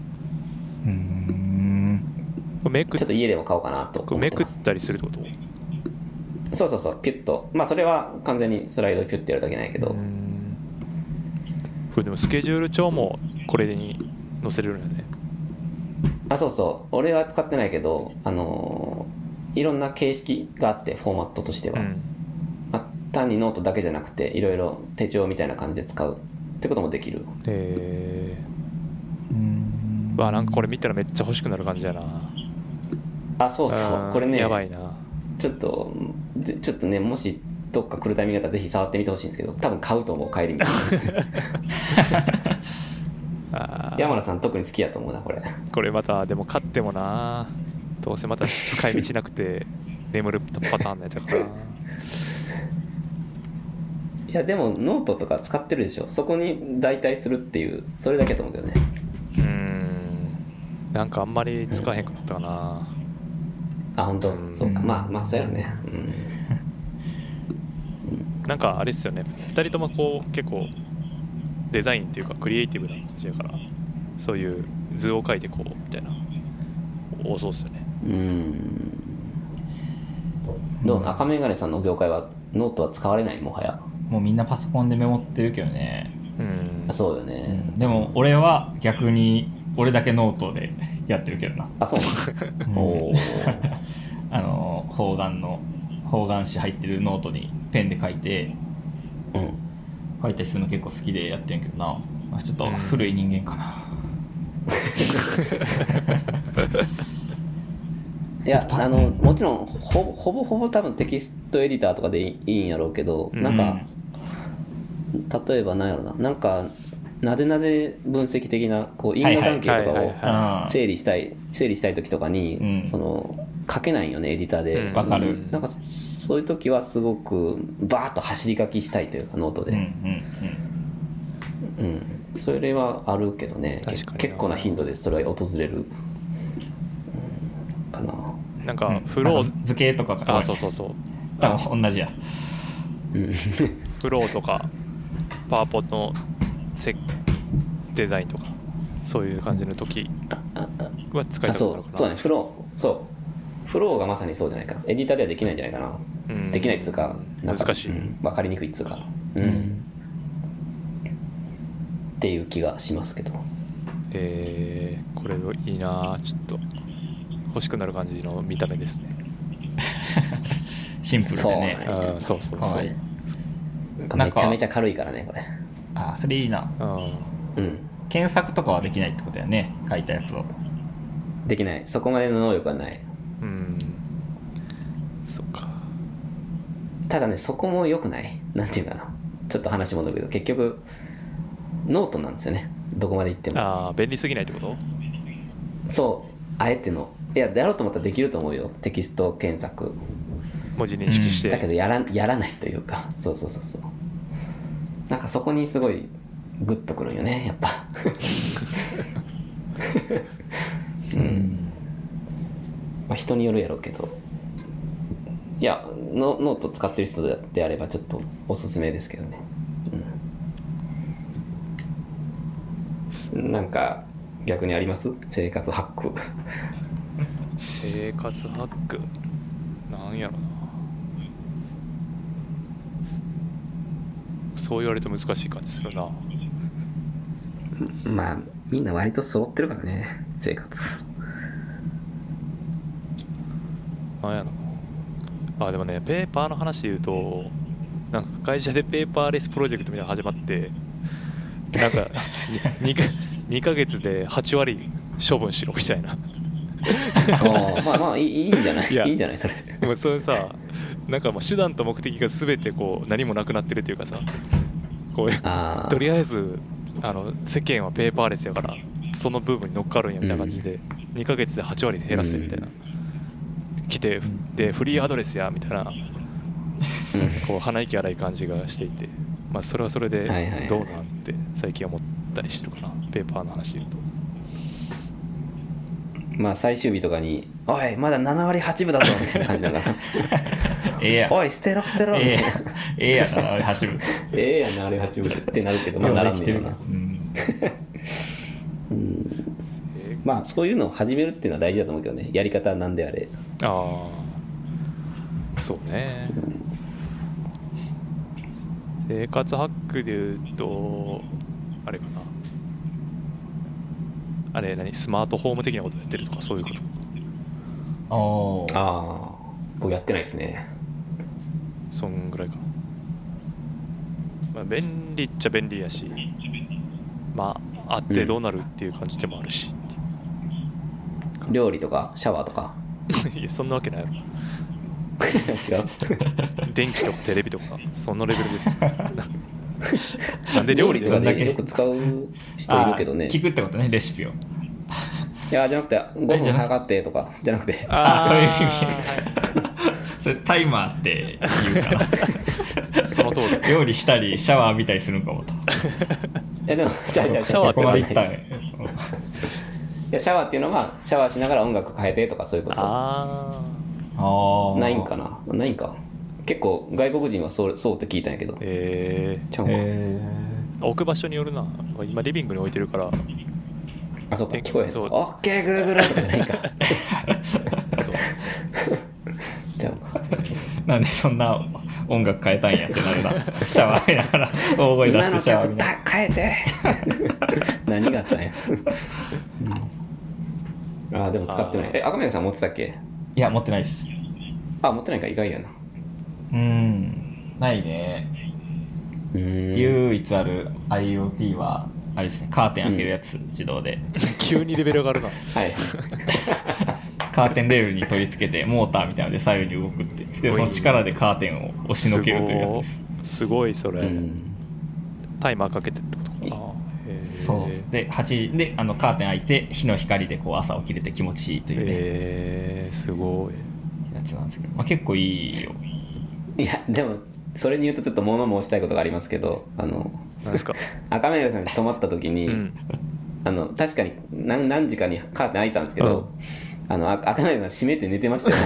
ちょっと家でも買おうかなと思ってます。 めくったりするってこと？ そうピュッと、それは完全にスライドでピュッてやるだけないけど、 これでもスケジュール帳もこれに載せれるんだよね。 そう俺は使ってないけどいろんな形式があって、フォーマットとしては、単にノートだけじゃなくていろいろ手帳みたいな感じで使うってこともできる。 なんかこれ見たらめっちゃ欲しくなる感じやな。 これねやばいな。 ちょっとね、もしどっか来るタイミングだったらぜひ触ってみてほしいんですけど、多分買うと思う、帰り道山田さん特に好きやと思うなこれ。 これまたでも買ってもな、どうせまた使い道なくて眠るパターンのやつやからいやでもノートとか使ってるでしょ、そこに代替するっていう、それだけだと思うけどね。 なんかあんまり使えへんかったかな。 本当、そうか、そうやろね。 なんかあれっすよね、2人ともこう結構デザインっていうかクリエイティブな感じだから、そういう図を描いてこうみたいな多そうっすよね。 どう、赤メガネさんの業界はノートは使われない？もはやもうみんなパソコンでメモってるけどね。 そうよね。 でも俺は逆に俺だけノートでやってるけどな。 そう方眼紙入ってるノートにペンで書いて、書いたりするの結構好きでやってるけどな。ちょっと古い人間かな。 いやもちろんほぼ多分テキストエディターとかでいいんやろうけど、なんか例えば何やろな、なんかなぜ分析的なこう因果関係とかを整理したい時とかに、その書けないよねエディターで。 わかる。 なんかそういう時はすごくバーッと走り書きしたいというか、ノートで。それはあるけどね、結構な頻度でそれは訪れるかな。 なんかフロー図形とかか、 そう多分同じや。 フローとかパワポのデザインとかそういう感じの時は使いたくなるかな。 そうね、フローがまさにそうじゃないかな。エディターではできないんじゃないかな。できないっつうか、なんか難しい、 分かりにくいっつうか、っていう気がしますけど。これいいな、ちょっと欲しくなる感じの見た目ですね。 シンプルでね。 そうめちゃめちゃ軽いからねこれ。 それいいな。 検索とかはできないってことだよね、書いたやつを。 できない、そこまでの能力はない。 そっか。 ただね、そこも良くない、なんていうかな、ちょっと話戻るけど、結局ノートなんですよね、どこまで行っても。 ああ、便利すぎないってこと？ そう、あえての、いや、やろうと思ったらできると思うよ、テキスト検索、 文字認識して。 だけどやらないというか、そうなんかそこにすごいグッとくるんよね、やっぱまあ人によるやろうけど、いや、ノート使ってる人であればちょっとおすすめですけどね。なんか逆にあります？生活ハック生活ハックなんやろな。そう言われると難しい感じするな。 まあみんな割と揃ってるからね、生活。 なんやろな。あ、でもね、ペーパーの話で言うと、なんか会社でペーパーレスプロジェクトみたいなの始まって、なんか2ヶ月で8割処分しろみたいなまあいいんじゃない？いいんじゃないそれ。 でもそれさ、なんかもう手段と目的が全てこう何もなくなってるっていうかさ、こうとりあえず世間はペーパーレスやからその部分に乗っかるんやみたいな感じで、2ヶ月で8割減らせみたいな、来て、でフリーアドレスやみたいな、こう鼻息荒い感じがしていて、まあそれはそれでどうなんて最近思ったりしてるかな、ペーパーの話で言うと。 まあ最終日とかに「おいまだ7割8分だぞ」みたいな感じだからおい捨てろみたいな。 や7割8分や7割8分ってなるけど、まあならんねえよな。まあそういうのを始めるっていうのは大事だと思うけどね、やり方は何であれ。 ああ、そうね。生活ハックでいうとあれかな、あれスマートホーム的なことやってるとかそういうこと？ 僕やってないですね。 そんぐらいかな。まあ、便利っちゃ便利やし、まああってどうなるっていう感じでもあるし、 料理とかシャワーとかいやそんなわけないやろ違う電気とかテレビとかそのレベルですなんで料理とかでよく使う人いるけどね。 聞くってことね、レシピを。 いやじゃなくて5分測ってとかじゃなくて、 そういう意味それタイマーって言うからその通り。 料理したりシャワー浴びたりするんかもと。 でもシャワーここまで行ったね。 いやシャワーっていうのはシャワーしながら音楽変えてとかそういうこと。ないんかな。ないんか。結構外国人はそうって聞いたんやけど。ちゃうか。 置く場所によるな。今リビングに置いてるから。 あ、そうか、聞こえへん。オッケーグーグルとかじゃないか。 そうちゃうか。 なんでそんな音楽変えたんやってなるな。シャワーやながら大声出してシャワー見ながら変えて何があったんや。でも使ってない。赤嶺さん持ってたっけ？ いや持ってないです。 持ってないか、意外やな。 ないね。唯一ある IoT はあれですね、カーテン開けるやつ、自動で急にレベル上がるな。はいカーテンレールに取り付けてモーターみたいなので左右に動くってで、その力でカーテンを押しのけるというやつです。 すごいそれ。タイマーかけてってことかな。 そうで8時でカーテン開いて日の光でこう朝起きれて気持ちいいというね、 すごいやつなんですけど、結構いいよ。 いやでもそれに言うとちょっと物申したいことがありますけど、 何ですか？ 赤目さんに泊まった時に、確かに何時かにカーテン開いたんですけど、赤目さん閉めて寝てましたよ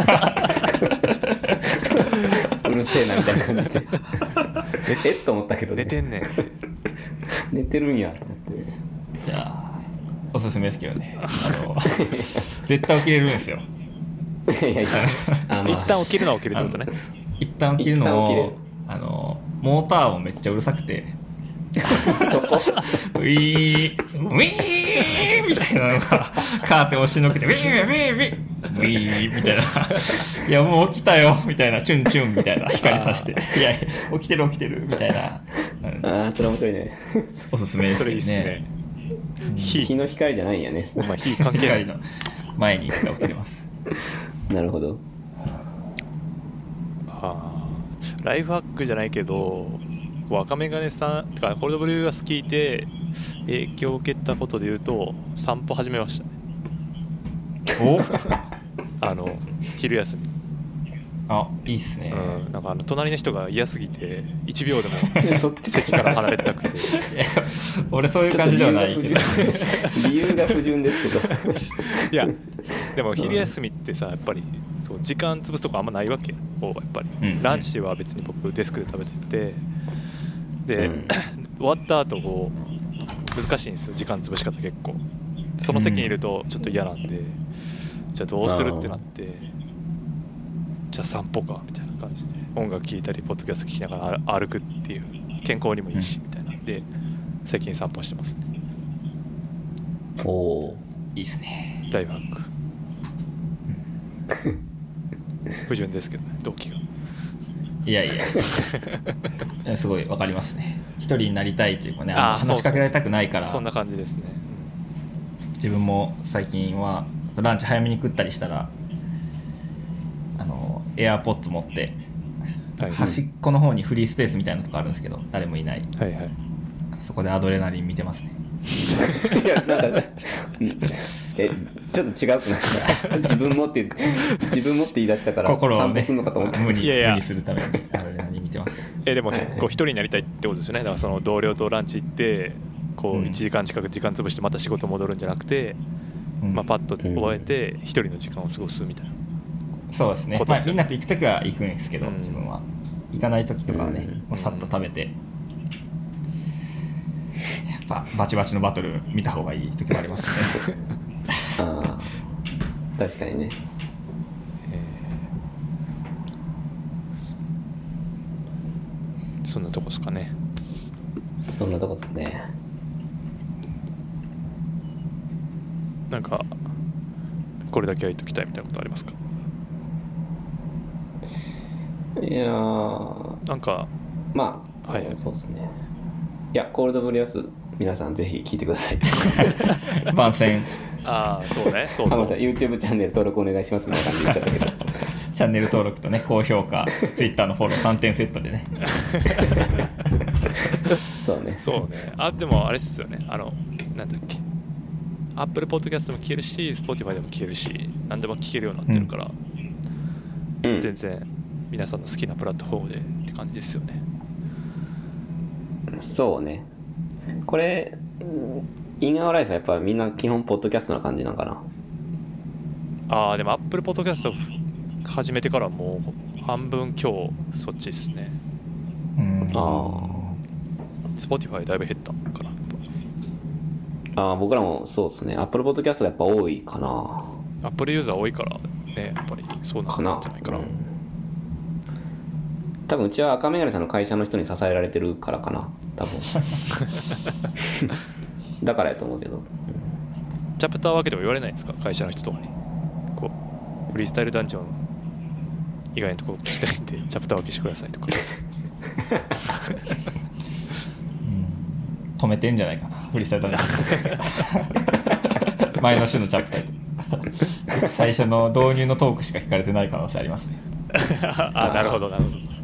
うるせえなみたいな感じでっと思ったけど、ね、 寝てんねん寝てるんやと思って。 いやおすすめですけどね。絶対起きれるんですよ。 一旦起きるのは起きるってことね。 一旦起きるのをモーター音めっちゃうるさくてそこウィーみたいなのがカーテン押しのけてウィーみたいな、いやもう起きたよみたいな、チュンチュンみたいな光さしていや起きてるみたいな。 それ面白いね。 おすすめですね。 それいいっすね。 日の光じゃないんやね。 まあ日関係ない光の前に1回起きれますなるほど。 ライフハックじゃないけど、赤メガネさんとかコールドブリューが聞いて影響を受けたことで言うと、散歩始めましたね。 お昼休み。 いいっすね。 なんか隣の人が嫌すぎて1秒でも席から離れたくて俺そういう感じではないけど理由が不純ですけどいやでも昼休みってさ、やっぱりそう時間潰すとかあんまないわけ。こうやっぱり、ランチは別に僕デスクで食べてて、で、終わった後こう難しいんですよ、時間潰し方結構。その席にいるとちょっと嫌なんで、じゃあどうするってなって、じゃあ散歩かみたいな感じで音楽聴いたりポッドキャスト聴きながら歩くっていう、健康にもいいしみたいなんで最近散歩してますね。 おー、 いいっすね。 ライフハック不純ですけどね、動機が。 いやすごいわかりますね。一人になりたいというかね、話しかけられたくないから。 そんな感じですね。 自分も最近はランチ早めに食ったりしたらエアポッツ持って、端っこの方にフリースペースみたいなとこあるんですけど、誰もいない、そこでアドレナリン見てますね。 いやなんかちょっと違うくなった自分もって言い出したから心を、ね、 散歩するのかと思って無にするためにアドレナリン見てます。 でもこう一人になりたいってことですよね。だからその同僚とランチ行ってこう1時間近く時間潰してまた仕事戻るんじゃなくて、パッと終えて一人の時間を過ごすみたいな。 そうですね。みんなと行くときは行くんですけど、自分は行かないときとかはね、もうさっと食べて、やっぱバチバチのバトル見た方がいいときもありますね。 確かにね。 そんなとこですかね。 そんなとこですかね。 なんかこれだけは言っときたいみたいなことありますか？ いやなんかそうですね。いやコールドブリュアス皆さんぜひ聞いてください。 番宣。 そうね。そう YouTube チャンネル登録お願いしますみたいな感じで言っちゃったけど。 チャンネル登録とね、高評価、Twitter のフォロー3点セットでね。 そうね。 でもあれっすよね。なんだっけ。Apple Podcast も聞けるし、Spotify でも聞けるし、何でも聞けるようになってるから、全然皆さんの好きなプラットフォームでって感じですよね。 そうね。これインアワーライフはやっぱみんな基本ポッドキャストな感じなんかな。 でも Apple Podcast 始めてからもう半分今日そっちですね。Spotify だいぶ減ったかな。 僕らもそうですね。Apple Podcast がやっぱ多いかな。 Apple ユーザー多いからね、やっぱりそうなんじゃないかな。 多分うちは赤メガネさんの会社の人に支えられてるからかな、多分。だからやと思うけど。 チャプター分けでも言われないですか、会社の人とかに。こうフリースタイルダンジョン以外のところ聞きたいんでチャプター分けしてくださいとか。 止めてんじゃないかな、フリースタイルダンジョン。前の週のチャプター最初の導入のトークしか聞かれてない可能性ありますね。 なるほど。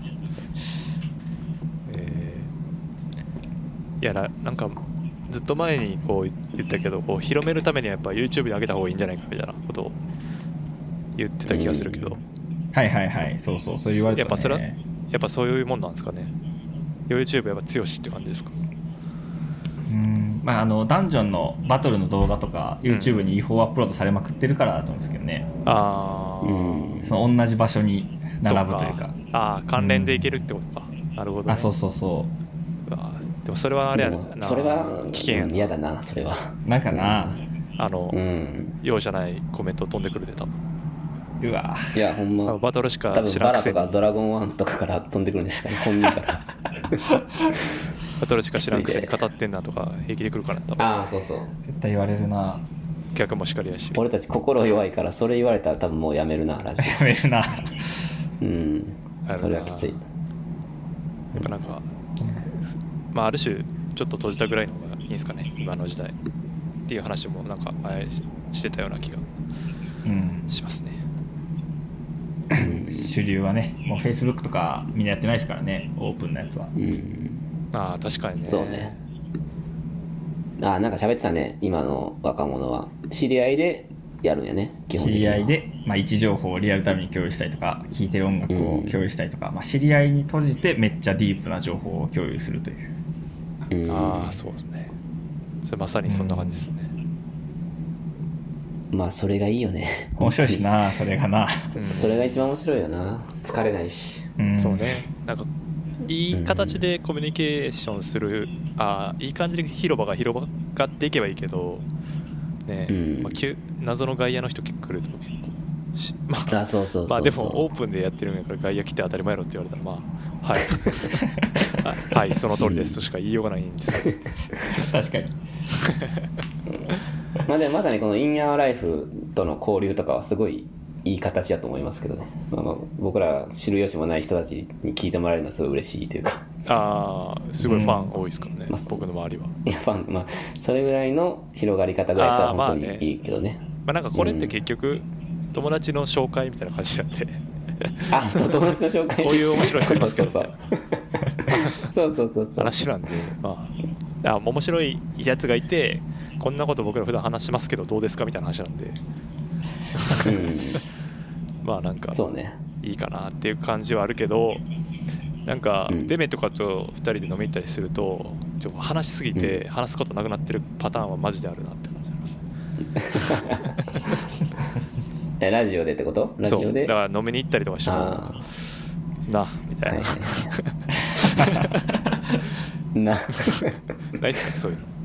いやなんかずっと前にこう言ったけど、こう広めるためにはやっぱ YouTube に上げた方がいいんじゃないかみたいなことを言ってた気がするけど、 そう言われてたね。 やっぱそういうもんなんですかね。 YouTube やっぱ強しって感じですか？ ダンジョンのバトルの動画とか YouTube に違法アップロードされまくってるからだと思うんですけどね。その同じ場所に並ぶというか。 関連でいけるってことか。なるほど、ね。 そうでもそれはあれやな。 それは危険やな。 嫌だな、それは。 なんかな。 容赦ないコメント飛んでくるで多分。 うわ。 いやほんま。 バトルしか知ららんくせに。 多分バラとかドラゴンワンとかから飛んでくるんですかね、本人から。 バトルしか知らんくせに語ってんなとか平気で来るから多分。 そうそう。 絶対言われるな。 逆もしかりやし。 俺たち心弱いからそれ言われたら多分もうやめるな、ラジオ。やめるな。 それはきつい。 やっぱなんか、ある種ちょっと閉じたぐらいの方がいいんですかね、今の時代。 っていう話もなんか前してたような気がしますね、 主流はねもう Facebook とかみんなやってないですからね、オープンなやつは。 ああ確かにね。 そうね。なんか喋ってたね、今の若者は知り合いでやるんやね。基本的には知り合いで、位置情報をリアルタイムに共有したりとか、聴いてる音楽を共有したりとか、知り合いに閉じてめっちゃディープな情報を共有するという。 ああそうですね。それまさにそんな感じですよね。 まあそれがいいよね。 面白いしな、それがな、 それが一番面白いよな。疲れないし。 そうね。なんかいい形でコミュニケーションする、いい感じで広場が広がっていけばいいけどね、謎の外野の人来ると結構そうそうでもオープンでやってるんやから外野来て当たり前やろって言われたらはいはいその通りですとしか言いようがないんですけど確かにでもまさにこのインアーライフとの交流とかはすごいいい形だと思いますけどね、僕ら知る由もない人たちに聞いてもらえるのはすごい嬉しいというか、 すごいファン多いですからね、僕の周りは。 いやファン、それぐらいの広がり方ぐらいとは本当にいいけどね。 なんかこれって結局、友達の紹介みたいな感じなんで友達の紹介こういう面白い人いますけどそう話なんで、面白いやつがいてこんなこと僕ら普段話しますけどどうですかみたいな話なんでなんかそうね、 いいかなっていう感じはあるけど、なんかデメとかと2人で飲み行ったりすると話しすぎて話すことなくなってるパターンはマジであるなって感じありますラジオでってこと？ラジオで？ そうだから飲みに行ったりとかしてもなみたいなないですかそういうの。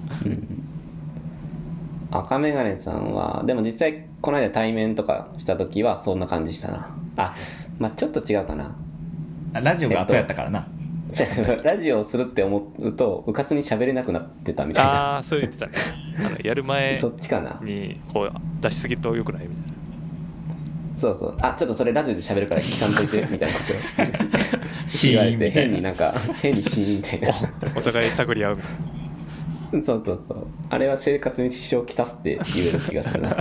赤メガネさんはでも実際この間対面とかした時はそんな感じしたな。ちょっと違うかな。 ラジオが後やったからな、 ラジオをするって思うとうかつに喋れなくなってたみたいな。 そう言ってたねやる前そっちかなにこう出しすぎるとよくないみたいな。 お互い探り合うみたいな。 そうあれは生活に支障をきたすって言える気がするな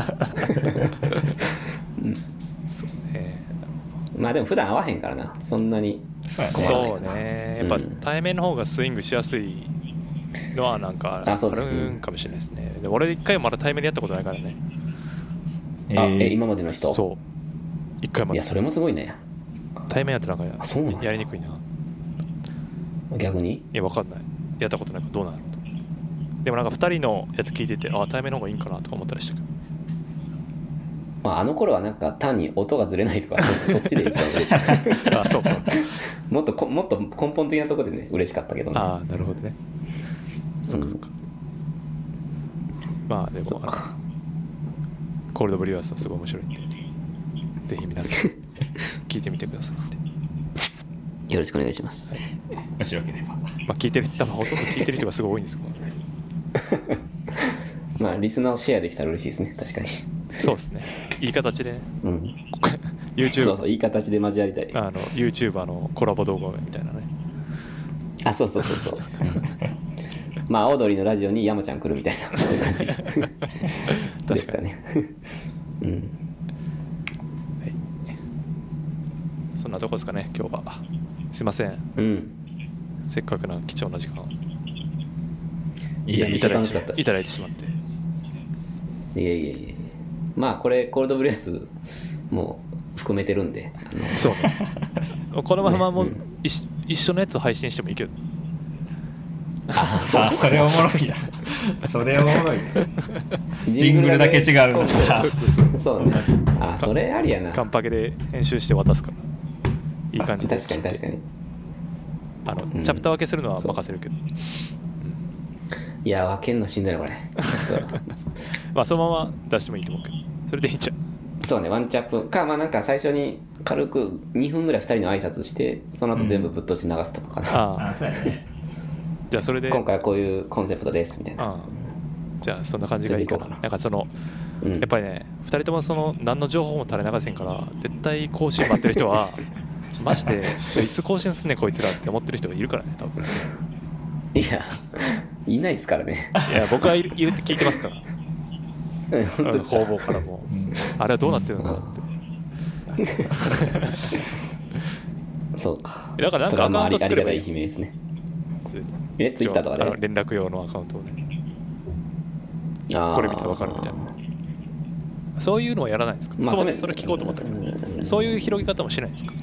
そうね。 でも普段会わへんからな、そんなにそうね。やっぱ対面の方がスイングしやすいのはなんかあるんかもしれないですね。で俺一回もまだ対面でやったことないからね。 今までの人？ そう一回まで。 いやそれもすごいね。 対面やってなんかやりにくいな。 逆に？ いや分かんない、やったことないからどうなると。でもなんか2人のやつ聞いてて対面の方がいいんかなとか思ったりしたけど、 あの頃はなんか単に音がずれないとかそっちで一番嬉しいそうかもっと根本的なところでね嬉しかったけどね。 なるほどね。そっかでもコールドブリュワースはすごい面白いんでぜひ皆さん聞いてみてくださいってよろしくお願いします。 もしよければ聞いてる多分ほとんど聞いてる人がすごい多いんですよリスナーをシェアできたら嬉しいですね。確かにそうですね、いい形でね、YouTube そういい形で交わりたい。 YouTuber のコラボ動画みたいなね。 そうオードリーのラジオに山ちゃん来るみたいなそういう感じですかねそんなとこですかね今日は。すいません、せっかくな貴重な時間をいただいてしまって。 いえこれコールドブレスも含めてるんでそうねこのままもう一緒のやつを配信してもいいけどそれおもろいなそれおもろいねジングルだけ違うのさそうねそれありやな。 カンパケで編集して渡すからいい感じで。 確かにチャプター分けするのは任せるけど、 いや分けんのしんどいなこれそのまま出してもいいと思うけどそれでいいんちゃう。 そうね、ワンチャップかなんか最初に軽く2分ぐらい2人の挨拶してその後全部ぶっ通して流すとかかな。 そうやね。 じゃあそれで今回はこういうコンセプトですみたいな。 じゃあそんな感じがいいかな。なんかやっぱりね2人とも何の情報も垂れ流せんから絶対更新待ってる人はマジでいつ更新すんねんこいつらって思ってる人がいるからね多分。 いやいないですからね。 いや僕はいるって聞いてますから方々からも、あれはどうなってるんだって、 そうか。 だからなんかアカウント作ればいい悲鳴ですね。ツイッターとかで連絡用のアカウントをね、これ見たら分かるみたいな、そういうのはやらないんですか？それ聞こうと思ったけど、そういう広げ方もしないんですか？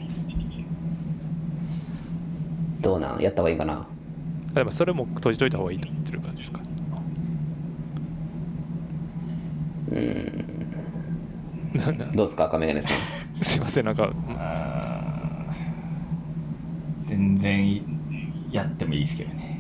どうなんやった方がいいかな。 例えばそれも閉じといた方がいいと思ってる感じですか？ どうですか赤メガネさん。 すいません、なんか全然やってもいいですけどね。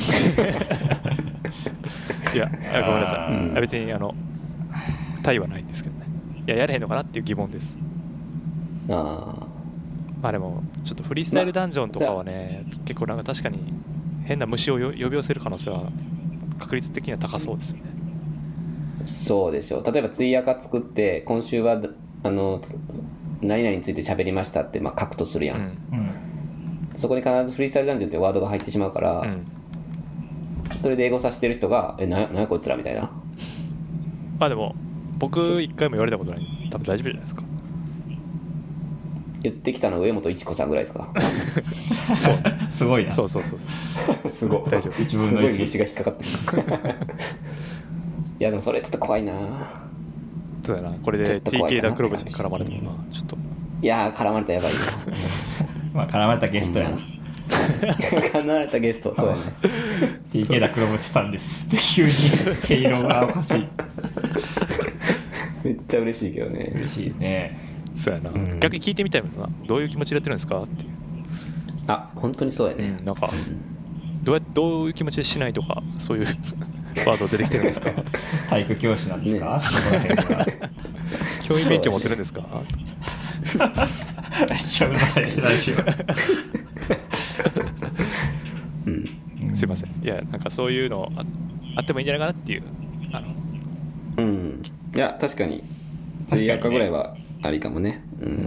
いやごめんなさい、別に対はないんですけどね。いや、やれへんのかなっていう疑問です。まあでもちょっとフリースタイルダンジョンとかはね、結構なんか確かに変な虫を呼び寄せる可能性は確率的には高そうですよね。 そうでしょう。例えばツイアカ作って今週は何々について喋りましたって、書くとするやん、そこに必ずフリースタイルダンジョンってワードが入ってしまうから、それで英語させてる人がなんやこいつらみたいな。 まあでも僕一回も言われたことない。多分大丈夫じゃないですか。 言ってきたのは上本一子さんぐらいですか。 そうすごいな。 そうすごい大丈夫。 1分の1。 すごい虫が引っかかってる。いやでもそれちょっと怖いな。 そうやな、これで TK ダ黒渕に絡まれてもな、ちょっと。 いやー絡まれたらやばいよ。 まあ絡まれたゲストやな。 絡まれたゲスト、そうやね。 TK ダ黒渕さんですって急に毛色がおかしい。 めっちゃ嬉しいけどね。 嬉しいね。 そうやな、逆に聞いてみたいもんな。どういう気持ちでやってるんですかっていう。 本当にそうやね。 なんかどういう気持ちでしないとか、そういうワード出てきてるんですか？ 体育教師なんですか？ 教員免許持ってるんですか？ めっちゃうるさい来週。 すいません。いや、なんかそういうのあってもいいんじゃないかなっていう。 いや確かにツイアカぐらいはありかもね。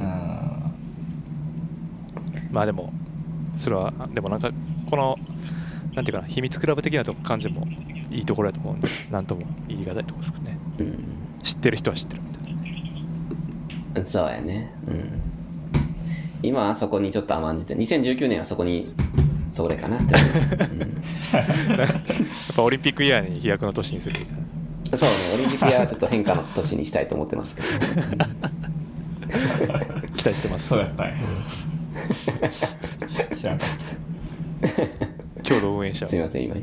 まあでもそれはでもなんかこのなんていうかな、秘密クラブ的な感じもいいところだと思うんで、なんとも言い難いところですけどね。知ってる人は知ってるみたいな。そうやね。今はそこにちょっと甘んじて、2019年はそこにそれかなって思います。 やっぱオリンピックイヤーに飛躍の年にするみたいな。そうね、 オリンピックイヤーはちょっと変化の年にしたいと思ってますけど、 期待してます。 そうやったね。知らんかった。 共同運営者。 すいません今。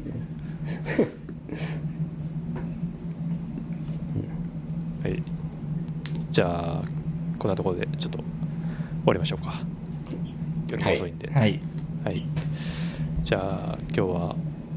はい。じゃあこんなところでちょっと終わりましょうか。夜も遅いんで。 はい。 はい。じゃあ今日は